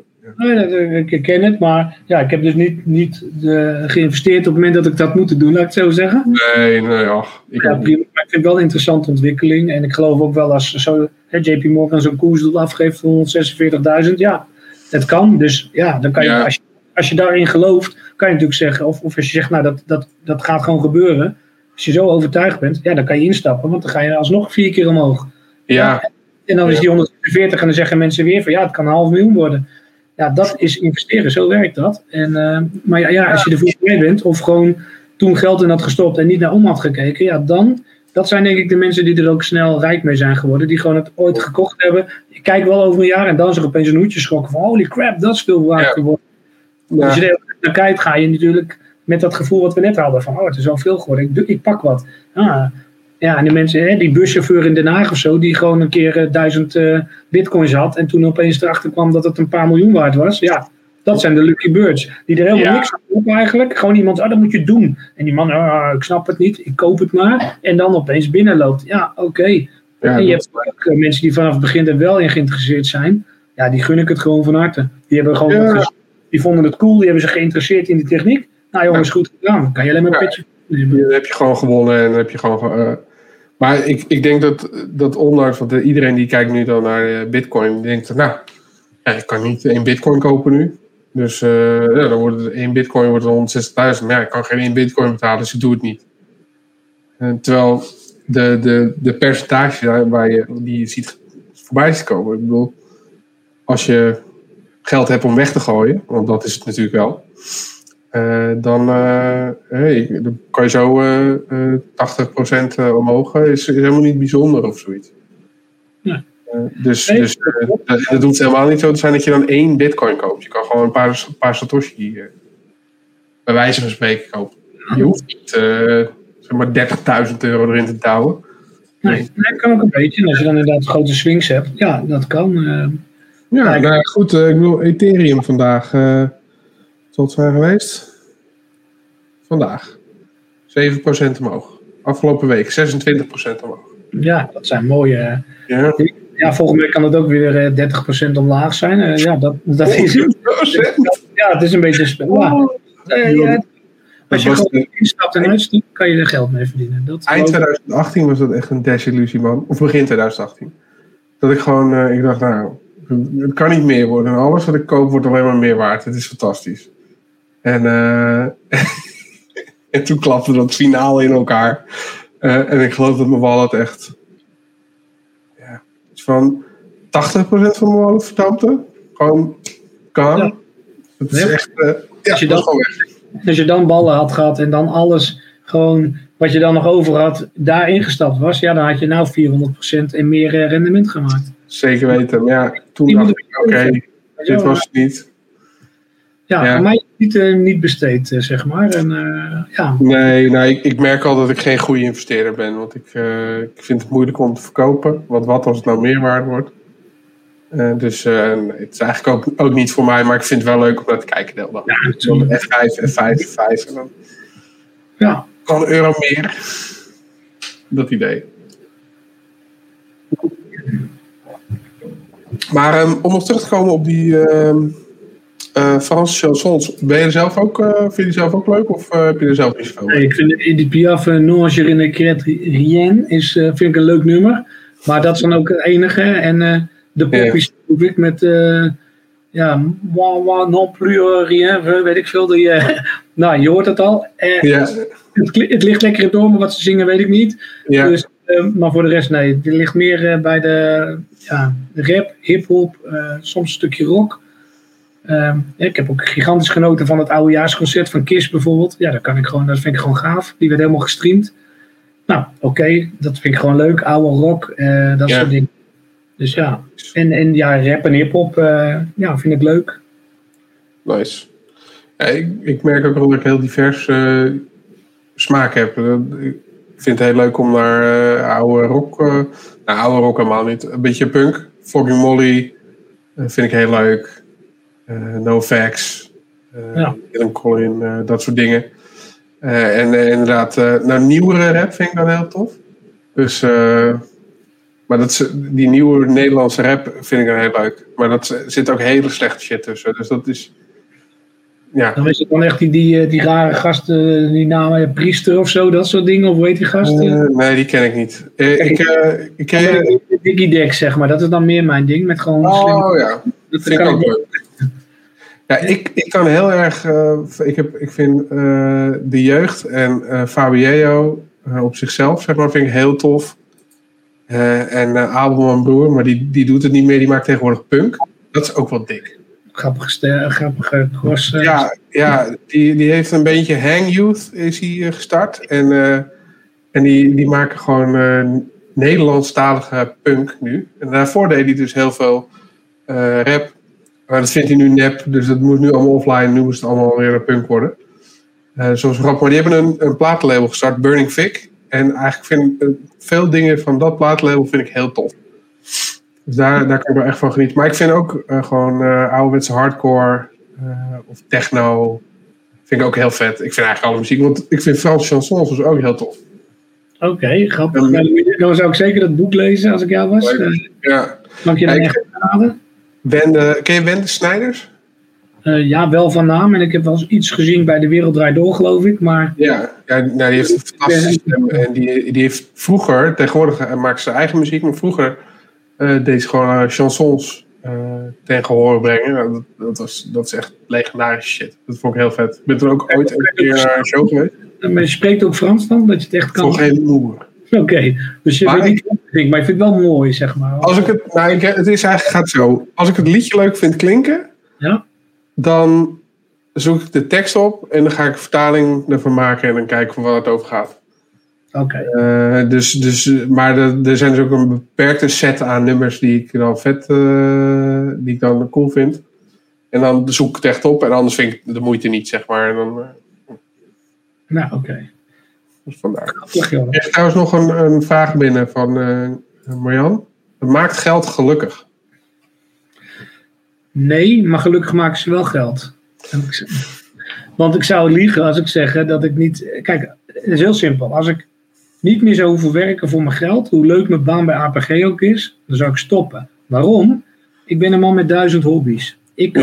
Ik ken het, maar ik heb dus niet geïnvesteerd op het moment dat ik dat moet doen, laat ik het zo zeggen. Nee, prima. Maar ik vind het wel een interessante ontwikkeling. En ik geloof ook wel als JP Morgan zo'n koersdoel afgeeft van 146.000, het kan. Dus dan kan je, als je daarin gelooft, kan je natuurlijk zeggen, of als je zegt, nou dat gaat gewoon gebeuren. Als je zo overtuigd bent, dan kan je instappen, want dan ga je alsnog 4 keer omhoog. Ja. En dan is die 140 en dan zeggen mensen weer van het kan 500.000 worden. Ja, dat is investeren, zo werkt dat. Maar als je er voor mee bent of gewoon toen geld in had gestopt en niet naar om had gekeken, dan, dat zijn denk ik de mensen die er ook snel rijk mee zijn geworden, die gewoon het ooit gekocht hebben. Ik kijk wel over een jaar en dan is er opeens een hoedje schrokken van holy crap, dat is veel waard geworden. Ja. Als je er naar kijkt, ga je natuurlijk met dat gevoel wat we net hadden van het is al veel geworden, ik pak wat. En die mensen, die buschauffeur in Den Haag of zo, die gewoon een keer 1000 bitcoins had en toen opeens erachter kwam dat het een paar miljoen waard was. Ja, dat zijn de lucky birds. Die er helemaal niks aan doen eigenlijk. Gewoon iemand, dat moet je doen. En die man, ik snap het niet, ik koop het maar. En dan opeens binnenloopt. Ja, oké. Ja, en je hebt ook mensen die vanaf het begin er wel in geïnteresseerd zijn. Ja, die gun ik het gewoon van harte. Die hebben gewoon die vonden het cool, die hebben zich geïnteresseerd in de techniek. Nou jongens, goed gedaan. Dan kan je alleen maar een petje nemen. Dan heb je gewoon gewonnen en dan heb je gewoon... Maar ik denk dat ondanks, want iedereen die kijkt nu dan naar Bitcoin, denkt, ik kan niet 1 Bitcoin kopen nu. Dus dan wordt 1 Bitcoin wordt 160.000. Maar ik kan geen 1 Bitcoin betalen, dus ik doe het niet. Terwijl de percentage die je ziet voorbij te komen. Ik bedoel, als je geld hebt om weg te gooien, want dat is het natuurlijk wel. dan kan je zo 80% omhoog. Is helemaal niet bijzonder of zoiets. Ja. Dat hoeft helemaal niet zo te zijn dat je dan 1 bitcoin koopt. Je kan gewoon een paar Satoshi bij wijze van spreken kopen. Je hoeft niet zeg maar €30.000 erin te douwen. Nee, dat kan ook een beetje. En als je dan inderdaad grote swings hebt, ja, dat kan. Goed. Ik bedoel, Ethereum vandaag. Zal het zijn geweest? Vandaag. 7% omhoog. Afgelopen week 26% omhoog. Ja, dat zijn mooie. Ja. Ja, volgende week kan het ook weer 30% omlaag zijn. Dat is het. Ja, het is een beetje een spel. Als je gewoon instapt en uitstapt, kan je er geld mee verdienen. Eind 2018 was dat echt een desillusie, man. Of begin 2018. Dat ik gewoon, ik dacht, nou, het kan niet meer worden. En alles wat ik koop wordt alleen maar meer waard. Het is fantastisch. En, en toen klapte dat finale in elkaar. En ik geloof dat mijn wallet echt iets van 80% van mijn wallet verdampte. Gewoon kan. Ja. Het is echt... als je dan ballen had gehad en dan alles gewoon wat je dan nog over had daar ingestapt was, ja, dan had je nou 400% en meer rendement gemaakt. Zeker weten. Maar ja, toen dacht ik, oké, dit was het niet. Ja, voor mij niet besteed, zeg maar. En, Nee, ik merk al dat ik geen goede investeerder ben. Want ik vind het moeilijk om te verkopen. Want wat als het nou meer waard wordt? Dus het is eigenlijk ook niet voor mij. Maar ik vind het wel leuk om naar te kijken de hele dag. Ja, zo'n F5, F5 en dan kan €1 meer. Dat idee. Maar om nog terug te komen op die Franse chansons. Ben je er zelf ook, vind je die zelf ook leuk? Of heb je er zelf niet zoveel? Nee, ik vind die Piaf Non je ne regrette rien vind ik een leuk nummer. Maar dat is dan ook het enige. En de poppies doe ik met moi non plus rien, weet ik veel. Nou, je hoort het al. Het ligt lekker in door, maar wat ze zingen weet ik niet. Ja. Dus, maar voor de rest nee. Het ligt meer bij de rap, hip-hop, soms een stukje rock. Ik heb ook gigantisch genoten van het oudejaarsconcert van Kiss bijvoorbeeld. Ja, dat vind ik gewoon gaaf. Die werd helemaal gestreamd. Nou, oké, dat vind ik gewoon leuk. Oude rock, dat soort dingen. Dus ja, en rap en hiphop, vind ik leuk. Nice. Ja, ik merk ook wel dat ik heel divers smaak heb. Ik vind het heel leuk om naar oude rock... oude rock helemaal niet. Een beetje punk. Flogging Molly vind ik heel leuk. NoFX. Willem Collin, dat soort dingen. En inderdaad, nieuwere rap vind ik dan heel tof. Dus... maar die nieuwe Nederlandse rap vind ik dan heel leuk. Maar dat zit ook hele slechte shit tussen. Dus dat is... Ja. Dan is het dan echt die rare gasten, die naam Priester of zo, dat soort dingen? Of hoe heet die gasten? Nee, die ken ik niet. Ik ken... Diggy Dex, zeg maar. Dat is dan meer mijn ding. Met gewoon ja. Dat vind ik ook leuk. Ja, ik kan heel erg... ik vind de jeugd en Fabio op zichzelf, zeg maar, vind ik heel tof. En Abel, mijn broer, maar die doet het niet meer. Die maakt tegenwoordig punk. Dat is ook wel dik. Grappige cross. Die heeft een beetje Hang Youth is hij gestart. En die maken gewoon Nederlandstalige punk nu. En daarvoor deed hij dus heel veel rap. Maar dat vindt hij nu nep. Dus dat moet nu allemaal offline. Nu moest het allemaal weer een punk worden. Zoals grappig. Maar die hebben een platenlabel gestart. Burning Fig. En eigenlijk vind ik veel dingen van dat platenlabel vind ik heel tof. Dus daar kan ik wel echt van genieten. Maar ik vind ook gewoon ouderwetse hardcore of techno vind ik ook heel vet. Ik vind eigenlijk alle muziek, want ik vind Franse chansons dus ook heel tof. Oké, grappig. Dan zou ik zeker dat boek lezen als ik jou was. Mag je dan echt aanraden? Ken je Wende Snijders? Ja, wel van naam. En ik heb wel eens iets gezien bij De Wereld Draait Door, geloof ik. Maar... die heeft een fantastische stem. En die heeft vroeger, tegenwoordig maakt ze eigen muziek, maar vroeger deed ze gewoon chansons tegen horen brengen. Nou, dat is echt legendarische shit. Dat vond ik heel vet. Ik ben toen ook ooit een keer naar een show geweest. Maar je spreekt ook Frans dan? Dat je het echt kan? Voor geen moer. Oké, dus je weet niet wat ik denk, maar ik vind het wel mooi, zeg maar. Als ik het is eigenlijk gaat zo. Als ik het liedje leuk vind klinken, ja? dan zoek ik de tekst op en dan ga ik een vertaling ervan maken en dan kijken we waar het over gaat. Oké. Maar er zijn dus ook een beperkte set aan nummers die ik dan die ik dan cool vind. En dan zoek ik het echt op en anders vind ik de moeite niet, zeg maar. En dan, Nou, oké. Dus vandaar. Er is trouwens nog een vraag binnen van Marjan. Maakt geld gelukkig? Nee, maar gelukkig maken ze wel geld. Want ik zou liegen als ik zeg dat ik niet... Kijk, het is heel simpel. Als ik niet meer zou hoeven werken voor mijn geld, hoe leuk mijn baan bij APG ook is, dan zou ik stoppen. Waarom? Ik ben een man met 1000 hobby's. Ik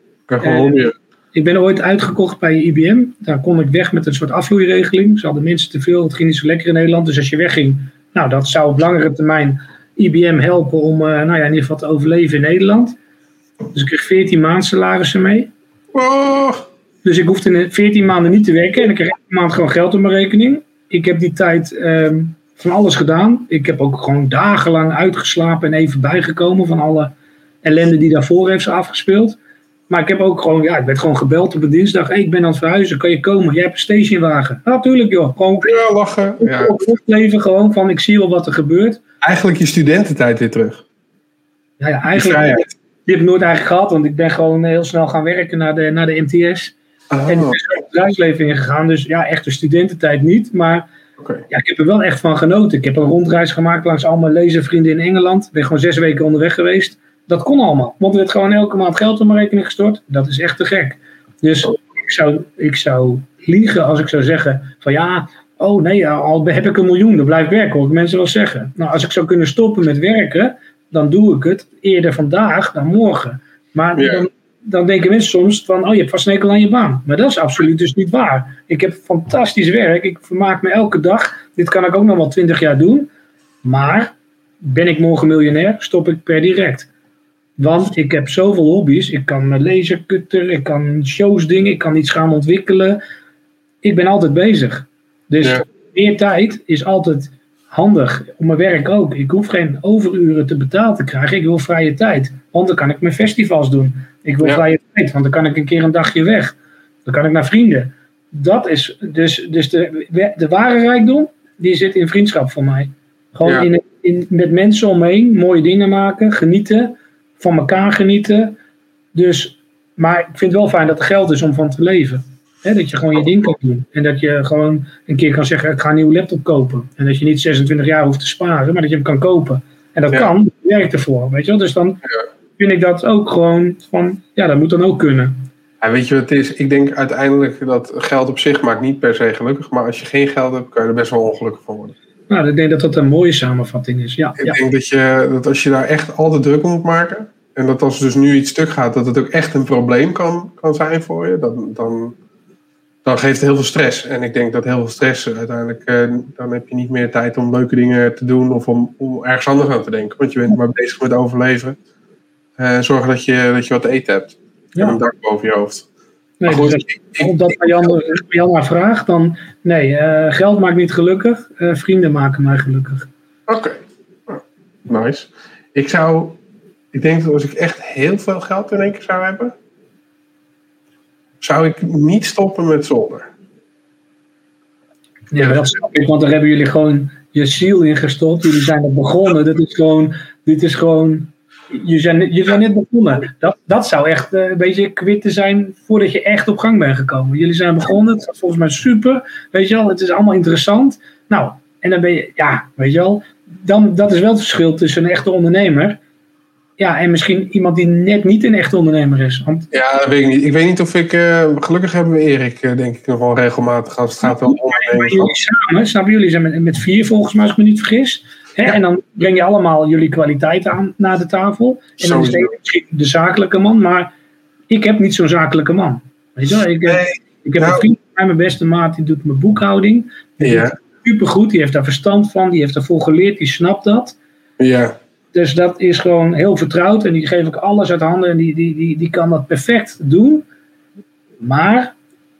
ben ooit uitgekocht bij IBM. Daar kon ik weg met een soort afvloeiregeling. Ze hadden mensen te veel. Het ging niet zo lekker in Nederland. Dus als je wegging, nou, dat zou op langere termijn IBM helpen om in ieder geval te overleven in Nederland. Dus ik kreeg 14 maanden salarissen mee. Oh. Dus ik hoefde in 14 maanden niet te werken. En ik kreeg elke maand gewoon geld op mijn rekening. Ik heb die tijd van alles gedaan. Ik heb ook gewoon dagenlang uitgeslapen en even bijgekomen van alle ellende die daarvoor heeft afgespeeld. Maar ik heb ook gewoon, ik werd gewoon gebeld op een dinsdag. Hey, ik ben aan het verhuizen, kan je komen? Jij hebt een stationwagen. Natuurlijk joh. Gewoon lachen. Leven gewoon van, ik zie wel wat er gebeurt. Eigenlijk je studententijd weer terug. Ja, eigenlijk. Die heb ik nooit eigenlijk gehad, want ik ben gewoon heel snel gaan werken naar de MTS. En ik ben zo het bedrijfsleven ingegaan. Dus ja, echt de studententijd niet. Maar ik heb er wel echt van genoten. Ik heb een rondreis gemaakt langs al mijn lezenvrienden in Engeland. Ik ben gewoon 6 weken onderweg geweest. Dat kon allemaal. Want er werd gewoon elke maand geld op mijn rekening gestort. Dat is echt te gek. Dus ik zou liegen als ik zou zeggen van al heb ik 1 miljoen, dan blijf ik werken. Hoor ik mensen wel zeggen. Nou, als ik zou kunnen stoppen met werken, dan doe ik het eerder vandaag dan morgen. Maar dan denken mensen soms van, je hebt vast een hekel aan je baan. Maar dat is absoluut dus niet waar. Ik heb fantastisch werk. Ik vermaak me elke dag. Dit kan ik ook nog wel 20 jaar doen. Maar ben ik morgen miljonair, stop ik per direct. Want ik heb zoveel hobby's. Ik kan lasercutter, ik kan shows dingen, ik kan iets gaan ontwikkelen. Ik ben altijd bezig. Dus meer tijd is altijd handig. Op mijn werk ook. Ik hoef geen overuren te betaald te krijgen. Ik wil vrije tijd. Want dan kan ik mijn festivals doen. Ik wil vrije tijd, want dan kan ik een keer een dagje weg. Dan kan ik naar vrienden. Dat is dus de ware rijkdom, die zit in vriendschap voor mij. Gewoon met mensen omheen, mooie dingen maken, genieten, van elkaar genieten. Dus, maar ik vind het wel fijn dat er geld is om van te leven. Dat je gewoon je ding kan doen. En dat je gewoon een keer kan zeggen, ik ga een nieuwe laptop kopen. En dat je niet 26 jaar hoeft te sparen, maar dat je hem kan kopen. En dat kan, werkt ervoor, weet je wel. Dus dan vind ik dat ook gewoon van, dat moet dan ook kunnen. Ja, weet je wat het is? Ik denk uiteindelijk dat geld op zich maakt niet per se gelukkig. Maar als je geen geld hebt, kan je er best wel ongelukkig van worden. Nou, ik denk dat dat een mooie samenvatting is. Ik denk dat als je daar echt altijd druk om moet maken. En dat als er dus nu iets stuk gaat, dat het ook echt een probleem kan zijn voor je. Dan geeft het heel veel stress. En ik denk dat heel veel stress uiteindelijk, dan heb je niet meer tijd om leuke dingen te doen of om ergens anders aan te denken. Want je bent maar bezig met overleven. Zorgen dat je wat te eten hebt. En een dak boven je hoofd. Nee, goed, omdat Jan haar vraagt, dan geld maakt niet gelukkig. Vrienden maken mij gelukkig. Oké. Nice. Ik denk dat als ik echt heel veel geld in één keer zou hebben, zou ik niet stoppen met zolder. Ja, dat snap ik, want daar hebben jullie gewoon je ziel in gestopt. Jullie zijn er begonnen. Dit is gewoon je zijn net begonnen. Dat zou echt een beetje kwitten zijn voordat je echt op gang bent gekomen. Jullie zijn begonnen. Het is volgens mij super. Weet je wel, het is allemaal interessant. Nou, en dan ben je, weet je wel. Dat is wel het verschil tussen een echte ondernemer. Ja, en misschien iemand die net niet een echte ondernemer is. Want... Ja, dat weet ik niet. Ik weet niet of ik... gelukkig hebben we Erik, denk ik, nog wel regelmatig als het gaat om ondernemers. Jullie samen, snappen jullie? Zijn met 4 volgens mij, als ik me niet vergis. Hè? Ja. En dan breng je allemaal jullie kwaliteiten aan naar de tafel. En dan is het misschien de zakelijke man. Maar ik heb niet zo'n zakelijke man. Weet je wel? Ik heb een vriend van mij, mijn beste maat, die doet mijn boekhouding. Die doet supergoed, die heeft daar verstand van. Die heeft daarvoor geleerd, die snapt dat. Ja. Dus dat is gewoon heel vertrouwd. En die geef ik alles uit handen. En die kan dat perfect doen. Maar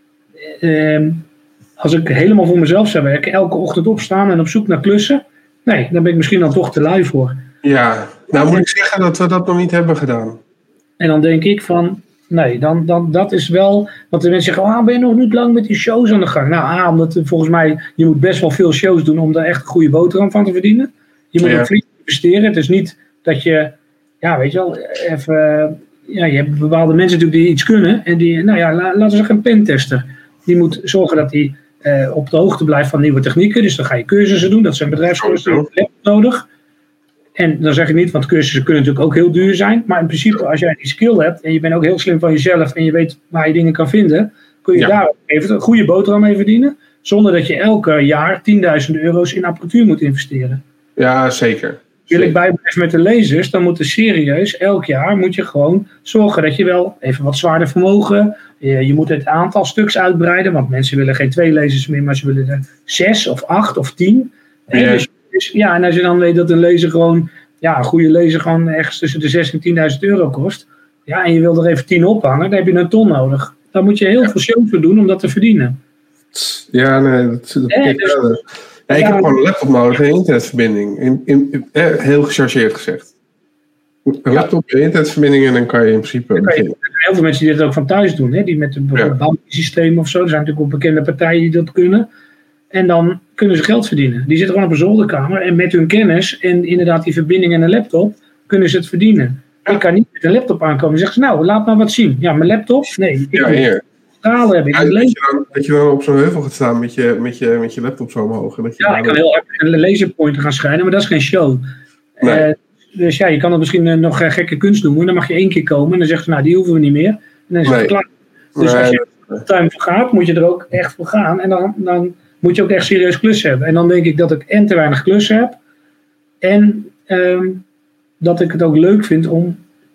als ik helemaal voor mezelf zou werken, elke ochtend opstaan en op zoek naar klussen. Nee, daar ben ik misschien dan toch te lui voor. Ja, nou moet ik zeggen dat we dat nog niet hebben gedaan. En dan denk ik van, Nee, dan dat is wel. Want de mensen zeggen, ben je nog niet lang met die shows aan de gang? Nou, omdat volgens mij, je moet best wel veel shows doen om daar echt een goede boterham van te verdienen. Je moet ook flink investeren. Het is niet dat je, weet je wel, even. Ja, je hebt bepaalde mensen natuurlijk die iets kunnen. En die, laten we zeggen, een pentester. Die moet zorgen dat hij op de hoogte blijft van nieuwe technieken. Dus dan ga je cursussen doen. Dat zijn bedrijfscursussen, die nodig. En dan zeg ik niet, want cursussen kunnen natuurlijk ook heel duur zijn. Maar in principe, als jij die skill hebt en je bent ook heel slim van jezelf en je weet waar je dingen kan vinden, kun je daar even een goede boterham mee verdienen. Zonder dat je elke jaar 10.000 euro's in apparatuur moet investeren. Ja, zeker. Wil ik bijblijven met de lezers, dan moet er serieus, elk jaar moet je gewoon zorgen dat je wel even wat zwaarder vermogen. Je moet het aantal stuks uitbreiden, want mensen willen geen 2 lezers meer, maar ze willen er 6 of 8 of 10. En als je dan weet dat een lezer gewoon, een goede lezer gewoon ergens tussen de 6.000 en 10.000 euro kost. Ja, en je wil er even 10 ophangen, dan heb je een ton nodig. Dan moet je heel veel shows voor doen om dat te verdienen. Ja, nee, dat ik heb gewoon een laptop nodig en een internetverbinding. Heel gechargeerd gezegd. Een laptop en internetverbinding en dan kan je in principe beginnen. Er zijn heel veel mensen die dat ook van thuis doen. Hè? Die met een bankensysteem of zo. Er zijn natuurlijk ook bekende partijen die dat kunnen. En dan kunnen ze geld verdienen. Die zitten gewoon op een zolderkamer. En met hun kennis en inderdaad die verbinding en een laptop kunnen ze het verdienen. Ja. Ik kan niet met een laptop aankomen en zeggen ze, laat maar wat zien. Ja, mijn laptop? Nee. Hier. Stralen heb ik. Dat je dan op zo'n heuvel gaat staan met je laptop zo omhoog. Ik kan heel hard een laserpointer gaan schijnen, maar dat is geen show. Nee. Dus je kan het misschien nog gekke kunst noemen. Dan mag je 1 keer komen en dan zegt ze, die hoeven we niet meer. En dan is het klaar. Dus als je er tuin voor gaat, moet je er ook echt voor gaan. En dan moet je ook echt serieus klus hebben. En dan denk ik dat ik te weinig klus heb. En dat ik het ook leuk vind om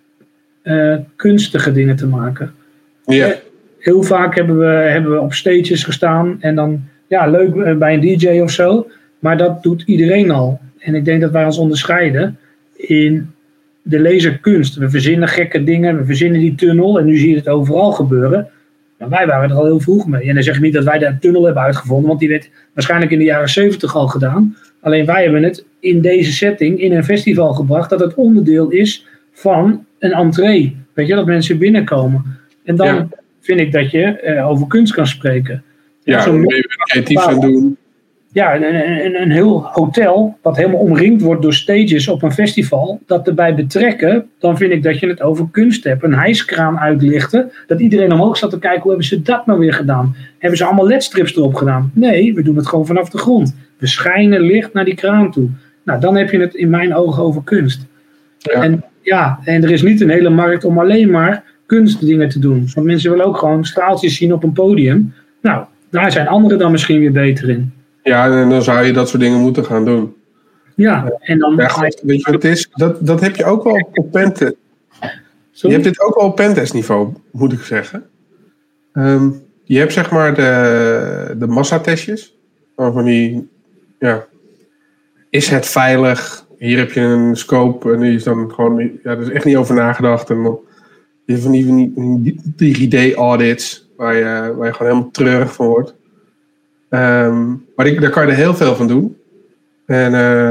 kunstige dingen te maken. Ja. Heel vaak hebben we op stages gestaan. En dan, leuk bij een DJ of zo. Maar dat doet iedereen al. En ik denk dat wij ons onderscheiden in de laserkunst. We verzinnen gekke dingen. We verzinnen die tunnel. En nu zie je het overal gebeuren. Maar wij waren er al heel vroeg mee. En dan zeg ik niet dat wij de tunnel hebben uitgevonden. Want die werd waarschijnlijk in de jaren 70 al gedaan. Alleen wij hebben het in deze setting, in een festival gebracht. Dat het onderdeel is van een entree. Weet je, dat mensen binnenkomen. En dan vind ik dat je over kunst kan spreken. Ja, dan ben je creatief gaan doen. Ja, een heel hotel wat helemaal omringd wordt door stages op een festival, dat erbij betrekken, dan vind ik dat je het over kunst hebt. Een hijskraan uitlichten, dat iedereen omhoog zat te kijken, hoe hebben ze dat nou weer gedaan? Hebben ze allemaal ledstrips erop gedaan? Nee, we doen het gewoon vanaf de grond. We schijnen licht naar die kraan toe. Nou, dan heb je het in mijn ogen over kunst. Ja. En er is niet een hele markt om alleen maar kunstdingen te doen. Want mensen willen ook gewoon straaltjes zien op een podium. Nou, daar zijn anderen dan misschien weer beter in. Ja, en dan zou je dat soort dingen moeten gaan doen. Ja, en dan... weet je wat het is? Dat heb je ook wel op pentest. Je hebt dit ook wel op pentestniveau, moet ik zeggen. Je hebt zeg maar de massatestjes. Van die, is het veilig? Hier heb je een scope en die is dan gewoon... Ja, er is echt niet over nagedacht. En dan, je hebt van die 3D-audits waar je gewoon helemaal treurig van wordt. Maar daar kan je er heel veel van doen. En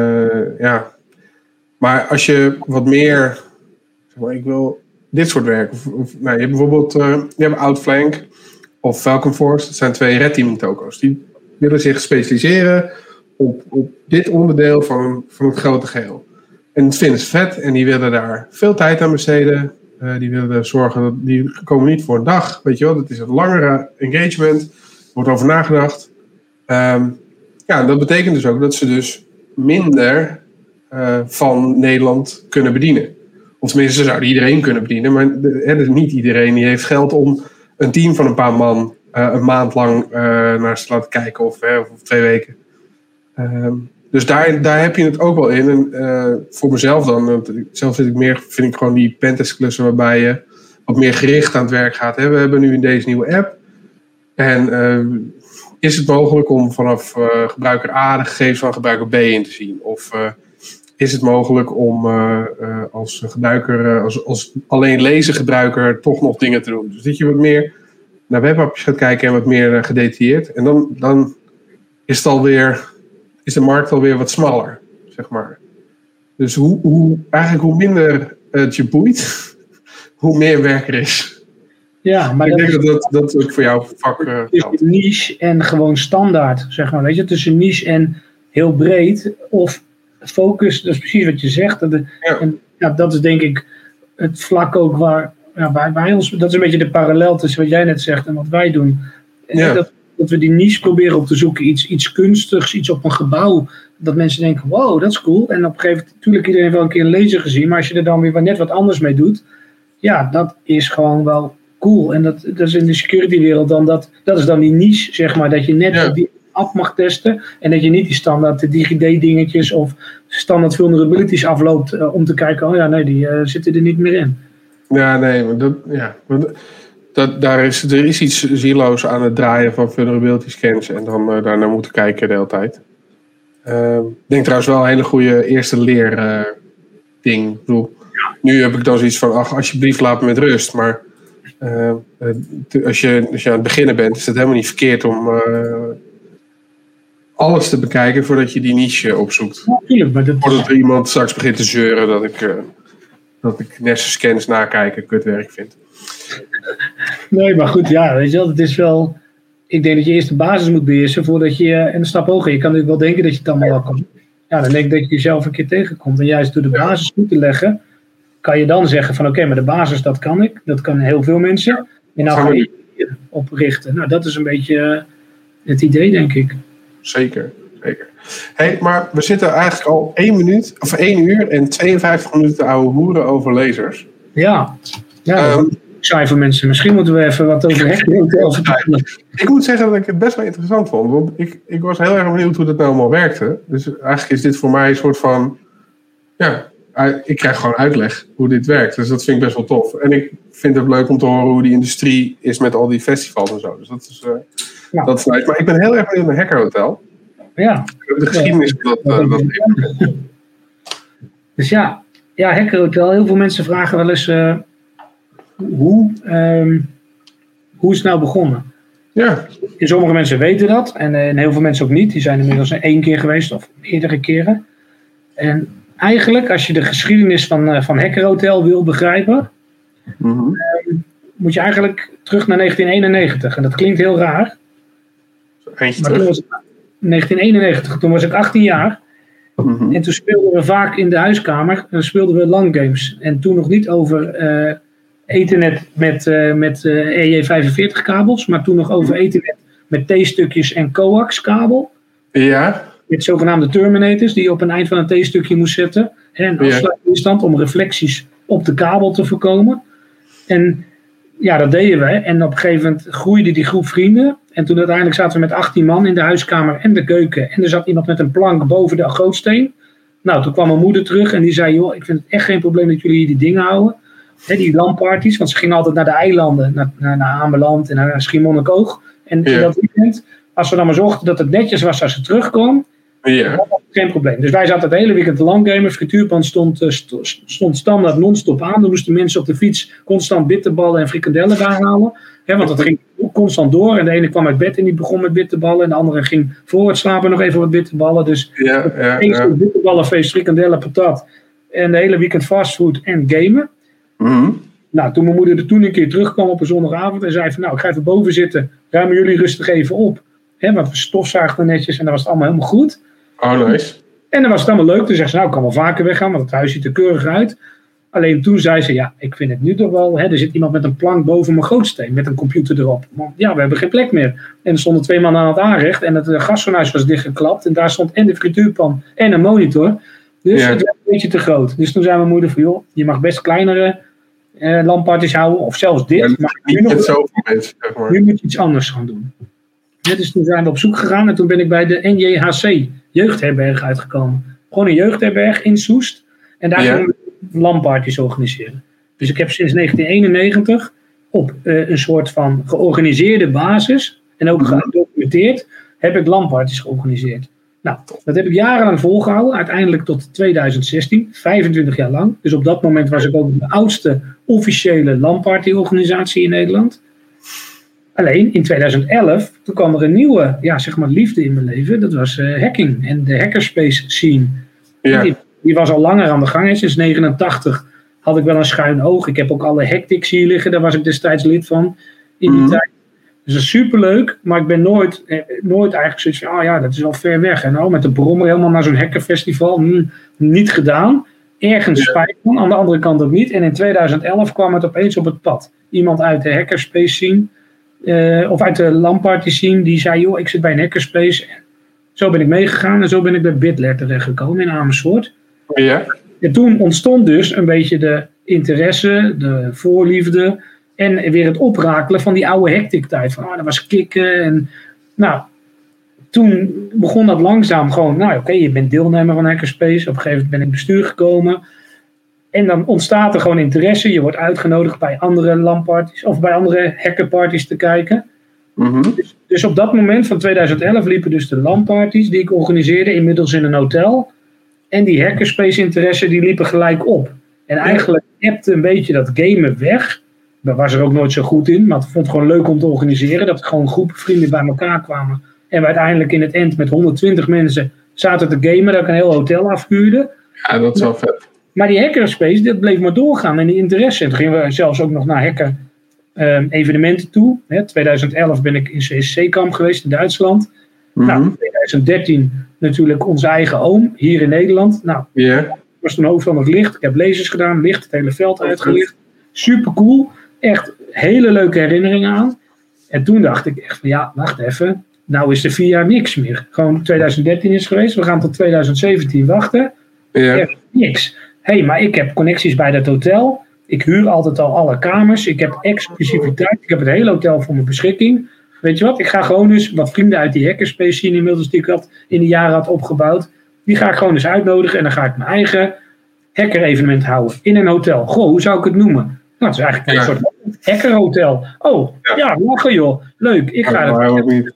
maar als je wat meer, zeg maar, ik wil dit soort werk. Je hebt bijvoorbeeld je hebt Outflank of Falcon Force. Dat zijn 2 red teaming toko's. Die willen zich specialiseren op dit onderdeel van het grote geheel. En dat vinden ze vet en die willen daar veel tijd aan besteden. Die willen zorgen dat die komen niet voor een dag. Weet je wel, dat is een langere engagement. Er wordt over nagedacht. Dat betekent dus ook dat ze dus minder van Nederland kunnen bedienen. Of tenminste, ze zouden iedereen kunnen bedienen, maar dus niet iedereen die heeft geld om een team van een paar man een maand lang naar ze te laten kijken of 2 weken. Dus daar heb je het ook wel in. En voor mezelf dan, zelf vind ik gewoon die pentestklussen waarbij je wat meer gericht aan het werk gaat. Hè? We hebben nu deze nieuwe app. En is het mogelijk om vanaf gebruiker A de gegevens van gebruiker B in te zien? Of is het mogelijk om als gebruiker, als alleen lezen gebruiker toch nog dingen te doen? Dus dat je wat meer naar webappjes gaat kijken en wat meer gedetailleerd. En dan is de markt alweer wat smaller, zeg maar. Dus hoe minder het je boeit, hoe meer werk er is. Ja, maar ik denk dat ook voor jouw vak geldt. Tussen niche en gewoon standaard, zeg maar. Weet je, tussen niche en heel breed of focus, dat is precies wat je zegt. En dat is denk ik het vlak ook waar wij ons, dat is een beetje de parallel tussen wat jij net zegt en wat wij doen. Ja. Dat we die niche proberen op te zoeken, iets kunstigs, iets op een gebouw, dat mensen denken, wow, dat is cool. En op een gegeven moment, natuurlijk iedereen heeft wel een keer een laser gezien, maar als je er dan weer net wat anders mee doet, ja, dat is gewoon wel cool. En dat is in de security wereld dan, dat is dan die niche, zeg maar, dat je net die af mag testen en dat je niet die standaard DigiD dingetjes of standaard vulnerabilities afloopt om te kijken, oh ja, nee, die zitten er niet meer in. Ja, nee, maar er is iets zieloos aan het draaien van vulnerability scans en dan daarnaar moeten kijken de hele tijd. Ik denk trouwens wel een hele goede eerste leer ding. Ik bedoel, nu heb ik dan zoiets van, alsjeblieft laat me met rust. Maar als je aan het beginnen bent, is het helemaal niet verkeerd om alles te bekijken voordat je die niche opzoekt. Natuurlijk, maar voordat er iemand straks begint te zeuren dat ik Nessus scans nakijken kutwerk vind. Nee, maar goed, ja, weet je wel, het is wel. Ik denk dat je eerst de basis moet beheersen voordat je een stap hoger. Je kan natuurlijk wel denken dat je het allemaal wel kan. Ja, dan denk ik dat je jezelf een keer tegenkomt. En juist door de basis goed te leggen, kan je dan zeggen van oké, maar de basis, dat kan ik. Dat kan heel veel mensen. En dan ga je op richten. Nou, dat is een beetje het idee, denk ik. Zeker. Hey, maar we zitten eigenlijk al 1 uur en 52 minuten ouwe hoeren over lasers. Ja. Saai voor mensen. Misschien moeten we even wat over Hackerotel vertellen. Ik moet zeggen dat ik het best wel interessant vond. Want ik was heel erg benieuwd hoe dat nou allemaal werkte. Dus eigenlijk is dit voor mij een soort van... Ja, ik krijg gewoon uitleg hoe dit werkt. Dus dat vind ik best wel tof. En ik vind het leuk om te horen hoe die industrie is met al die festivals en zo. Dus dat is nice. Maar ik ben heel erg benieuwd naar Hackerotel. Ja. De geschiedenis van dat Dus ja, Hackerotel. Heel veel mensen vragen wel eens... Hoe is het nou begonnen? Ja. En sommige mensen weten dat en heel veel mensen ook niet. Die zijn inmiddels 1 keer geweest of meerdere keren. En eigenlijk, als je de geschiedenis van Hackerotel wil begrijpen, moet je eigenlijk terug naar 1991. En dat klinkt heel raar. Eentje maar terug. toen was 1991, toen was ik 18 jaar. En toen speelden we vaak in de huiskamer, speelden we LAN-games. En toen nog niet over... Ethernet met EJ45 kabels, maar toen nog over Ethernet met T-stukjes en coax kabel. Ja. Met zogenaamde terminators die je op een eind van een T-stukje moest zetten. En afsluitingstand om reflecties op de kabel te voorkomen. En ja, dat deden we. En op een gegeven moment groeide die groep vrienden. En toen uiteindelijk zaten we met 18 man in de huiskamer en de keuken. En er zat iemand met een plank boven de gootsteen. Nou, toen kwam mijn moeder terug en die zei, joh, ik vind het echt geen probleem dat jullie hier die dingen houden. Die LAN-parties, want ze gingen altijd naar de eilanden, naar Ameland en naar Schiermonnikoog. En dat weekend, als we dan maar zorgden dat het netjes was als ze terugkwam, dan was het geen probleem. Dus wij zaten het hele weekend te LAN-gamen, frituurpan stond standaard non-stop aan. Dan moesten mensen op de fiets constant bitterballen en frikandellen daar halen. Want dat ging constant door. En de ene kwam uit bed en die begon met bitterballen. En de andere ging voor het slapen nog even wat bitterballen. Dus bitterballenfeest, frikandellen, patat. En de hele weekend fastfood en gamen. Nou, toen mijn moeder er toen een keer terugkwam op een zondagavond en zei van nou, ik ga even boven zitten, ruimen jullie rustig even op. Want we stofzaagden netjes en dan was het allemaal helemaal goed. Oh, nice. En dan was het allemaal leuk. Toen zei ze, nou, ik kan wel vaker weggaan, want het huis ziet er keurig uit. Alleen toen zei ze, ja, ik vind het nu toch wel, er zit iemand met een plank boven mijn gootsteen, met een computer erop. Want ja, we hebben geen plek meer. En er stonden 2 mannen aan het aanrecht en het gasfornuis was dichtgeklapt. En daar stond en de frituurpan en een monitor. Dus het was een beetje te groot. Dus toen zei mijn moeder van, joh, je mag best kleinere LAN-parties houden, of zelfs dit. Ja, maar niet met zoveel mensen, zeg maar. Nu moet je iets anders gaan doen. Dus toen zijn we op zoek gegaan en toen ben ik bij de NJHC jeugdherberg uitgekomen. Gewoon een jeugdherberg in Soest. En daar gingen we LAN-parties organiseren. Dus ik heb sinds 1991 op een soort van georganiseerde basis en ook gedocumenteerd, heb ik LAN-parties georganiseerd. Nou, dat heb ik jarenlang volgehouden, uiteindelijk tot 2016, 25 jaar lang. Dus op dat moment was ik ook de oudste officiële LAN-party-organisatie in Nederland. Alleen in 2011, toen kwam er een nieuwe liefde in mijn leven. Dat was hacking en de hackerspace scene. Ja. Die was al langer aan de gang. Sinds 1989 had ik wel een schuin oog. Ik heb ook alle Hectics hier liggen, daar was ik destijds lid van in die tijd. Dus dat is superleuk, maar ik ben nooit eigenlijk zoiets van, dat is wel ver weg. En met de brommer helemaal naar zo'n hackerfestival, niet gedaan. Ergens spijt van, aan de andere kant ook niet. En in 2011 kwam het opeens op het pad. Iemand uit de hackerspace scene, of uit de LAN-party scene, die zei, joh, ik zit bij een hackerspace. Zo ben ik meegegaan en zo ben ik bij BitLayer terechtgekomen in Amersfoort. Ja. En toen ontstond dus een beetje de interesse, de voorliefde en weer het oprakelen van die oude hectic-tijd. Van, dat was kicken. En, toen begon dat langzaam gewoon, oké, je bent deelnemer van Hackerspace. Op een gegeven moment ben ik bestuur gekomen. En dan ontstaat er gewoon interesse. Je wordt uitgenodigd bij andere LAN-parties of bij andere hackerparties te kijken. Dus op dat moment van 2011 liepen dus de LAN-parties die ik organiseerde inmiddels in een hotel. En die hackerspace interesse die liepen gelijk op. En eigenlijk ebte een beetje dat gamen weg. Daar was er ook nooit zo goed in. Maar ik vond het gewoon leuk om te organiseren. Dat er gewoon groepen vrienden bij elkaar kwamen. En we uiteindelijk in het eind met 120 mensen zaten te gamen. Dat ik een heel hotel afhuurde. Ja, dat is wel vet. Maar die hackerspace, dat bleef maar doorgaan. En die interesse. En toen gingen we zelfs ook nog naar hacker evenementen toe. 2011 ben ik in CSC-kamp geweest in Duitsland. In 2013 natuurlijk onze eigen oom hier in Nederland. Ik was toen hoofd van het licht. Ik heb lasers gedaan, licht, het hele veld uitgelicht. Super cool. Echt hele leuke herinneringen aan. En toen dacht ik echt van wacht even. Nou is er 4 jaar niks meer. Gewoon 2013 is geweest. We gaan tot 2017 wachten. Echt niks. Maar ik heb connecties bij dat hotel. Ik huur altijd al alle kamers. Ik heb exclusiviteit. Ik heb het hele hotel voor mijn beschikking. Weet je wat? Ik ga gewoon eens wat vrienden uit die hackerspace zien inmiddels die ik in de jaren had opgebouwd. Die ga ik gewoon eens uitnodigen. En dan ga ik mijn eigen hacker-evenement houden. In een hotel. Goh, hoe zou ik het noemen? Het is eigenlijk een soort hackerhotel. Lachen joh. Leuk. Ik ga dat.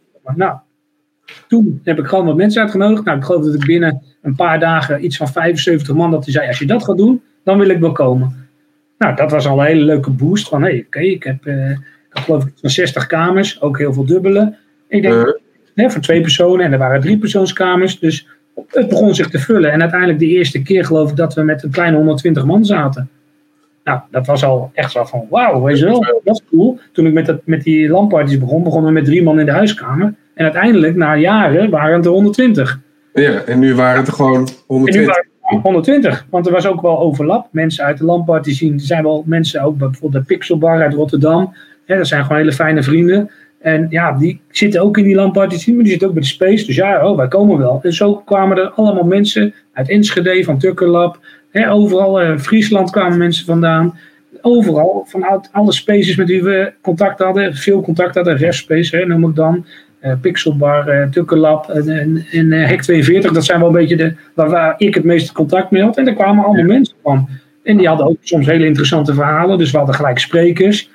Toen heb ik gewoon wat mensen uitgenodigd. Ik geloof dat ik binnen een paar dagen iets van 75 man dat die zei, als je dat gaat doen, dan wil ik wel komen. Dat was al een hele leuke boost van, ik heb geloof ik van 60 kamers, ook heel veel dubbele. Ik denk, voor 2 personen en er waren 3-persoonskamers. Dus het begon zich te vullen. En uiteindelijk de eerste keer geloof ik dat we met een kleine 120 man zaten. Dat was al echt zo van, wauw, weet je wel, dat is cool. Toen ik met die LAN-parties begonnen we met 3 man in de huiskamer. En uiteindelijk, na jaren, waren het er 120. Ja, en nu waren het er gewoon 120. En nu waren het 120, want er was ook wel overlap. Mensen uit de LAN-party zien, er zijn wel mensen ook bijvoorbeeld de Pixelbar uit Rotterdam. Dat zijn gewoon hele fijne vrienden. En die zitten ook in die LAN-party zien, maar die zitten ook bij de Space. Dus wij komen wel. En zo kwamen er allemaal mensen uit Enschede, van Tukkerlab. Overal, Friesland kwamen mensen vandaan. Overal, vanuit alle spaces met wie we contact hadden. Veel contact hadden, Refspace noem ik dan. Pixelbar, Tukkerlab en Hack 42. Dat zijn wel een beetje waar ik het meeste contact mee had. En daar kwamen allemaal mensen van. En die hadden ook soms hele interessante verhalen. Dus we hadden gelijk sprekers.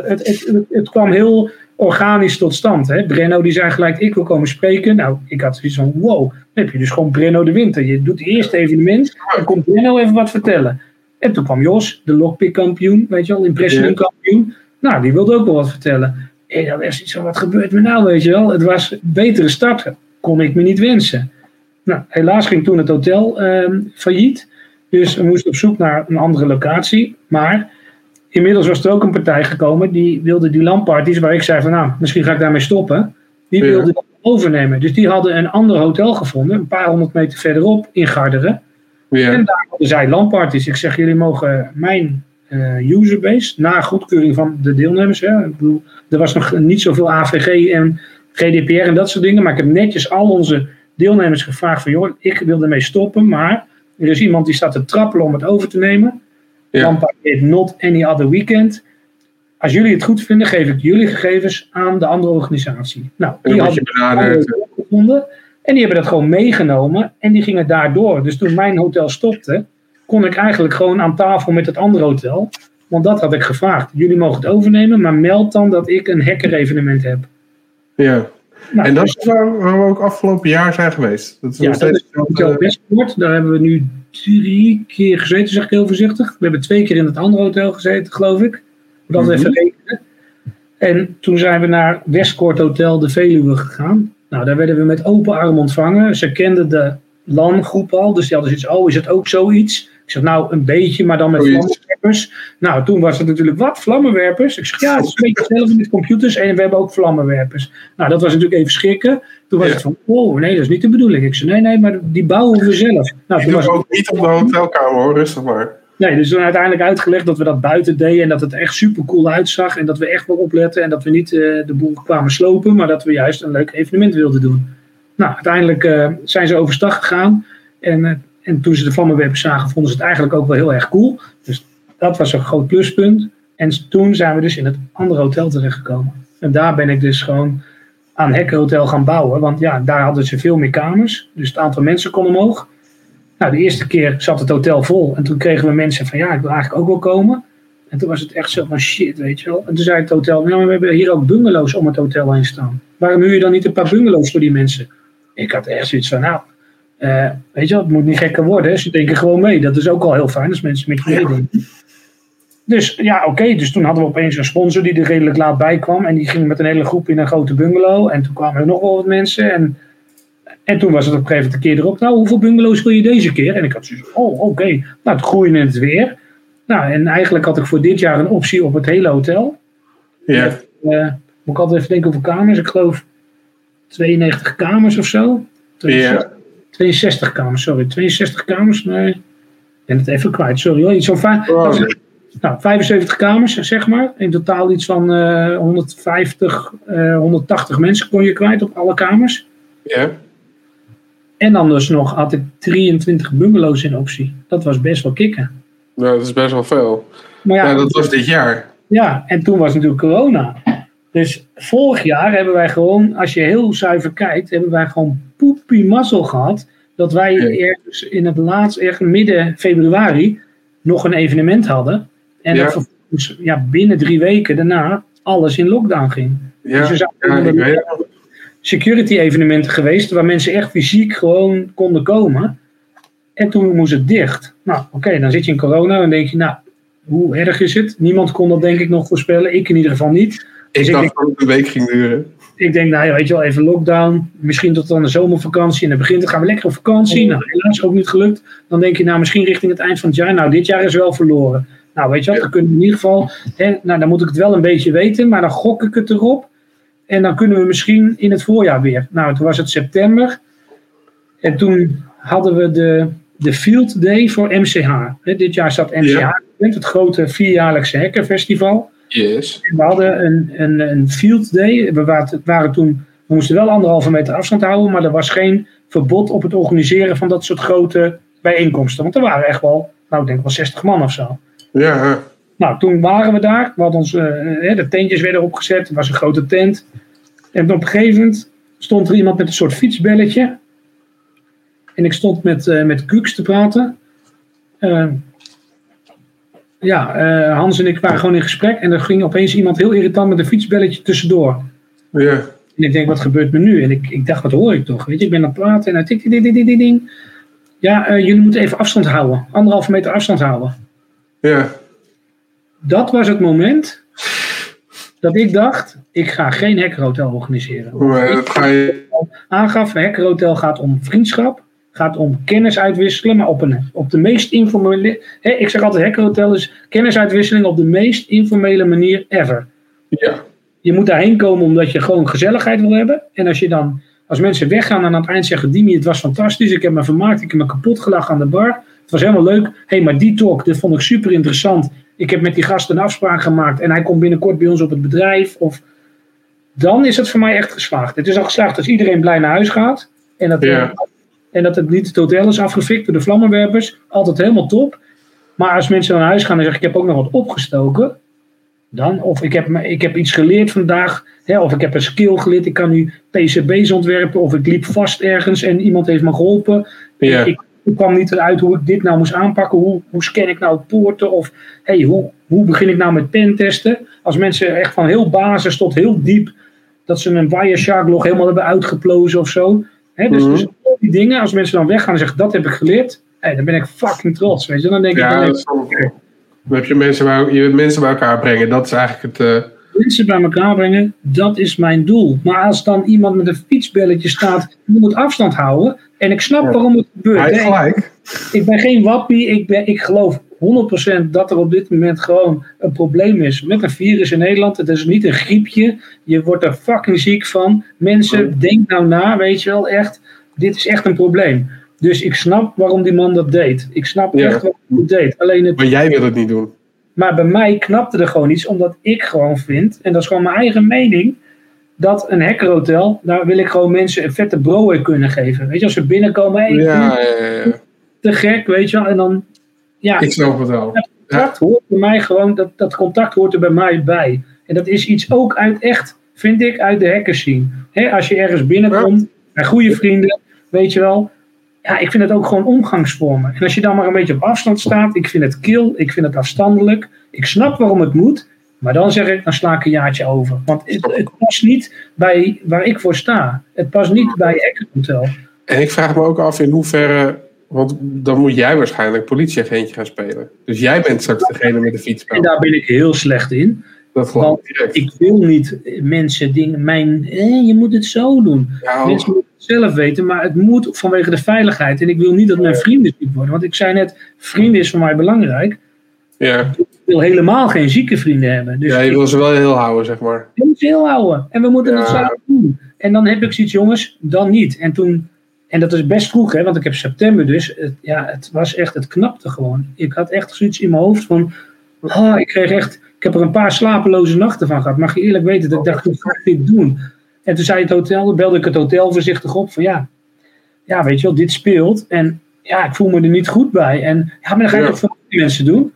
Het kwam heel organisch tot stand. Brenno die zei gelijk, ik wil komen spreken. Ik had zoiets van, wow, dan heb je dus gewoon Brenno de Winter. Je doet het eerste evenement, dan komt Brenno even wat vertellen. En toen kwam Jos, de lockpick kampioen, weet je wel, impression kampioen. Die wilde ook wel wat vertellen. En dan was iets van, wat gebeurt er nou, weet je wel. Het was een betere start, kon ik me niet wensen. Helaas ging toen het hotel failliet. Dus we moesten op zoek naar een andere locatie. Maar inmiddels was er ook een partij gekomen die wilde die LAN-parties, waar ik zei van misschien ga ik daarmee stoppen. Die wilde dat overnemen. Dus die hadden een ander hotel gevonden, een paar 100 meter verderop in Garderen. En daar hadden zij LAN-parties. Ik zeg, jullie mogen mijn userbase, na goedkeuring van de deelnemers. Ik bedoel, er was nog niet zoveel AVG en GDPR en dat soort dingen. Maar ik heb netjes al onze deelnemers gevraagd van, joh, ik wil ermee stoppen. Maar er is iemand die staat te trappelen om het over te nemen. LAN-party heet Not Any Other Weekend. Als jullie het goed vinden, geef ik jullie gegevens aan de andere organisatie. Die hadden het gevonden. En die hebben dat gewoon meegenomen. En die gingen daardoor. Dus toen mijn hotel stopte, kon ik eigenlijk gewoon aan tafel met het andere hotel. Want dat had ik gevraagd. Jullie mogen het overnemen, maar meld dan dat ik een hacker-evenement heb. Ja. En dat is waar we ook afgelopen jaar zijn geweest. Dat is dat is Hotel Westpoort. Daar hebben we nu 3 keer gezeten, zeg ik heel voorzichtig. We hebben 2 keer in het andere hotel gezeten, geloof ik. Moet dat even rekenen. En toen zijn we naar Westcourt Hotel de Veluwe gegaan. Daar werden we met open arm ontvangen. Ze kenden de LAN-groep al, dus die hadden zoiets, is het ook zoiets? Ik Ik zeg, nou, een beetje, maar dan met vlammenwerpers. Nou, toen was het natuurlijk, wat, vlammenwerpers? Ik zeg, ja, het is een beetje hetzelfde met computers en we hebben ook vlammenwerpers. Nou, dat was natuurlijk even schrikken. Toen was het van, oh, nee, dat is niet de bedoeling. Ik zeg, nee, maar die bouwen we zelf. Nou, die doen we ook niet op de hotelkamer, hoor, rustig maar. Nee, dus toen uiteindelijk uitgelegd dat we dat buiten deden en dat het echt super cool uitzag en dat we echt wel opletten en dat we niet de boel kwamen slopen, maar dat we juist een leuk evenement wilden doen. Nou, uiteindelijk zijn ze overstag gegaan en toen ze de vlammenwerpers zagen, vonden ze het eigenlijk ook wel heel erg cool. Dus dat was een groot pluspunt. En toen zijn we dus in het andere hotel terechtgekomen. En daar ben ik dus gewoon aan Hekkenhotel gaan bouwen, want ja, daar hadden ze veel meer kamers, dus het aantal mensen kon omhoog. Nou, de eerste keer zat het hotel vol. En toen kregen we mensen van, ja, ik wil eigenlijk ook wel komen. En toen was het echt zo van, shit, weet je wel. En toen zei het hotel, nou, we hebben hier ook bungalows om het hotel heen staan. Waarom huur je dan niet een paar bungalows voor die mensen? Ik had echt zoiets van, nou, weet je wel, het moet niet gekker worden. Ze denken gewoon mee. Dat is ook al heel fijn als mensen met je meedenken. Dus ja, oké. Dus toen hadden we opeens een sponsor die er redelijk laat bij kwam. En die ging met een hele groep in een grote bungalow. En toen kwamen er nog wel wat mensen. En toen was het op een gegeven moment een keer erop. Nou, hoeveel bungalows wil je deze keer? En ik had zoiets van, oké. Nou, toen groeide het weer. Nou, en eigenlijk had ik voor dit jaar een optie op het hele hotel. Ja. Moet ik altijd even denken hoeveel kamers. Ik geloof 92 kamers of zo. 62 kamers, sorry. 62 kamers, nee. Ik ben het even kwijt, sorry hoor. Iets van 75 kamers, zeg maar. In totaal iets van 150, 180 mensen kon je kwijt op alle kamers. Ja. En anders nog had ik 23 bungalows in optie. Dat was best wel kicken. Nou, dat is best wel veel. Maar ja, dat was dit jaar. Ja, en toen was natuurlijk corona. Dus vorig jaar hebben wij gewoon, als je heel zuiver kijkt, hebben wij gewoon poepie mazzel gehad. Dat wij ergens in het laatst, midden februari, nog een evenement hadden. En dat vervolgens binnen 3 weken daarna alles in lockdown ging. Ja, dus er zijn security evenementen geweest waar mensen echt fysiek gewoon konden komen. En toen moest het dicht. Nou, oké, dan zit je in corona en dan denk je, nou, hoe erg is het? Niemand kon dat denk ik nog voorspellen. Ik in ieder geval niet. Dus ik dacht dat het een week ging duren. Ik denk, nou ja, weet je wel, even lockdown. Misschien tot dan de zomervakantie. En dan begint het, gaan we lekker op vakantie. Nou, helaas ook niet gelukt. Dan denk je, nou, misschien richting het eind van het jaar. Nou, dit jaar is wel verloren. Nou, weet je wat, dan kunnen we in ieder geval... nou, dan moet ik het wel een beetje weten. Maar dan gok ik het erop. En dan kunnen we misschien in het voorjaar weer. Nou, toen was het september. En toen hadden we de Field Day voor MCH. Dit jaar staat MCH. Het grote 4-jaarlijkse hackerfestival. Yes. En we hadden een Field Day. We moesten wel 1,5 meter afstand houden. Maar er was geen verbod op het organiseren van dat soort grote bijeenkomsten. Want er waren echt wel, nou ik denk wel 60 man of zo. Ja. Nou, toen waren we daar. We hadden de tentjes werden opgezet. Het was een grote tent. En op een gegeven moment stond er iemand met een soort fietsbelletje. En ik stond met Kux te praten. Hans en ik waren gewoon in gesprek. En er ging opeens iemand heel irritant met een fietsbelletje tussendoor. Ja. En ik denk, wat gebeurt me nu? En ik dacht, wat hoor ik toch? Weet je, ik ben aan het praten en hij tikt, ding. Ja, jullie moeten even afstand houden. 1,5 meter afstand houden. Ja. Dat was het moment dat ik dacht, ik ga geen hackerhotel organiseren. Maar dat ga je... Aangaf, hackerhotel gaat om vriendschap. Gaat om kennis uitwisselen, maar op de meest informele... ik zeg altijd, hackerhotel is kennisuitwisseling op de meest informele manier ever. Ja. Je moet daarheen komen omdat je gewoon gezelligheid wil hebben. En als mensen weggaan en aan het eind zeggen, Dimi, het was fantastisch, ik heb me vermaakt, ik heb me kapot gelachen aan de bar. Het was helemaal leuk. Maar die talk, dit vond ik super interessant. Ik heb met die gasten een afspraak gemaakt en hij komt binnenkort bij ons op het bedrijf. Dan is het voor mij echt geslaagd. Het is al geslaagd als iedereen blij naar huis gaat. En dat het niet het hotel is afgefikt door de vlammenwerpers. Altijd helemaal top. Maar als mensen naar huis gaan en zeggen, ik heb ook nog wat opgestoken. Dan, of ik heb iets geleerd vandaag. Of ik heb een skill geleerd. Ik kan nu PCB's ontwerpen. Of ik liep vast ergens en iemand heeft me geholpen. Ja. Ik kwam niet eruit hoe ik dit nou moest aanpakken. Hoe scan ik nou poorten? Of hoe begin ik nou met pentesten? Als mensen echt van heel basis tot heel diep. Dat ze een Wireshark log helemaal hebben uitgeplozen of zo. Dus al die dingen. Als mensen dan weggaan en zeggen, dat heb ik geleerd. Dan ben ik fucking trots. Weet je? Dan denk ik... Dan heb je mensen bij elkaar brengen. Dat is eigenlijk mensen bij elkaar brengen, dat is mijn doel. Maar als dan iemand met een fietsbelletje staat, je moet afstand houden. En ik snap waarom het gebeurt. Hij heeft gelijk. Ik ben geen wappie. Ik geloof 100% dat er op dit moment gewoon een probleem is met een virus in Nederland. Het is niet een griepje. Je wordt er fucking ziek van. Mensen, denk nou na, weet je wel, echt. Dit is echt een probleem. Dus ik snap waarom die man dat deed. Ik snap echt waarom hij het deed. Alleen maar jij wil het niet doen. Maar bij mij knapte er gewoon iets, omdat ik gewoon vind, en dat is gewoon mijn eigen mening, dat een hackerhotel, daar wil ik gewoon mensen een vette bro kunnen geven. Weet je, als ze binnenkomen, te gek, weet je wel, en dan, ik snap het wel. Dat contact hoort bij mij gewoon, dat contact hoort er bij mij bij. En dat is iets ook vind ik, uit de hackers zien. Als je ergens binnenkomt, bij goede vrienden, weet je wel, ja, ik vind het ook gewoon omgangsvormen. En als je dan maar een beetje op afstand staat, ik vind het kil, ik vind het afstandelijk. Ik snap waarom het moet, maar dan zeg ik, dan sla ik een jaartje over. Want het past niet bij waar ik voor sta. Het past niet bij Hackerhotel. En ik vraag me ook af in hoeverre, want dan moet jij waarschijnlijk politieagentje gaan spelen. Dus jij bent straks degene met de fietsspel. En daar ben ik heel slecht in. Dat geloof ik direct. Ik wil niet mensen je moet het zo doen. Ja, mensen moeten het zelf weten, maar het moet vanwege de veiligheid. En ik wil niet dat mijn vrienden ziek worden. Want ik zei net, vrienden is voor mij belangrijk. Ja. Ik wil helemaal geen zieke vrienden hebben. Dus je wil ze wel heel houden, zeg maar. Je moet ze heel houden. En we moeten het samen doen. En dan heb ik zoiets, jongens, dan niet. En dat is best vroeg, hè, want ik heb september dus. Het was echt, het knapte gewoon. Ik had echt zoiets in mijn hoofd van, ik heb er een paar slapeloze nachten van gehad. Mag je eerlijk weten dat ik dacht, hoe ga ik dit doen? En toen zei het hotel, belde ik het hotel voorzichtig op van ja, weet je wel, dit speelt. En ja, ik voel me er niet goed bij. En maar dan ga ik het voor mensen doen.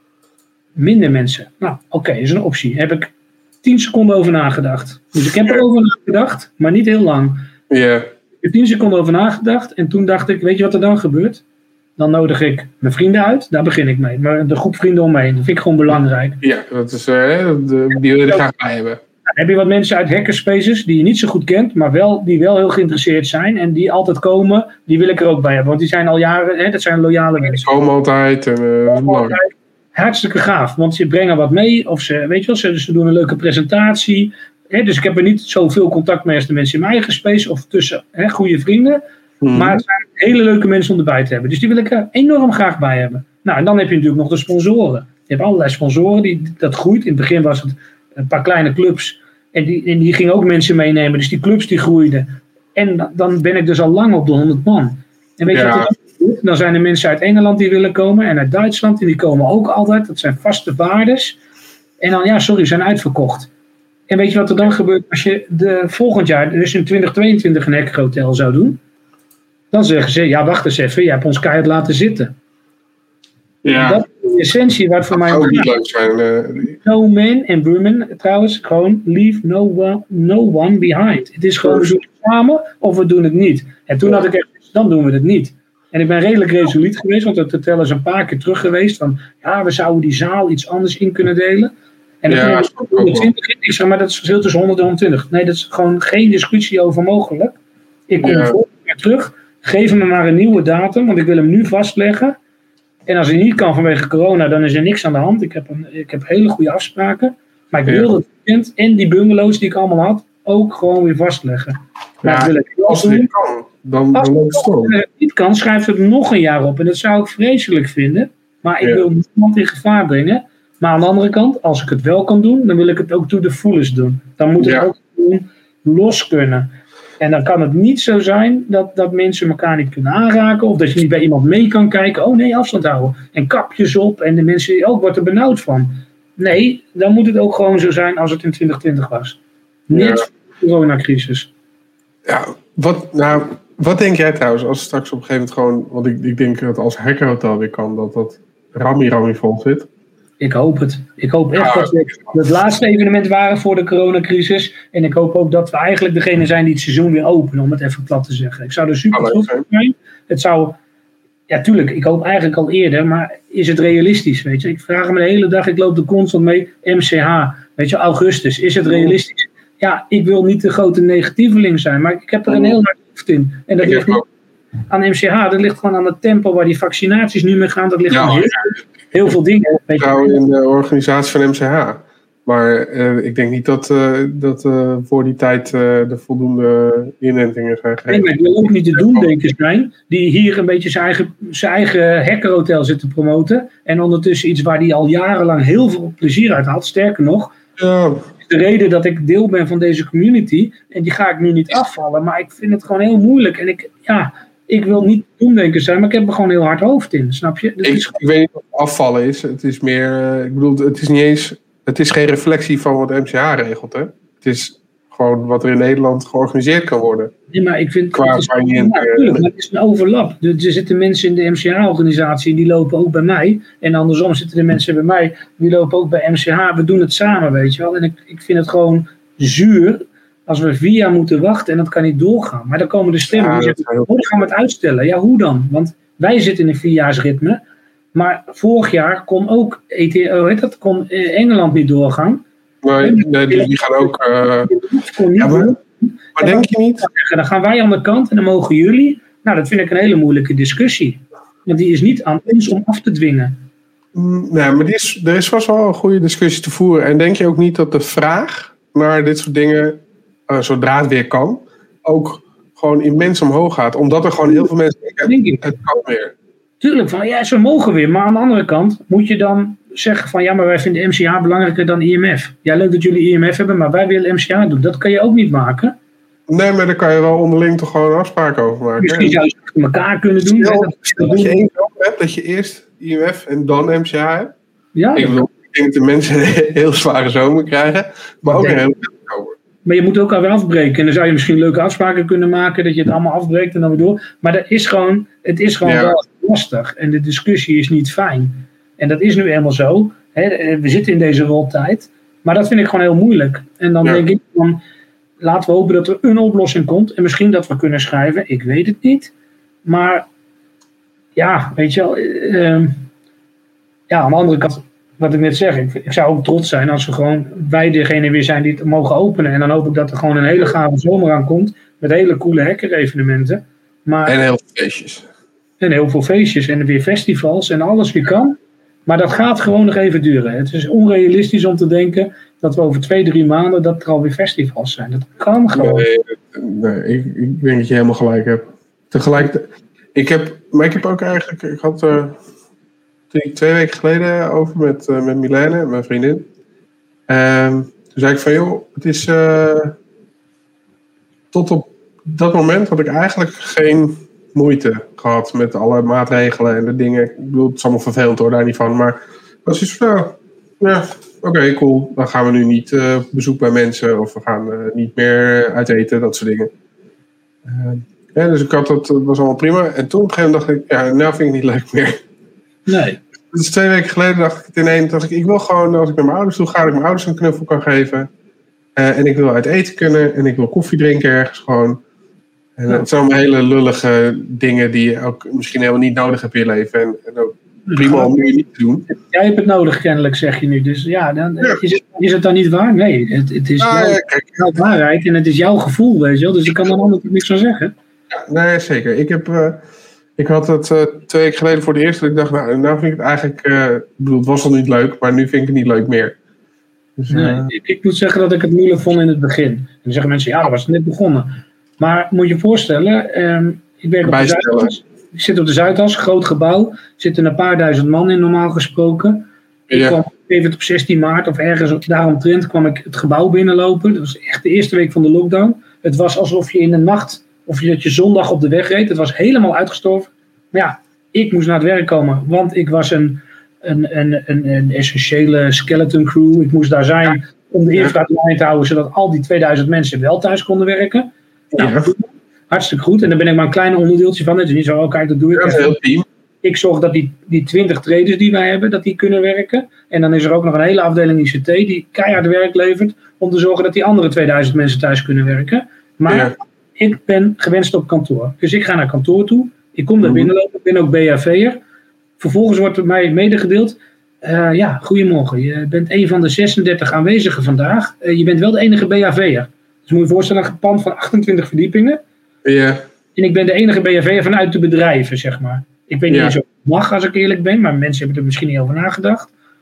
Minder mensen. Nou, oké, is een optie. Heb ik 10 seconden over nagedacht. Dus ik heb erover nagedacht, maar niet heel lang. Ja. Ik heb 10 seconden over nagedacht. En toen dacht ik, weet je wat er dan gebeurt? Dan nodig ik mijn vrienden uit. Daar begin ik mee. Maar de groep vrienden omheen. Dat vind ik gewoon belangrijk. Ja, dat is, die wil je er graag bij hebben. Dan heb je wat mensen uit hackerspaces die je niet zo goed kent. Maar die wel heel geïnteresseerd zijn. En die altijd komen. Die wil ik er ook bij hebben. Want die zijn al jaren. Dat zijn loyale mensen. Die komen altijd. Hartstikke gaaf. Want ze brengen wat mee. Of ze doen een leuke presentatie. Dus ik heb er niet zoveel contact mee als de mensen in mijn eigen space. Of tussen goede vrienden. Maar het zijn hele leuke mensen om erbij te hebben. Dus die wil ik er enorm graag bij hebben. Nou, en dan heb je natuurlijk nog de sponsoren. Je hebt allerlei sponsoren, dat groeit. In het begin was het een paar kleine clubs. En die gingen ook mensen meenemen. Dus die clubs die groeiden. En dan ben ik dus al lang op de 100 man. En weet je wat er dan gebeurt? Dan zijn er mensen uit Engeland die willen komen. En uit Duitsland. En die komen ook altijd. Dat zijn vaste waardes. En dan, zijn uitverkocht. En weet je wat er dan gebeurt als je volgend jaar, dus in 2022 een hackerhotel zou doen? Dan zeggen ze, wacht eens even, je hebt ons keihard laten zitten. Ja. Dat is de essentie waar het voor mij om gaat. No man en women, trouwens, gewoon leave no one behind. Het is gewoon, we doen het samen of we doen het niet. En toen had ik echt, dan doen we het niet. En ik ben redelijk resoluut geweest, want het hotel is een paar keer terug geweest. Van, we zouden die zaal iets anders in kunnen delen. En dan ging 120 in. Ik zeg, maar dat is het verschil tussen 100 en 120. Nee, dat is gewoon geen discussie over mogelijk. Ik kom volgend jaar terug. Geef me maar een nieuwe datum, want ik wil hem nu vastleggen. En als hij niet kan vanwege corona, dan is er niks aan de hand. Ik heb hele goede afspraken. Maar ik wil dat weekend en die bungalows die ik allemaal had, ook gewoon weer vastleggen. Maar als het niet kan, dan als het niet kan, schrijf het nog een jaar op. En dat zou ik vreselijk vinden. Maar ik wil niemand in gevaar brengen. Maar aan de andere kant, als ik het wel kan doen, dan wil ik het ook to the fullest doen. Dan moet het ook los kunnen. En dan kan het niet zo zijn dat mensen elkaar niet kunnen aanraken. Of dat je niet bij iemand mee kan kijken. Oh nee, afstand houden. En kapjes op. En de mensen ook wordt er benauwd van. Nee, dan moet het ook gewoon zo zijn als het in 2020 was. Net voor de coronacrisis. Ja, wat denk jij trouwens als straks op een gegeven moment gewoon... Want ik denk dat als hackerhotel weer kan, dat rammy vol zit. Ik hoop het. Ik hoop echt dat we het laatste evenement waren voor de coronacrisis. En ik hoop ook dat we eigenlijk degene zijn die het seizoen weer openen, om het even plat te zeggen. Ik zou er super trots op zijn. Het zou, tuurlijk, ik hoop eigenlijk al eerder, maar is het realistisch, weet je? Ik vraag me de hele dag, ik loop er constant mee, MCH, weet je, augustus, is het realistisch? Ja, ik wil niet de grote negatieveling zijn, maar ik heb er een heel hard hoofd in. En dat ligt niet aan MCH, dat ligt gewoon aan het tempo waar die vaccinaties nu mee gaan. Dat ligt aan heel veel dingen. Vrouwen in de organisatie van MCH. Maar ik denk niet dat voor die tijd de voldoende inentingen zijn gegeven. Nee, maar ik wil ook niet de doemdenkers zijn die hier een beetje zijn eigen hackerhotel zit te promoten. En ondertussen iets waar hij al jarenlang heel veel plezier uit haalt. Sterker nog, de reden dat ik deel ben van deze community, en die ga ik nu niet afvallen, maar ik vind het gewoon heel moeilijk. En ik wil niet doemdenker zijn, maar ik heb er gewoon heel hard hoofd in, snap je? Ik weet niet wat afvallen is. Het is meer, ik bedoel, het is niet eens, het is geen reflectie van wat de MCH regelt, hè. Het is gewoon wat er in Nederland georganiseerd kan worden. Nee, maar ik vind het is een overlap. Er zitten mensen in de MCH-organisatie en die lopen ook bij mij. En andersom zitten de mensen bij mij, die lopen ook bij MCH. We doen het samen, weet je wel. En ik vind het gewoon zuur als we 4 jaar moeten wachten en dat kan niet doorgaan. Maar dan komen de stemmen die zeggen, dan gaan we het uitstellen. Ja, hoe dan? Want wij zitten in een 4-jaarsritme. Maar vorig jaar kon ook kon Engeland niet doorgaan. Nee, die gaan ook... maar denk je niet? Dan gaan wij aan de kant en dan mogen jullie. Nou, dat vind ik een hele moeilijke discussie. Want die is niet aan ons om af te dwingen. Nee, maar er is vast wel een goede discussie te voeren. En denk je ook niet dat de vraag naar dit soort dingen, zodra het weer kan, ook gewoon immens omhoog gaat? Omdat er gewoon heel veel mensen denken, het kan weer. Tuurlijk, ze mogen weer. Maar aan de andere kant moet je dan zeggen van, ja, maar wij vinden MCH belangrijker dan IMF. Ja, leuk dat jullie IMF hebben, maar wij willen MCH doen. Dat kan je ook niet maken. Nee, maar daar kan je wel onderling toch gewoon afspraken over maken. Misschien zou je het elkaar kunnen doen. Dat je één kant hebt, dat je eerst IMF en dan MCH hebt. Ja, ik denk dat de mensen een heel zware zomer krijgen, maar ook een heel zomer. Maar je moet ook alweer afbreken. En dan zou je misschien leuke afspraken kunnen maken, dat je het allemaal afbreekt en dan weer door. Maar het is gewoon wel lastig. En de discussie is niet fijn. En dat is nu eenmaal zo. Hè? We zitten in deze roltijd. Maar dat vind ik gewoon heel moeilijk. En dan denk ik van, laten we hopen dat er een oplossing komt. En misschien dat we kunnen schrijven. Ik weet het niet. Maar ja, weet je wel. Aan de andere kant, wat ik net zeg. Ik zou ook trots zijn als wij degene weer zijn die het mogen openen. En dan hoop ik dat er gewoon een hele gave zomer aankomt. Met hele coole hacker-evenementen. En heel veel feestjes. En heel veel feestjes. En weer festivals. En alles weer kan. Maar dat gaat gewoon nog even duren. Het is onrealistisch om te denken dat we over 2-3 maanden dat er alweer festivals zijn. Dat kan gewoon. Nee, ik denk dat je helemaal gelijk hebt. Tegelijkertijd, ik heb ook eigenlijk, ik had toen 2 weken geleden over met Milene, mijn vriendin. Toen zei ik van, joh, het is tot op dat moment had ik eigenlijk geen moeite gehad met alle maatregelen en de dingen. Ik bedoel, het is allemaal vervelend hoor, daar niet van. Maar dat is oké, cool. Dan gaan we nu niet bezoek bij mensen of we gaan niet meer uit eten, dat soort dingen. Dus dat was allemaal prima. En toen op een gegeven moment dacht ik, nou vind ik niet leuk meer. Nee. Dus 2 weken geleden dacht ik het ineens, ik wil gewoon, als ik naar mijn ouders toe ga, dat ik mijn ouders een knuffel kan geven. En ik wil uit eten kunnen en ik wil koffie drinken ergens gewoon. En het zijn allemaal hele lullige dingen die je ook misschien helemaal niet nodig hebt in je leven. En ook prima om nu niet te doen. Jij hebt het nodig kennelijk, zeg je nu. Dus dan is het dan niet waar? Nee, het is jouw waarheid en het is jouw gevoel, weet je wel. Dus ik kan er anders niks van zeggen. Ja, nee, zeker. Ik had het 2 weken geleden voor de eerste dat ik dacht, nou vind ik het eigenlijk, het was al niet leuk, maar nu vind ik het niet leuk meer. Dus, ik moet zeggen dat ik het moeilijk vond in het begin. En dan zeggen mensen, ja, dat was net begonnen. Maar moet je voorstellen, ik werk op de Zuidas. Ik zit op de Zuidas, groot gebouw. Er zitten een paar duizend man in normaal gesproken. Ik kwam even op 16 maart of ergens daaromtrent kwam ik het gebouw binnenlopen. Dat was echt de eerste week van de lockdown. Het was alsof je in de nacht, of dat je zondag op de weg reed. Het was helemaal uitgestorven. Maar ja, ik moest naar het werk komen, want ik was een essentiële skeleton crew. Ik moest daar zijn om de infrastructuur te houden, zodat al die 2000 mensen wel thuis konden werken. Nou, hartstikke goed. En daar ben ik maar een klein onderdeeltje van. Het is niet zo, kijk, dat doe ik. Dat is heel team. Ik zorg dat die 20 traders die wij hebben, dat die kunnen werken. En dan is er ook nog een hele afdeling ICT die keihard werk levert om te zorgen dat die andere 2000 mensen thuis kunnen werken. Maar ik ben gewenst op kantoor. Dus ik ga naar kantoor toe. Ik kom daar binnenlopen. Ik ben ook BHV'er. Vervolgens wordt er mij medegedeeld. Goedemorgen. Je bent een van de 36 aanwezigen vandaag. Je bent wel de enige BHV'er. Dus moet je je voorstellen, een pand van 28 verdiepingen. Ja. En ik ben de enige BHV'er vanuit de bedrijven, zeg maar. Ik weet niet eens of het mag, als ik eerlijk ben. Maar mensen hebben er misschien niet over nagedacht.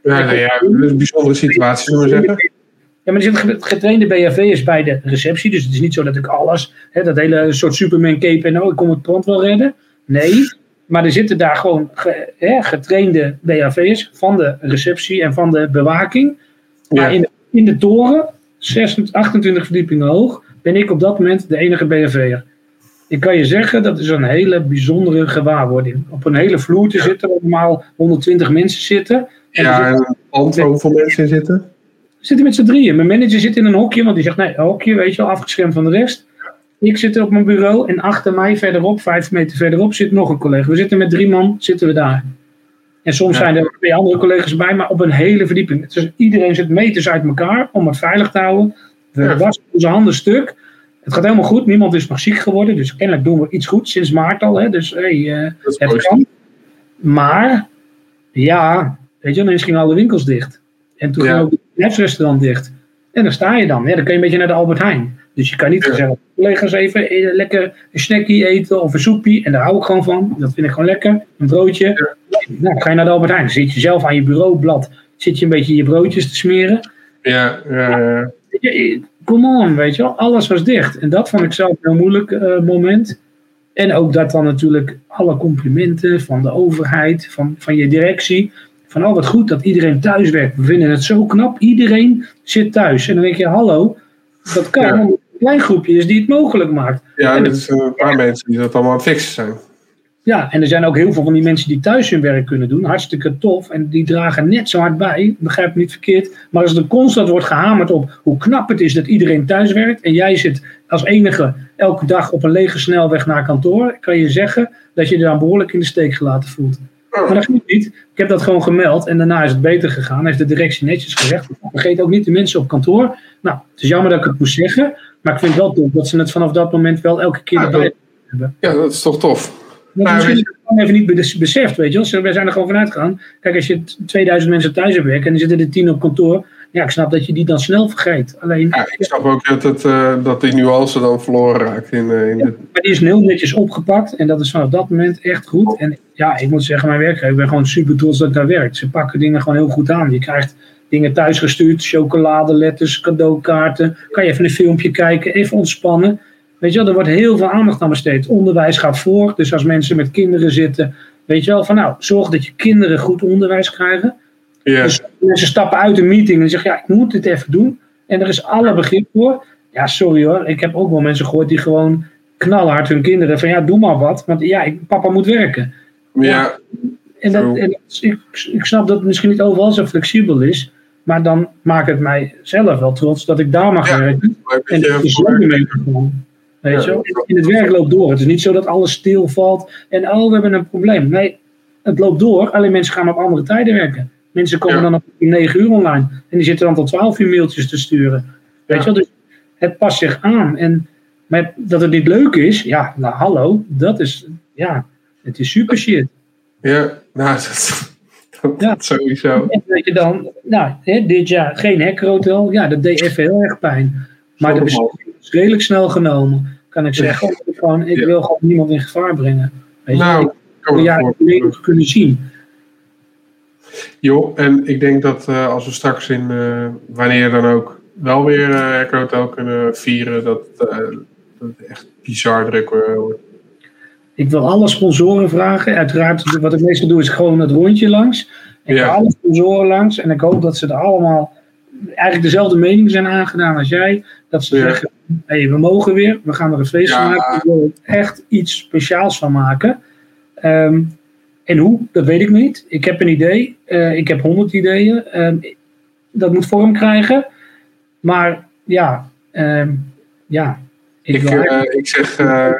dat is een bijzondere situatie, zullen we zeggen. Ja, maar er zitten getrainde BHV'ers bij de receptie. Dus het is niet zo dat ik alles, dat hele soort Superman cape en ik kom het pand wel redden. Nee, maar er zitten daar gewoon getrainde BHV'ers van de receptie en van de bewaking. Ja. Maar in de toren, 28 verdiepingen hoog, ben ik op dat moment de enige BHV'er. Ik kan je zeggen, dat is een hele bijzondere gewaarwording. Op een hele vloer te zitten, waar normaal 120 mensen zitten. En een pand waar hoeveel mensen in zitten? We zitten met z'n drieën. Mijn manager zit in een hokje, want die zegt, nee, hokje, weet je wel, afgeschermd van de rest. Ik zit op mijn bureau en achter mij verderop, 5 meter verderop, zit nog een collega. We zitten met 3 man, zitten we daar. En soms zijn er 2 andere collega's bij, maar op een hele verdieping. Dus iedereen zit meters uit elkaar om het veilig te houden. We wassen onze handen stuk. Het gaat helemaal goed, niemand is nog ziek geworden. Dus kennelijk doen we iets goed, sinds maart al. Hè? Dus het kan. Maar, ja, weet je, ineens gingen alle winkels dicht. En toen ging ook het restaurant dicht. En dan sta je dan. Dan kan je een beetje naar de Albert Heijn. Dus je kan niet zeggen, collega's even lekker een snackie eten of een soepie. En daar hou ik gewoon van. Dat vind ik gewoon lekker. Een broodje. Ja. Nou, dan ga je naar de Albert Heijn. Dan zit je zelf aan je bureaublad. Zit je een beetje je broodjes te smeren. Ja. Come on, weet je wel. Alles was dicht. En dat vond ik zelf een heel moeilijk moment. En ook dat dan natuurlijk alle complimenten van de overheid, van je directie. Van wat goed dat iedereen thuis werkt. We vinden het zo knap. Iedereen zit thuis. En dan denk je, hallo, dat kan omdat het een klein groepje is die het mogelijk maakt. Ja, en er zijn een paar mensen die dat allemaal aan het fixen zijn. Ja, en er zijn ook heel veel van die mensen die thuis hun werk kunnen doen. Hartstikke tof. En die dragen net zo hard bij. Begrijp me niet verkeerd. Maar als er constant wordt gehamerd op hoe knap het is dat iedereen thuis werkt. En jij zit als enige elke dag op een lege snelweg naar kantoor. Kan je zeggen dat je je dan behoorlijk in de steek gelaten voelt. Maar dat geeft niet. Ik heb dat gewoon gemeld. En daarna is het beter gegaan. Heeft de directie netjes gezegd. Vergeet ook niet de mensen op kantoor. Nou, het is jammer dat ik het moest zeggen. Maar ik vind het wel tof dat ze het vanaf dat moment wel elke keer erbij hebben. Ja, dat is toch tof. Maar misschien is het gewoon even niet beseft, weet je wel. We zijn er gewoon vanuit gegaan. Kijk, als je 2000 mensen thuis hebt werken en er zitten er 10 op kantoor. Ja, ik snap dat je die dan snel vergeet. Alleen, ik snap ook dat die nuance dan verloren raakt. Maar die is heel netjes opgepakt en dat is vanaf dat moment echt goed. En ja, ik moet zeggen, mijn werkgever, ik ben gewoon super trots dat ik daar werk. Ze pakken dingen gewoon heel goed aan. Je krijgt dingen thuis gestuurd, chocoladeletters, cadeaukaarten. Kan je even een filmpje kijken, even ontspannen. Weet je wel, er wordt heel veel aandacht aan besteed. Onderwijs gaat voor, dus als mensen met kinderen zitten, weet je wel, van nou, zorg dat je kinderen goed onderwijs krijgen. Yeah. Dus mensen stappen uit een meeting en zeggen, ja, ik moet dit even doen. En er is alle begrip voor. Ja, sorry hoor, ik heb ook wel mensen gehoord die gewoon knalhard hun kinderen van, ja, doe maar wat, want ja, papa moet werken. Ja. Ik snap dat het misschien niet overal zo flexibel is, maar dan maakt het mij zelf wel trots dat ik daar mag werken. En dat is ook mee gegaan. Weet je wel? En het werk loopt door. Het is niet zo dat alles stilvalt en we hebben een probleem. Nee, het loopt door. Alleen mensen gaan op andere tijden werken. Mensen komen dan op 9 uur online. En die zitten dan tot 12 uur mailtjes te sturen. Weet je wel? Dus het past zich aan. Maar dat het niet leuk is, ja, nou hallo, dat is, ja, het is super shit. Ja, nou, dat sowieso. En weet je dan, nou, dit jaar geen hackerhotel. Ja, dat deed even heel erg pijn. Maar de beslissing is redelijk snel genomen, kan ik zeggen. Ik wil gewoon niemand in gevaar brengen. Weet je, ik wil het kunnen zien. Jo, en ik denk dat als we straks wanneer dan ook wel weer hackerhotel kunnen vieren, dat het echt bizar druk wordt. Ik wil alle sponsoren vragen. Uiteraard, wat ik meestal doe, is gewoon het rondje langs. Ik ga alle sponsoren langs en ik hoop dat ze er allemaal eigenlijk dezelfde mening zijn aangedaan als jij. Dat ze zeggen, hey, we mogen weer, we gaan er een feest van maken. Ik wil er echt iets speciaals van maken. En hoe, dat weet ik niet. Ik heb een idee. Ik heb 100 ideeën. Dat moet vorm krijgen. Maar ik zeg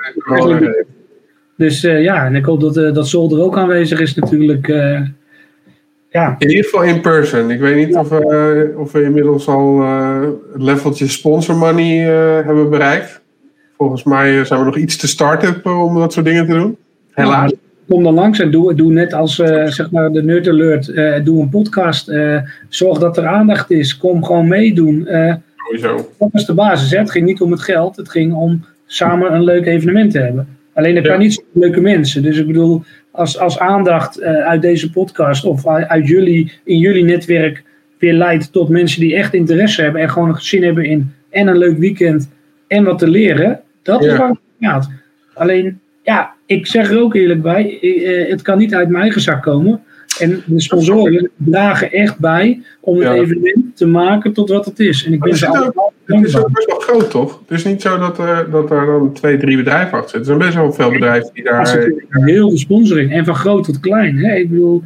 dus en ik hoop dat Sol er ook aanwezig is natuurlijk. In ieder geval in person. Ik weet niet of we inmiddels al het leveltje sponsor money hebben bereikt. Volgens mij zijn we nog iets te start-up om dat soort dingen te doen. Helaas. Kom dan langs en doe net als zeg maar de Nerd Alert. Doe een podcast. Zorg dat er aandacht is. Kom gewoon meedoen. Sowieso. Dat was de basis. Hè? Het ging niet om het geld. Het ging om samen een leuk evenement te hebben. Alleen dat kan niet zo leuke mensen. Dus ik bedoel, als aandacht uit deze podcast of uit jullie netwerk weer leidt tot mensen die echt interesse hebben en gewoon zin hebben in en een leuk weekend en wat te leren, dat is waar het gaat. Alleen, ja, ik zeg er ook eerlijk bij, het kan niet uit mijn eigen zak komen. En de sponsoren dragen echt bij om het evenement te maken tot wat het is. En ik ben het is ook best wel groot, toch? Het is niet zo dat er dan 2, 3 bedrijven achter zitten. Er zijn best wel veel bedrijven die daar... Heel de sponsoring. En van groot tot klein. Hè? Ik bedoel...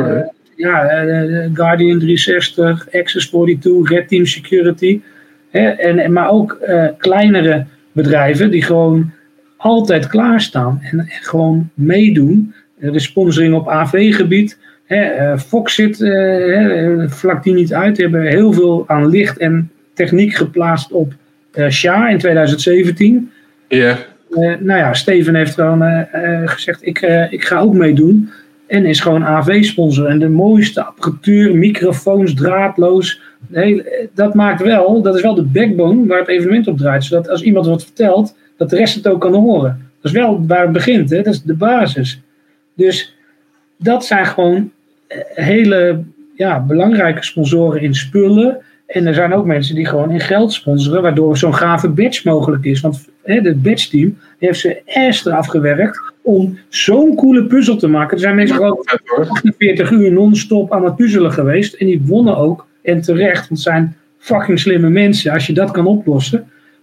Guardian 360, Access 42, Red Team Security. Hè? Maar ook kleinere bedrijven die gewoon altijd klaarstaan. En gewoon meedoen. Er is sponsoring op AV-gebied. Fox zit vlak die niet uit. Die hebben heel veel aan licht en techniek geplaatst op SHA in 2017. Ja. Steven heeft gewoon gezegd, ik ga ook meedoen. En is gewoon AV-sponsor. En de mooiste apparatuur, microfoons, draadloos. Dat is wel de backbone waar het evenement op draait. Zodat als iemand wat vertelt, dat de rest het ook kan horen. Dat is wel waar het begint. Hè? Dat is de basis. Dus dat zijn gewoon hele belangrijke sponsoren in spullen. En er zijn ook mensen die gewoon in geld sponsoren, waardoor zo'n gave badge mogelijk is. Want het badge team heeft ze eerst eraf gewerkt om zo'n coole puzzel te maken. Er zijn mensen gewoon 48 uur non-stop aan het puzzelen geweest. En die wonnen ook. En terecht, want het zijn fucking slimme mensen als je dat kan oplossen.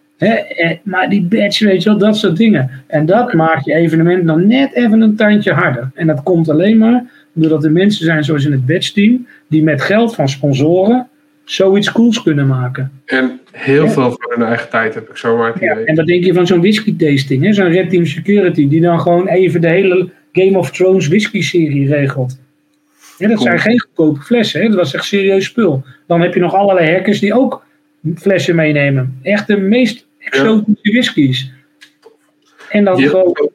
Maar die badge, weet je wel, dat soort dingen. En dat maakt je evenement dan net even een tandje harder. En dat komt alleen maar doordat er mensen zijn zoals in het badge team, die met geld van sponsoren zoiets cools kunnen maken. En heel veel voor hun eigen tijd, heb ik zomaar het idee. En wat denk je van zo'n whisky tasting? Hè? Zo'n Red Team Security die dan gewoon even de hele Game of Thrones whisky serie regelt. Dat zijn geen goedkope flessen. Hè? Dat was echt serieus spul. Dan heb je nog allerlei hackers die ook flessen meenemen. Echt de meest exotische whiskies. En dan gewoon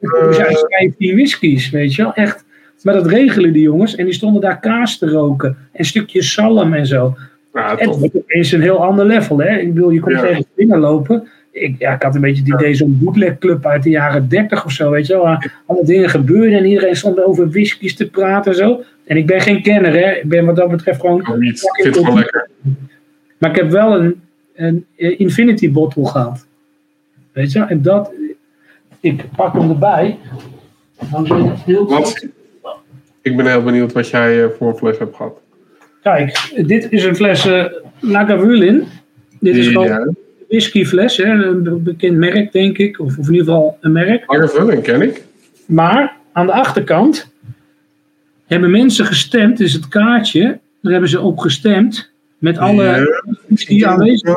15 whiskies, weet je wel. Echt. Maar dat regelen die jongens. En die stonden daar kaas te roken. En stukjes zalm en zo. Ja, het wordt opeens een heel ander level. Hè? Ik bedoel, je komt tegen binnenlopen. Ik had een beetje het idee, zo'n bootlegclub uit de jaren 30 of zo. Weet je wel, waar alle dingen gebeurden. En iedereen stond over whiskies te praten en zo. En ik ben geen kenner. Hè? Ik ben wat dat betreft gewoon... Ik vind het wel lekker. Maar ik heb wel een Infinity bottle gehad. Weet je? En dat... Ik pak hem erbij. Dan ben ik heel goed. Ik ben heel benieuwd wat jij voor een fles hebt gehad. Kijk, dit is een fles Lagavulin. Dit is gewoon een whiskyfles. Hè? Een bekend merk, denk ik. Of in ieder geval een merk. Lagavulin ken ik. Maar aan de achterkant hebben mensen gestemd. Dit is het kaartje. Daar hebben ze op gestemd. Met alle die aanwezig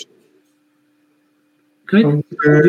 waren.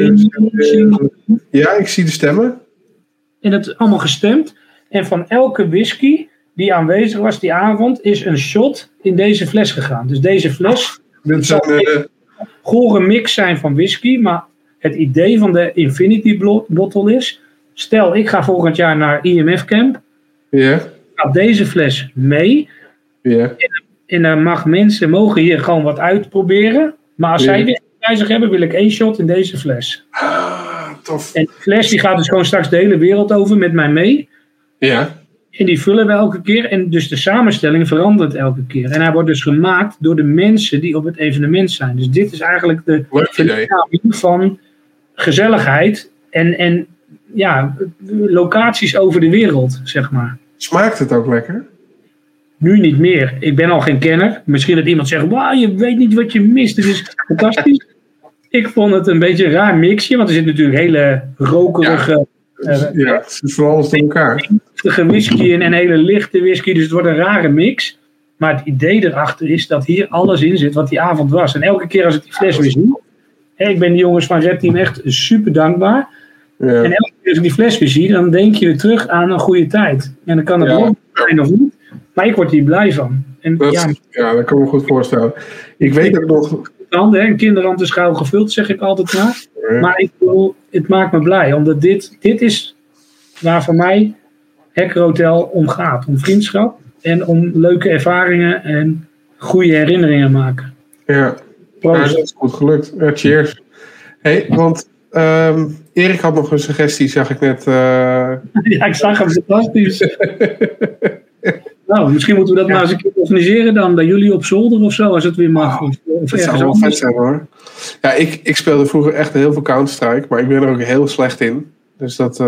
Ja, ik zie de stemmen. En dat is allemaal gestemd. En van elke whisky die aanwezig was die avond, is een shot in deze fles gegaan. Dus deze fles zal een gore mix zijn van whisky, maar het idee van de Infinity bottle is, stel ik ga volgend jaar naar IMF Camp, gaat deze fles mee, en dan mogen hier gewoon wat uitproberen, maar als zij whisky bij zich hebben, wil ik 1 shot in deze fles. Tof. En de fles die gaat dus gewoon straks de hele wereld over met mij mee. Ja. En die vullen we elke keer. En dus de samenstelling verandert elke keer. En hij wordt dus gemaakt door de mensen die op het evenement zijn. Dus dit is eigenlijk de vertaling van gezelligheid. En locaties over de wereld, zeg maar. Smaakt het ook lekker? Nu niet meer. Ik ben al geen kenner. Misschien dat iemand zegt, wauw, je weet niet wat je mist. Het is fantastisch. Ik vond het een beetje een raar mixje. Want er zit natuurlijk hele rokerige... het zit van alles door elkaar. Whisky en een hele lichte whisky. Dus het wordt een rare mix. Maar het idee erachter is dat hier alles in zit wat die avond was. En elke keer als ik die fles weer zie. Ik ben die jongens van Red Team echt super dankbaar. Ja. En elke keer als ik die fles weer zie, dan denk je weer terug aan een goede tijd. En dan kan het wel zijn of niet. Maar ik word hier blij van. En, dat kan ik me goed voorstellen. Ik weet ook nog... Een kinderhand is gauw gevuld, zeg ik altijd maar. Ja. Maar ik bedoel, het maakt me blij. Omdat dit is waar voor mij Hacker Hotel om gaat. Om vriendschap en om leuke ervaringen en goede herinneringen maken. Ja, dat is goed gelukt. Cheers. Hey, want Erik had nog een suggestie, zag ik net. Ja, ik zag hem fantastisch. Nou, misschien moeten we dat maar eens een keer organiseren dan. Bij jullie op zolder of zo, als het weer mag. Of dat zou wel vet zijn hoor. Ja, ik speelde vroeger echt heel veel Counter-Strike, maar ik ben er ook heel slecht in. Dus dat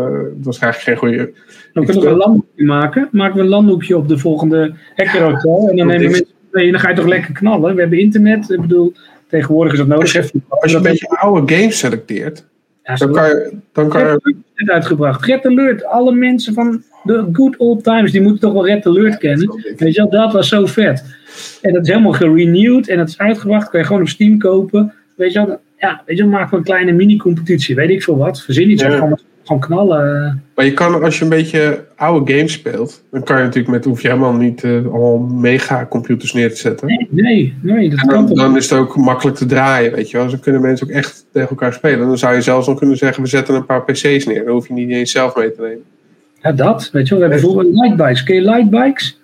was eigenlijk geen goede... Dan kunnen we een landhoekje maken. Maken we een landhoekje op de volgende Hacker Hotel. En dan nemen mensen mee. Dan ga je toch lekker knallen. We hebben internet. Ik bedoel, tegenwoordig is dat nodig. Als je een beetje oude games selecteert, ja, dan kan je... Het uitgebracht. Red Alert. Alle mensen van de good old times, die moeten toch wel Red Alert kennen. Weet je wel, dat was zo vet. En dat is helemaal gerenewed. En dat is uitgebracht. Kan je gewoon op Steam kopen. Weet je wel, ja, weet je wel, maken we een kleine mini-competitie. Weet ik veel wat. Verzin iets. Gewoon knallen. Maar je kan, als je een beetje oude games speelt, dan kan je natuurlijk hoef je helemaal niet al mega computers neer te zetten. Nee, dat kan toch. Dan is het ook makkelijk te draaien, weet je wel. Dus dan kunnen mensen ook echt tegen elkaar spelen. Dan zou je zelfs nog kunnen zeggen, we zetten een paar PC's neer. Dan hoef je niet eens zelf mee te nemen. Ja, dat, weet je wel. We hebben bijvoorbeeld lightbikes. Ken je lightbikes?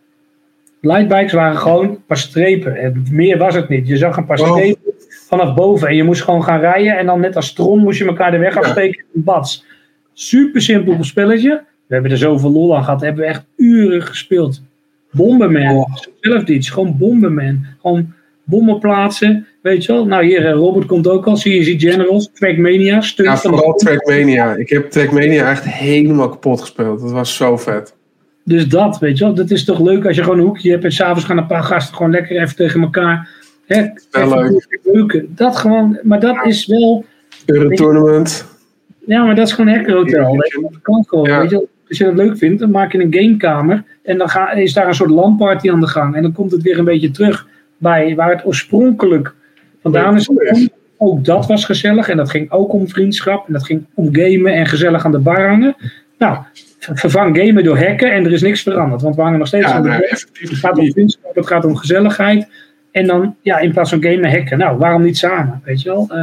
Lightbikes waren gewoon een paar strepen. Meer was het niet. Je zag een paar strepen vanaf boven. En je moest gewoon gaan rijden. En dan net als Tron moest je elkaar de weg afsteken in bats. Super simpel spelletje. We hebben er zoveel lol aan gehad. Hebben we echt uren gespeeld. Bomberman. Zelfde iets. Gewoon Bomberman. Gewoon bommen plaatsen. Weet je wel. Nou hier, Robert komt ook al. CNC Generals. Trackmania. Ja, vooral Trackmania. Ik heb Trackmania echt helemaal kapot gespeeld. Dat was zo vet. Dus dat, weet je wel. Dat is toch leuk als je gewoon een hoekje hebt. En s'avonds gaan een paar gasten gewoon lekker even tegen elkaar. Hè, wel leuk. Dat gewoon. Maar dat is wel... Eurotournament. Ja, maar dat is gewoon Hacker Hotel. Dat kan gewoon. Ja. Weet je, als je dat leuk vindt, dan maak je een gamekamer. En dan is daar een soort LAN-party aan de gang. En dan komt het weer een beetje terug bij waar het oorspronkelijk vandaan is. Ook dat was gezellig. En dat ging ook om vriendschap. En dat ging om gamen en gezellig aan de bar hangen. Nou, vervang gamen door hacken. En er is niks veranderd. Want we hangen nog steeds aan de bar. Het gaat om vriendschap, het gaat om gezelligheid. En dan, ja, in plaats van gamen, hacken. Nou, waarom niet samen? Weet je wel?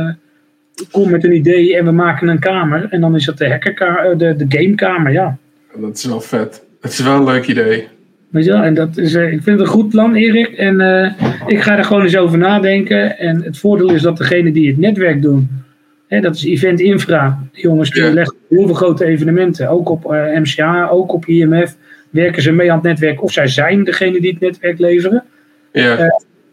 Kom met een idee en we maken een kamer. En dan is dat de gamekamer, ja. Dat is wel vet. Het is wel een leuk idee. Weet je wel? En dat is, ik vind het een goed plan, Erik. En ik ga er gewoon eens over nadenken. En het voordeel is dat degene die het netwerk doen, dat is Event Infra. Die jongens die leggen heel veel grote evenementen. Ook op MCA, ook op IMF. Werken ze mee aan het netwerk. Of zij zijn degene die het netwerk leveren. Ja.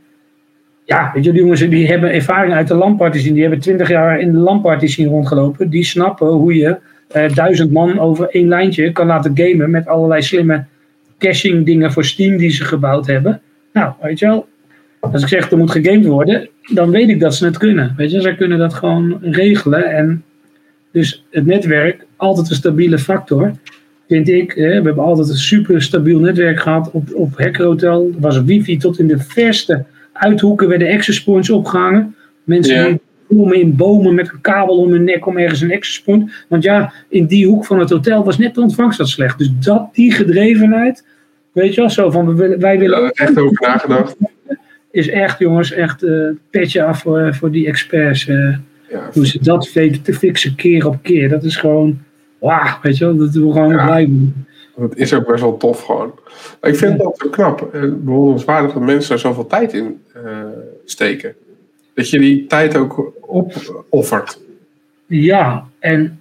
Ja, weet je, die jongens die hebben ervaring uit de LAN-parties. Die hebben 20 jaar in de LAN-parties zien rondgelopen. Die snappen hoe je 1000 man over één lijntje kan laten gamen. Met allerlei slimme caching dingen voor Steam die ze gebouwd hebben. Nou, weet je wel. Als ik zeg er moet gegamed worden, dan weet ik dat ze het kunnen. Weet je, zij kunnen dat gewoon regelen. En dus het netwerk, altijd een stabiele factor. Vind ik, we hebben altijd een super stabiel netwerk gehad op Hacker Hotel. Er was wifi tot in de verste uithoeken werden access points opgehangen. Mensen die klommen in bomen met een kabel om hun nek om ergens een access point. Want ja, in die hoek van het hotel was net de ontvangst dat slecht. Dus die gedrevenheid, weet je wel, zo van wij willen... Ja, echt over nagedacht. Is echt, jongens, echt petje af voor die experts. Hoe ze dat weten te fixen keer op keer. Dat is gewoon, wauw, weet je wel, dat we gewoon blijven. Dat is ook best wel tof gewoon. Maar ik vind het altijd zo knap en bewonderenswaardig dat mensen daar zoveel tijd in steken. Dat je die tijd ook opoffert. Ja, en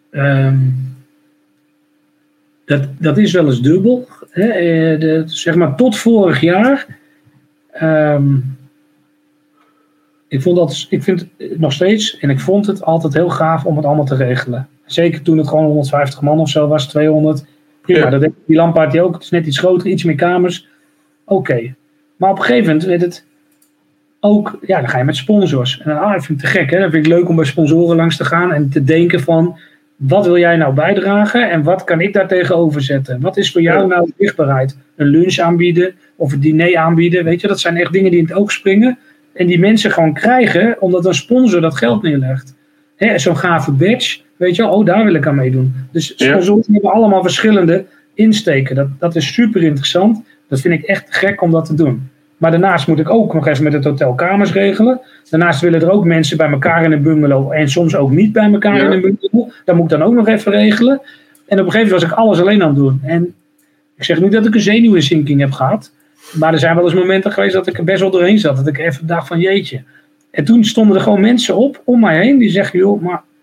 dat is wel eens dubbel. Hè? Zeg maar tot vorig jaar. Ik vind het nog steeds, en ik vond het altijd heel gaaf om het allemaal te regelen. Zeker toen het gewoon 150 man of zo was, 200. Prima, dat deed die LAN-party ook. Het is net iets groter, iets meer kamers. Oké. Maar op een gegeven moment werd het ook, ja, dan ga je met sponsors. En ik vind het te gek, hè. Dan vind ik leuk om bij sponsoren langs te gaan en te denken van, wat wil jij nou bijdragen en wat kan ik daar tegenover zetten? Wat is voor jou nou zichtbaarheid? Een lunch aanbieden of een diner aanbieden, weet je, dat zijn echt dingen die in het oog springen en die mensen gewoon krijgen omdat een sponsor dat geld neerlegt. Zo'n gave badge, weet je, daar wil ik aan meedoen. Dus sponsoren hebben allemaal verschillende insteken. Dat is super interessant. Dat vind ik echt gek om dat te doen. Maar daarnaast moet ik ook nog even met het hotel kamers regelen. Daarnaast willen er ook mensen bij elkaar in een bungalow. En soms ook niet bij elkaar in een bungalow. Dat moet ik dan ook nog even regelen. En op een gegeven moment was ik alles alleen aan het doen. En ik zeg niet dat ik een zenuwinzinking heb gehad. Maar er zijn wel eens momenten geweest dat ik er best wel doorheen zat. Dat ik even dacht van jeetje. En toen stonden er gewoon mensen op om mij heen. Die zeggen, joh, maar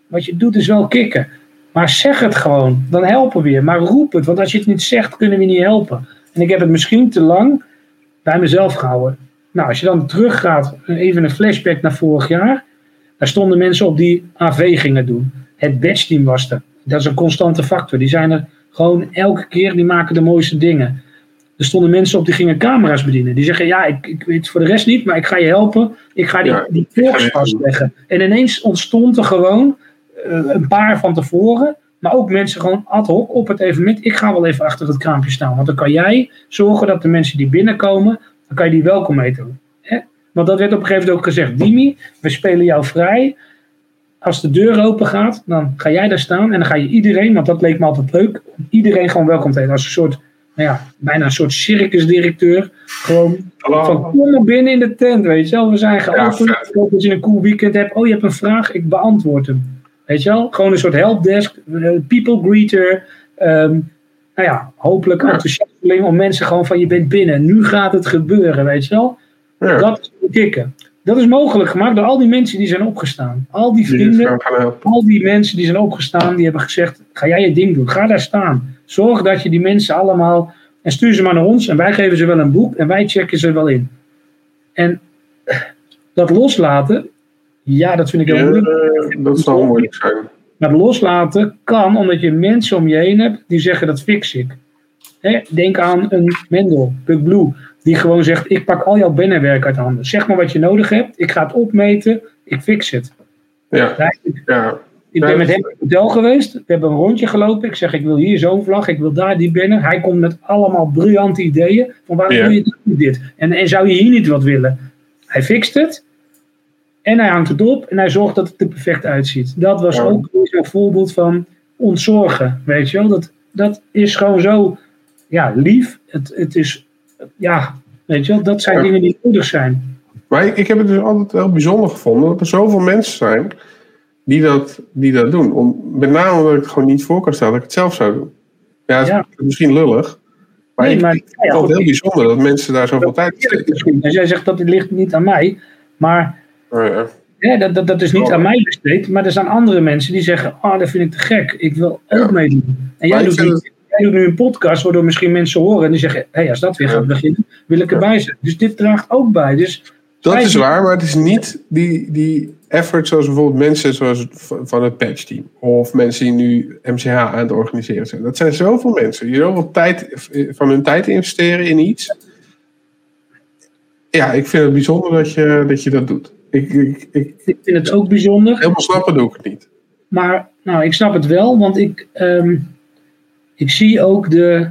wat je doet is wel kicken. Maar zeg het gewoon, dan helpen we je. Maar roep het, want als je het niet zegt, kunnen we niet helpen. En ik heb het misschien te lang bij mezelf gehouden. Nou, als je dan teruggaat, even een flashback naar vorig jaar. Daar stonden mensen op die AV gingen doen. Het badge team was er. Dat is een constante factor. Die zijn er gewoon elke keer, die maken de mooiste dingen. Er stonden mensen op die gingen camera's bedienen. Die zeggen, ja, ik weet het voor de rest niet, maar ik ga je helpen. Ik ga die talks vastleggen. En ineens ontstond er gewoon een paar van tevoren, maar ook mensen gewoon ad hoc op het evenement. Ik ga wel even achter het kraampje staan, want dan kan jij zorgen dat de mensen die binnenkomen, dan kan je die welkom heten. Want dat werd op een gegeven moment ook gezegd. Dimi, we spelen jou vrij. Als de deur open gaat, dan ga jij daar staan en dan ga je iedereen, want dat leek me altijd leuk, iedereen gewoon welkom te heten. Als een soort, bijna een soort circusdirecteur. Gewoon van kom maar binnen in de tent, weet je wel. We zijn geopend. Ik hoop dat je een cool weekend hebt. Oh, je hebt een vraag, ik beantwoord hem. Weet je wel? Gewoon een soort helpdesk, people greeter. Hopelijk enthousiasteling om mensen gewoon van je bent binnen. Nu gaat het gebeuren, weet je wel. Ja. Dat is het dikke. Dat is mogelijk gemaakt door al die mensen die zijn opgestaan. Al die vrienden, al die mensen die zijn opgestaan, die hebben gezegd, ga jij je ding doen, ga daar staan. Zorg dat je die mensen allemaal, en stuur ze maar naar ons en wij geven ze wel een boek en wij checken ze wel in. En dat loslaten, ja, dat vind ik heel moeilijk. Dat zal moeilijk zijn. Maar loslaten kan omdat je mensen om je heen hebt die zeggen dat fix ik. Denk aan een Mendel, Puck Blue, die gewoon zegt, ik pak al jouw bannerwerk uit handen. Zeg maar wat je nodig hebt, ik ga het opmeten, ik fix het. Ik ben met hem in het hotel geweest, we hebben een rondje gelopen, ik zeg, ik wil hier zo'n vlag, ik wil daar die banner. Hij komt met allemaal briljante ideeën, van waarom doe je dit? En zou je hier niet wat willen? Hij fixt het, en hij hangt het op, en hij zorgt dat het er perfect uitziet. Dat was ook zo'n voorbeeld van ontzorgen, weet je wel. Dat is gewoon zo, lief. Het is, weet je wel, dat zijn dingen die nodig zijn. Maar ik heb het dus altijd heel bijzonder gevonden dat er zoveel mensen zijn die dat doen. Met name omdat ik het gewoon niet voor kan stellen dat ik het zelf zou doen. Ja, dat is misschien lullig. Maar ik vind het altijd heel bijzonder dat mensen daar zoveel tijd steken. Als jij zegt dat het ligt niet aan mij, maar dat is niet aan mij besteed. Maar er zijn andere mensen die zeggen, dat vind ik te gek. Ik wil ook meedoen. En jij doet nu een podcast waardoor misschien mensen horen en die zeggen, als dat weer gaat beginnen, wil ik erbij zijn. Dus dit draagt ook bij. Dus dat is waar, maar het is niet die effort zoals bijvoorbeeld mensen zoals van het patchteam. Of mensen die nu MCH aan het organiseren zijn. Dat zijn zoveel mensen die zoveel tijd van hun tijd investeren in iets. Ja, ik vind het bijzonder dat je dat doet. Ik vind het ook bijzonder. Helemaal snappen doe ik het niet. Maar ik snap het wel, want ik zie ook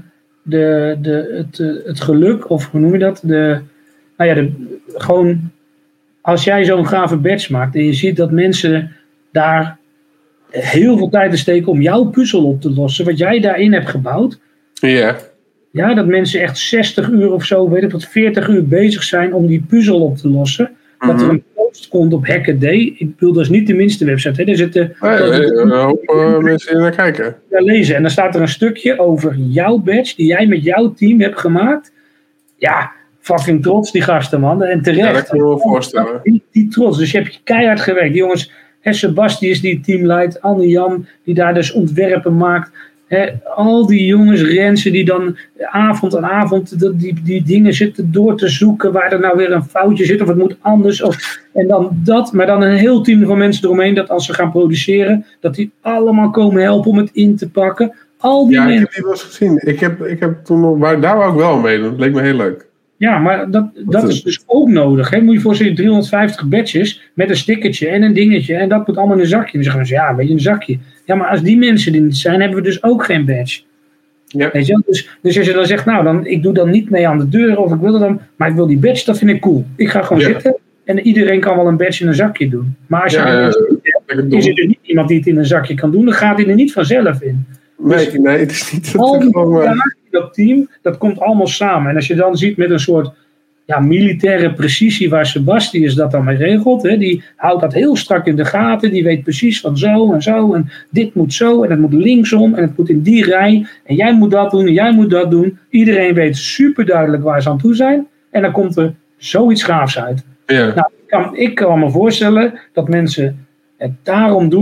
het geluk, of hoe noem je dat? Gewoon, als jij zo'n gave badge maakt en je ziet dat mensen daar heel veel tijd in steken om jouw puzzel op te lossen, wat jij daarin hebt gebouwd. Ja. Ja, dat mensen echt 60 uur of zo, weet ik wat, 40 uur bezig zijn om die puzzel op te lossen. Dat er een post komt op Hackaday. Ik bedoel, dat is niet de minste website. Hè. Er zitten een hoop mensen die naar kijken. Lezen. En dan staat er een stukje over jouw badge die jij met jouw team hebt gemaakt. Ja, fucking trots die gasten, man. En terecht. Ja, dat kan je wel voorstellen. Die trots. Dus je hebt je keihard gewerkt. Die jongens, Sebastius die het team leidt. Anne Jan die daar dus ontwerpen maakt. Al die jongens, Rensen die dan avond aan avond die dingen zitten door te zoeken waar er nou weer een foutje zit of het moet anders. En dan dat, maar dan een heel team van mensen eromheen dat als ze gaan produceren, dat die allemaal komen helpen om het in te pakken. Al die mensen. Ik heb die wel eens gezien. Ik heb toen, daar wou ik wel mee doen. Dat leek me heel leuk. Ja, maar dat is dus ook nodig. Hè? Moet je voorstellen, 350 badges met een stickertje en een dingetje. En dat moet allemaal in een zakje. En dan zeggen ze, een beetje een zakje. Ja, maar als die mensen er niet zijn, hebben we dus ook geen badge. Ja. Weet je? Dus als je dan zegt, ik doe dan niet mee aan de deur. Of ik wil er dan, maar ik wil die badge, dat vind ik cool. Ik ga gewoon zitten. En iedereen kan wel een badge in een zakje doen. Maar als je is er niet iemand die het in een zakje kan doen, dan gaat hij er niet vanzelf in. Nee, het is niet dat team, dat komt allemaal samen. En als je dan ziet met een soort militaire precisie waar Sebastius dat dan mee regelt. Hè, die houdt dat heel strak in de gaten. Die weet precies van zo en zo. En dit moet zo en het moet linksom en het moet in die rij. En jij moet dat doen en jij moet dat doen. Iedereen weet super duidelijk waar ze aan toe zijn. En dan komt er zoiets gaafs uit. Ja. Nou, ik kan me voorstellen dat mensen het daarom doen.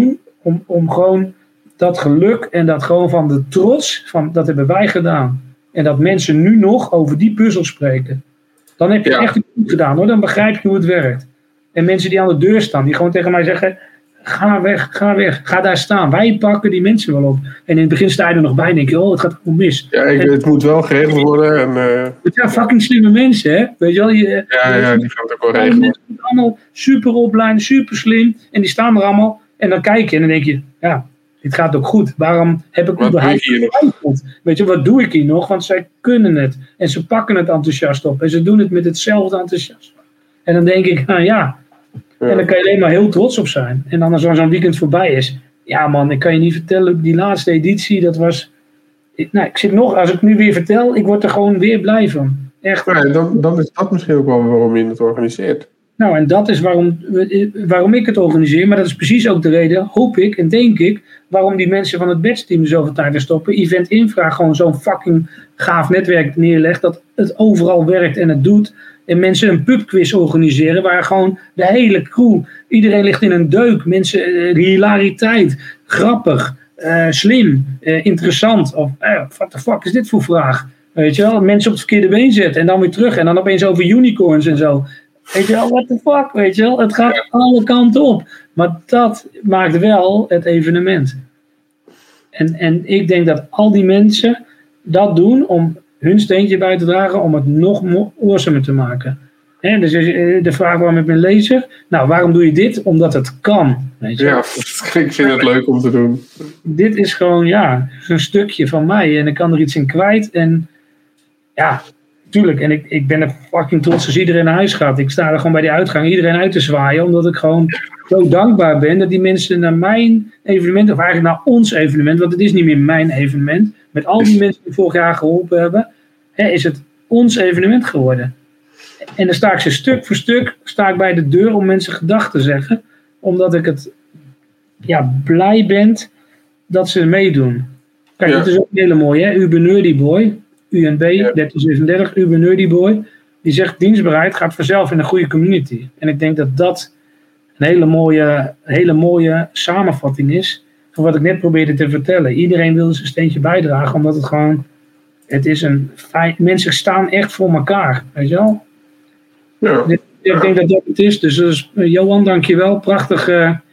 Om gewoon dat geluk en dat gewoon van de trots, van dat hebben wij gedaan. En dat mensen nu nog over die puzzel spreken. Dan heb je echt goed gedaan hoor, dan begrijp je hoe het werkt. En mensen die aan de deur staan, die gewoon tegen mij zeggen, ga weg, ga daar staan. Wij pakken die mensen wel op. En in het begin sta je er nog bij en denk je, het gaat gewoon mis. Ja, het moet wel geregeld worden. Het zijn fucking slimme mensen, hè. Weet je wel? Die gaan het ook wel regelen. Allemaal super opleiden, super slim. En die staan er allemaal. En dan kijk je en dan denk je, ja, dit gaat ook goed. Waarom heb ik überhaupt getwijfeld? Weet je, wat doe ik hier nog? Want zij kunnen het. En ze pakken het enthousiast op. En ze doen het met hetzelfde enthousiasme. En dan denk ik, nou ja. En dan kan je alleen maar heel trots op zijn. En dan als zo'n weekend voorbij is. Ja man, ik kan je niet vertellen. Die laatste editie, dat was... Nou, ik zit nog, als ik nu weer vertel, ik word er gewoon weer blij van. Echt. Ja, dan is dat misschien ook wel waarom je het organiseert. Nou, en dat is waarom ik het organiseer. Maar dat is precies ook de reden, hoop ik en denk ik, waarom die mensen van het badge-team zoveel tijd in stoppen. Event Infra gewoon zo'n fucking gaaf netwerk neerlegt. Dat het overal werkt en het doet. En mensen een pubquiz organiseren waar gewoon de hele crew, iedereen ligt in een deuk. Mensen, de hilariteit, grappig, slim, interessant. Of, what the fuck is dit voor vraag? Weet je wel, mensen op het verkeerde been zetten en dan weer terug. En dan opeens over unicorns en zo. Weet je wel, what the fuck, weet je wel. Het gaat alle kanten op. Maar dat maakt wel het evenement. En ik denk dat al die mensen dat doen om hun steentje bij te dragen om het nog awesomer te maken. Dus de vraag waarom ik ben lezer. Nou, waarom doe je dit? Omdat het kan. Weet je? Ja, ik vind het leuk om te doen. Dit is gewoon, een stukje van mij. En ik kan er iets in kwijt. En ja, tuurlijk. En ik ben er fucking trots als iedereen naar huis gaat. Ik sta er gewoon bij die uitgang iedereen uit te zwaaien. Omdat ik gewoon zo dankbaar ben dat die mensen naar mijn evenement, of eigenlijk naar ons evenement, want het is niet meer mijn evenement. Met al die mensen die vorig jaar geholpen hebben, is het ons evenement geworden. En dan sta ik ze stuk voor stuk bij de deur om mensen gedag te zeggen. Omdat ik het blij ben dat ze meedoen. Kijk, dit is ook een hele mooie. Hè? Uber Nerdy Boy, UNB 1337, Uber Nerdy Boy. Die zegt dienstbaarheid gaat vanzelf in een goede community. En ik denk dat dat een hele mooie samenvatting is van wat ik net probeerde te vertellen. Iedereen wil zijn steentje bijdragen, omdat het gewoon, het is een feit, mensen staan echt voor elkaar, weet je wel? Ja. Ik denk dat dat het is. Dus Johan, dankjewel. Prachtig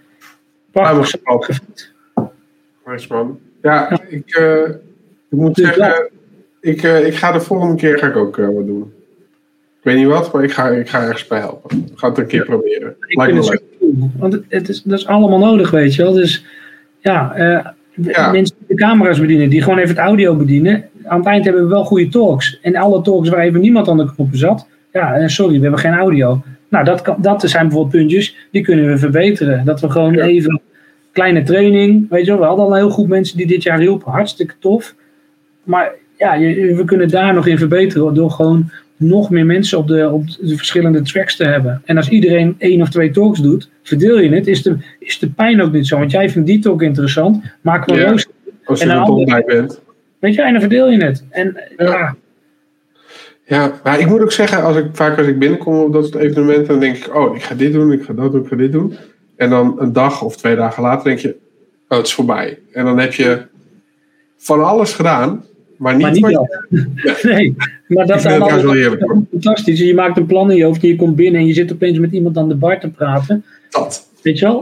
samengevat. Nice man. Ja, ik moet zeggen, ik ga de volgende keer ook wat doen. Ik weet niet wat, maar ik ga ergens bij helpen. Ik ga het een keer proberen. Lijkt me leuk. Cool, want dat is allemaal nodig, weet je wel. Dus mensen die de camera's bedienen, die gewoon even het audio bedienen. Aan het eind hebben we wel goede talks. En alle talks waar even niemand aan de knoppen zat. Ja, sorry, we hebben geen audio. Nou, dat zijn bijvoorbeeld puntjes, die kunnen we verbeteren. Dat we gewoon even, kleine training, weet je wel. We hadden al een heel goed mensen die dit jaar hielpen. Hartstikke tof. Maar we kunnen daar nog in verbeteren door gewoon nog meer mensen op de verschillende tracks te hebben. En als iedereen 1 of 2 talks doet, verdeel je het, is de pijn ook niet zo. Want jij vindt die talk interessant, maak we een rooster. Als je er dom bij bent. Weet je, en dan verdeel je het. En ja, maar ik moet ook zeggen, als ik binnenkom op dat soort evenementen, dan denk ik, ik ga dit doen, ik ga dat doen, ik ga dit doen. En dan een dag of 2 dagen later denk je, het is voorbij. En dan heb je van alles gedaan, maar niet wat Nee, maar dat is wel heerlijk, fantastisch. Je maakt een plan in je hoofd en je komt binnen en je zit opeens met iemand aan de bar te praten. Dat. Weet je wel?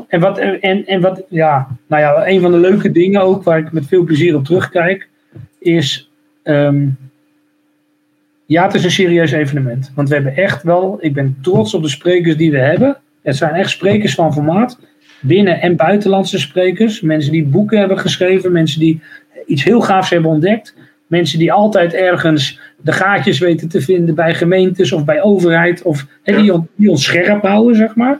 Een van de leuke dingen ook, waar ik met veel plezier op terugkijk, is, het is een serieus evenement. Want we hebben echt wel, ik ben trots op de sprekers die we hebben. Het zijn echt sprekers van formaat. Binnen- en buitenlandse sprekers. Mensen die boeken hebben geschreven. Mensen die iets heel gaafs hebben ontdekt. Mensen die altijd ergens de gaatjes weten te vinden bij gemeentes of bij overheid. Of die ons scherp houden, zeg maar.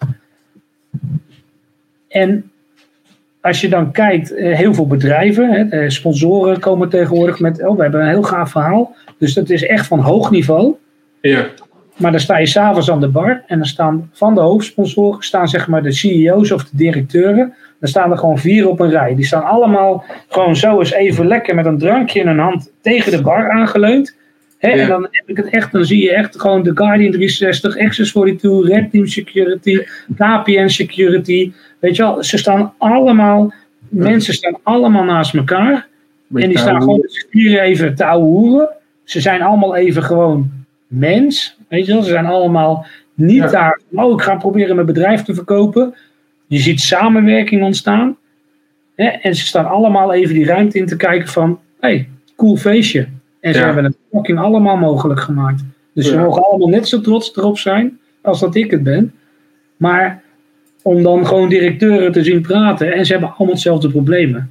En als je dan kijkt, heel veel bedrijven, sponsoren komen tegenwoordig met, we hebben een heel gaaf verhaal. Dus dat is echt van hoog niveau. Ja. Maar dan sta je s'avonds aan de bar en dan staan van de hoofdsponsoren, staan zeg maar de CEO's of de directeuren. Dan staan er gewoon 4 op een rij. Die staan allemaal gewoon zo eens even lekker met een drankje in hun hand tegen de bar aangeleund. En dan heb ik het echt, dan zie je echt gewoon de Guardian 360, Access 42, Red Team Security, KPN Security. Weet je wel, ze staan allemaal Mensen staan allemaal naast elkaar. En die staan gewoon hier even te ouwehoeren. Ze zijn allemaal even gewoon mens. Weet je wel? Ze zijn allemaal niet daar. Oh, ik ga proberen mijn bedrijf te verkopen. Je ziet samenwerking ontstaan. Hè? En ze staan allemaal even die ruimte in te kijken van... Hey, cool feestje. En ze hebben het fucking allemaal mogelijk gemaakt. Dus ze mogen allemaal net zo trots erop zijn als dat ik het ben. Maar om dan gewoon directeuren te zien praten. En ze hebben allemaal hetzelfde problemen.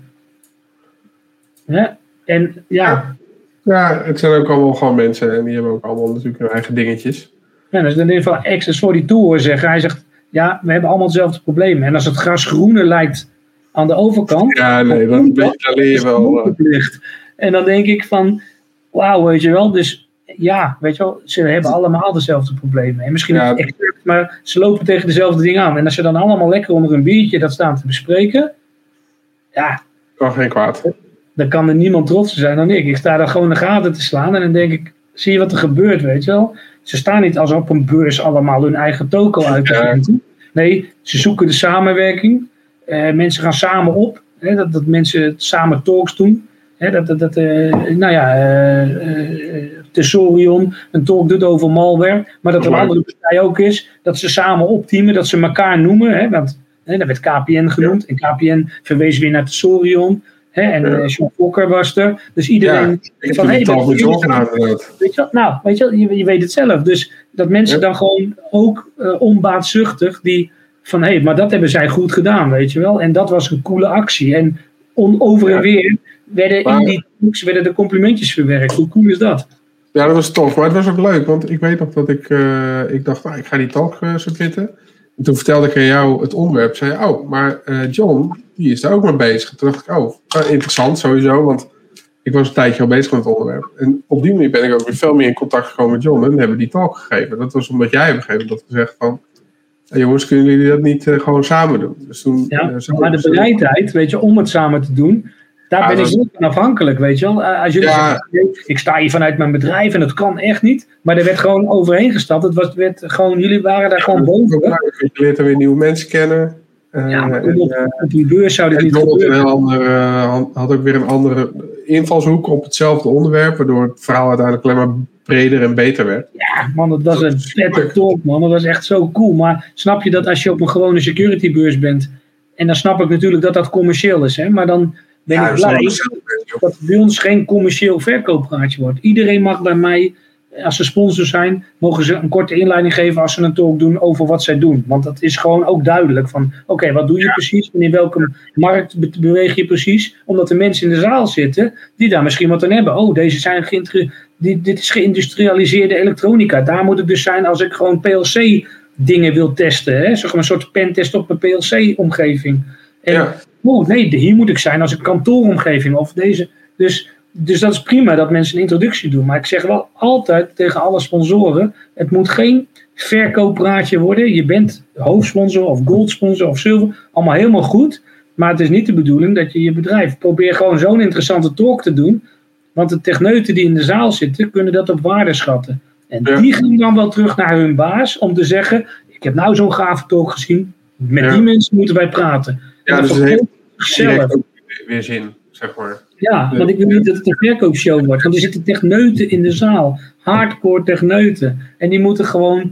En ja, het zijn ook allemaal gewoon mensen. En die hebben ook allemaal natuurlijk hun eigen dingetjes. Ja, dus dan denk je van Access 42 hoor zeggen. Hij zegt, ja, we hebben allemaal hetzelfde probleem. En als het gras groener lijkt aan de overkant. Ja, nee, dan leer je wel. En dan denk ik van, wauw, weet je wel. Dus ja, weet je wel, ze hebben allemaal dezelfde problemen. En misschien niet exact, maar ze lopen tegen dezelfde dingen aan. En als ze dan allemaal lekker onder een biertje dat staan te bespreken. Ja. Kan geen kwaad. Dan kan er niemand trotser zijn dan ik. Ik sta daar gewoon de gaten te slaan. En dan denk ik, zie je wat er gebeurt, weet je wel. Ze staan niet als op een beurs allemaal hun eigen toko uit te vinden. Nee, ze zoeken de samenwerking. Mensen gaan samen op. Dat mensen samen talks doen. Tesorion een talk doet over malware. Maar dat er een andere partij ook is. Dat ze samen opteamen. Dat ze elkaar noemen. Want dat werd KPN genoemd. En KPN verwees weer naar Tesorion. En John Fokker was er. Dus iedereen... weet je weet het zelf. Dus dat mensen dan gewoon ook onbaatzuchtig die van maar dat hebben zij goed gedaan, weet je wel. En dat was een coole actie. En over en weer werden in die talks de complimentjes verwerkt. Hoe cool is dat? Ja, dat was tof. Maar het was ook leuk. Want ik weet nog dat ik dacht, ik ga die talk submitten. En toen vertelde ik aan jou het onderwerp. Zei je, maar John, die is daar ook mee bezig. Toen dacht ik, interessant sowieso. Want ik was een tijdje al bezig met het onderwerp. En op die manier ben ik ook weer veel meer in contact gekomen met John. En hebben we die talk gegeven. Dat was omdat jij op een gegeven moment had gezegd van... jongens, kunnen jullie dat niet gewoon samen doen? Dus toen, maar de bereidheid, weet je, om het samen te doen... Daar ben ik niet van afhankelijk, weet je wel. Als jullie zeggen, ik sta hier vanuit mijn bedrijf en dat kan echt niet. Maar er werd gewoon overheen gestapt. Jullie waren daar gewoon boven. Je leert er weer nieuwe mensen kennen. Op die beurs zou dit niet gebeuren. Had ook weer een andere invalshoek op hetzelfde onderwerp. Waardoor het verhaal uiteindelijk alleen maar breder en beter werd. Ja, man, dat was een vette talk, man. Dat was echt zo cool. Maar snap je dat als je op een gewone securitybeurs bent... En dan snap ik natuurlijk dat commercieel is, hè. Maar dan... ben ik blij dat het bij ons geen commercieel verkooppraatje wordt. Iedereen mag bij mij, als ze sponsor zijn, mogen ze een korte inleiding geven als ze een talk doen over wat zij doen. Want dat is gewoon ook duidelijk van, oké, wat doe je precies en in welke markt beweeg je precies? Omdat er mensen in de zaal zitten die daar misschien wat aan hebben. Oh, deze zijn dit is geïndustrialiseerde elektronica. Daar moet het dus zijn als ik gewoon PLC dingen wil testen. Hè? Zeg maar een soort pentest op een PLC-omgeving. Nee, hier moet ik zijn als een kantooromgeving of deze. Dus dat is prima dat mensen een introductie doen. Maar ik zeg wel altijd tegen alle sponsoren, het moet geen verkooppraatje worden. Je bent hoofdsponsor of goldsponsor of zilver. Allemaal helemaal goed. Maar het is niet de bedoeling dat je bedrijf... Probeer gewoon zo'n interessante talk te doen. Want de techneuten die in de zaal zitten, kunnen dat op waarde schatten. En die gaan dan wel terug naar hun baas om te zeggen, ik heb nou zo'n gave talk gezien. Met die mensen moeten wij praten. Ja, dus het heeft ook weer zin, zeg maar. Ja, want ik wil niet dat het een verkoopshow wordt. Want er zitten techneuten in de zaal. Hardcore techneuten. En die moeten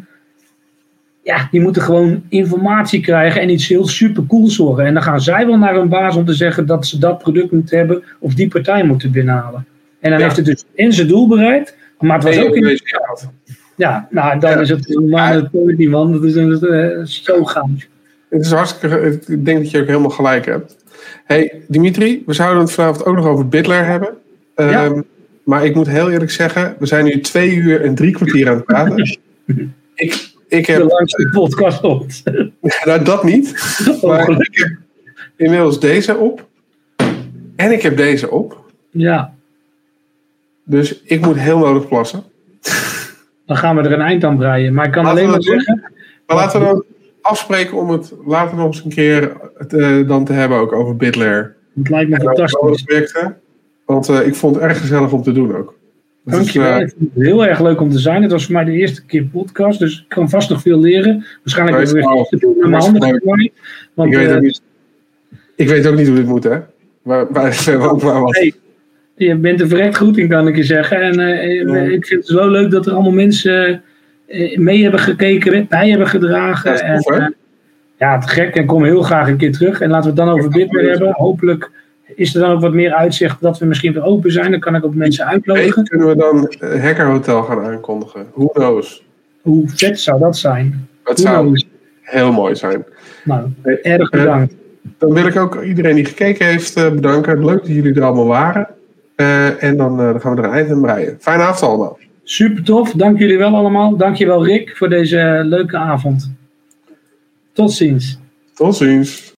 gewoon informatie krijgen en iets heel supercools zorgen. En dan gaan zij wel naar hun baas om te zeggen dat ze dat product moeten hebben of die partij moeten binnenhalen. En dan heeft het dus en zijn doel bereikt, maar het was ook in ja, nou dan is het niet, man. Dat is zo gaaf. Het is hartstikke... Ik denk dat je ook helemaal gelijk hebt. Hey, Dimitri, we zouden het vanavond ook nog over BitLayer hebben. Maar ik moet heel eerlijk zeggen, we zijn nu 2 uur en 3 kwartier aan het praten. Ik heb... De langste podcast ooit. Nou, dat niet. Maar ik heb inmiddels deze op. En ik heb deze op. Ja. Dus ik moet heel nodig plassen. Dan gaan we er een eind aan breien. Maar ik kan alleen maar zeggen... Maar laten we dan afspreken om het later nog eens een keer dan te hebben ook over BitLayer. Het lijkt me fantastisch. Projecten, want ik vond het erg gezellig om te doen ook. Dankjewel. Ik vond het heel erg leuk om te zijn. Het was voor mij de eerste keer podcast, dus ik kan vast nog veel leren. Waarschijnlijk weer te doen met mijn handen. Want, Ik weet ook niet hoe dit moet, hè? Hey, je bent er verrekt goed in, kan ik je zeggen. En ik vind het zo leuk dat er allemaal mensen mee hebben gekeken, bij hebben gedragen. Ja, dat is tof, ja, te gek. En kom heel graag een keer terug. En laten we het dan over BitMare hebben. Hopelijk is er dan ook wat meer uitzicht dat we misschien weer open zijn. Dan kan ik ook mensen uitnodigen. Kunnen we dan Hacker Hotel gaan aankondigen? Who knows? Hoe vet zou dat zijn? Dat zou heel mooi zijn. Nou, erg bedankt. Dan wil ik ook iedereen die gekeken heeft bedanken. Leuk dat jullie er allemaal waren. En dan gaan we er een eind aan breien. Fijne avond allemaal. Super tof. Dank jullie wel allemaal. Dank je wel, Rick, voor deze leuke avond. Tot ziens. Tot ziens.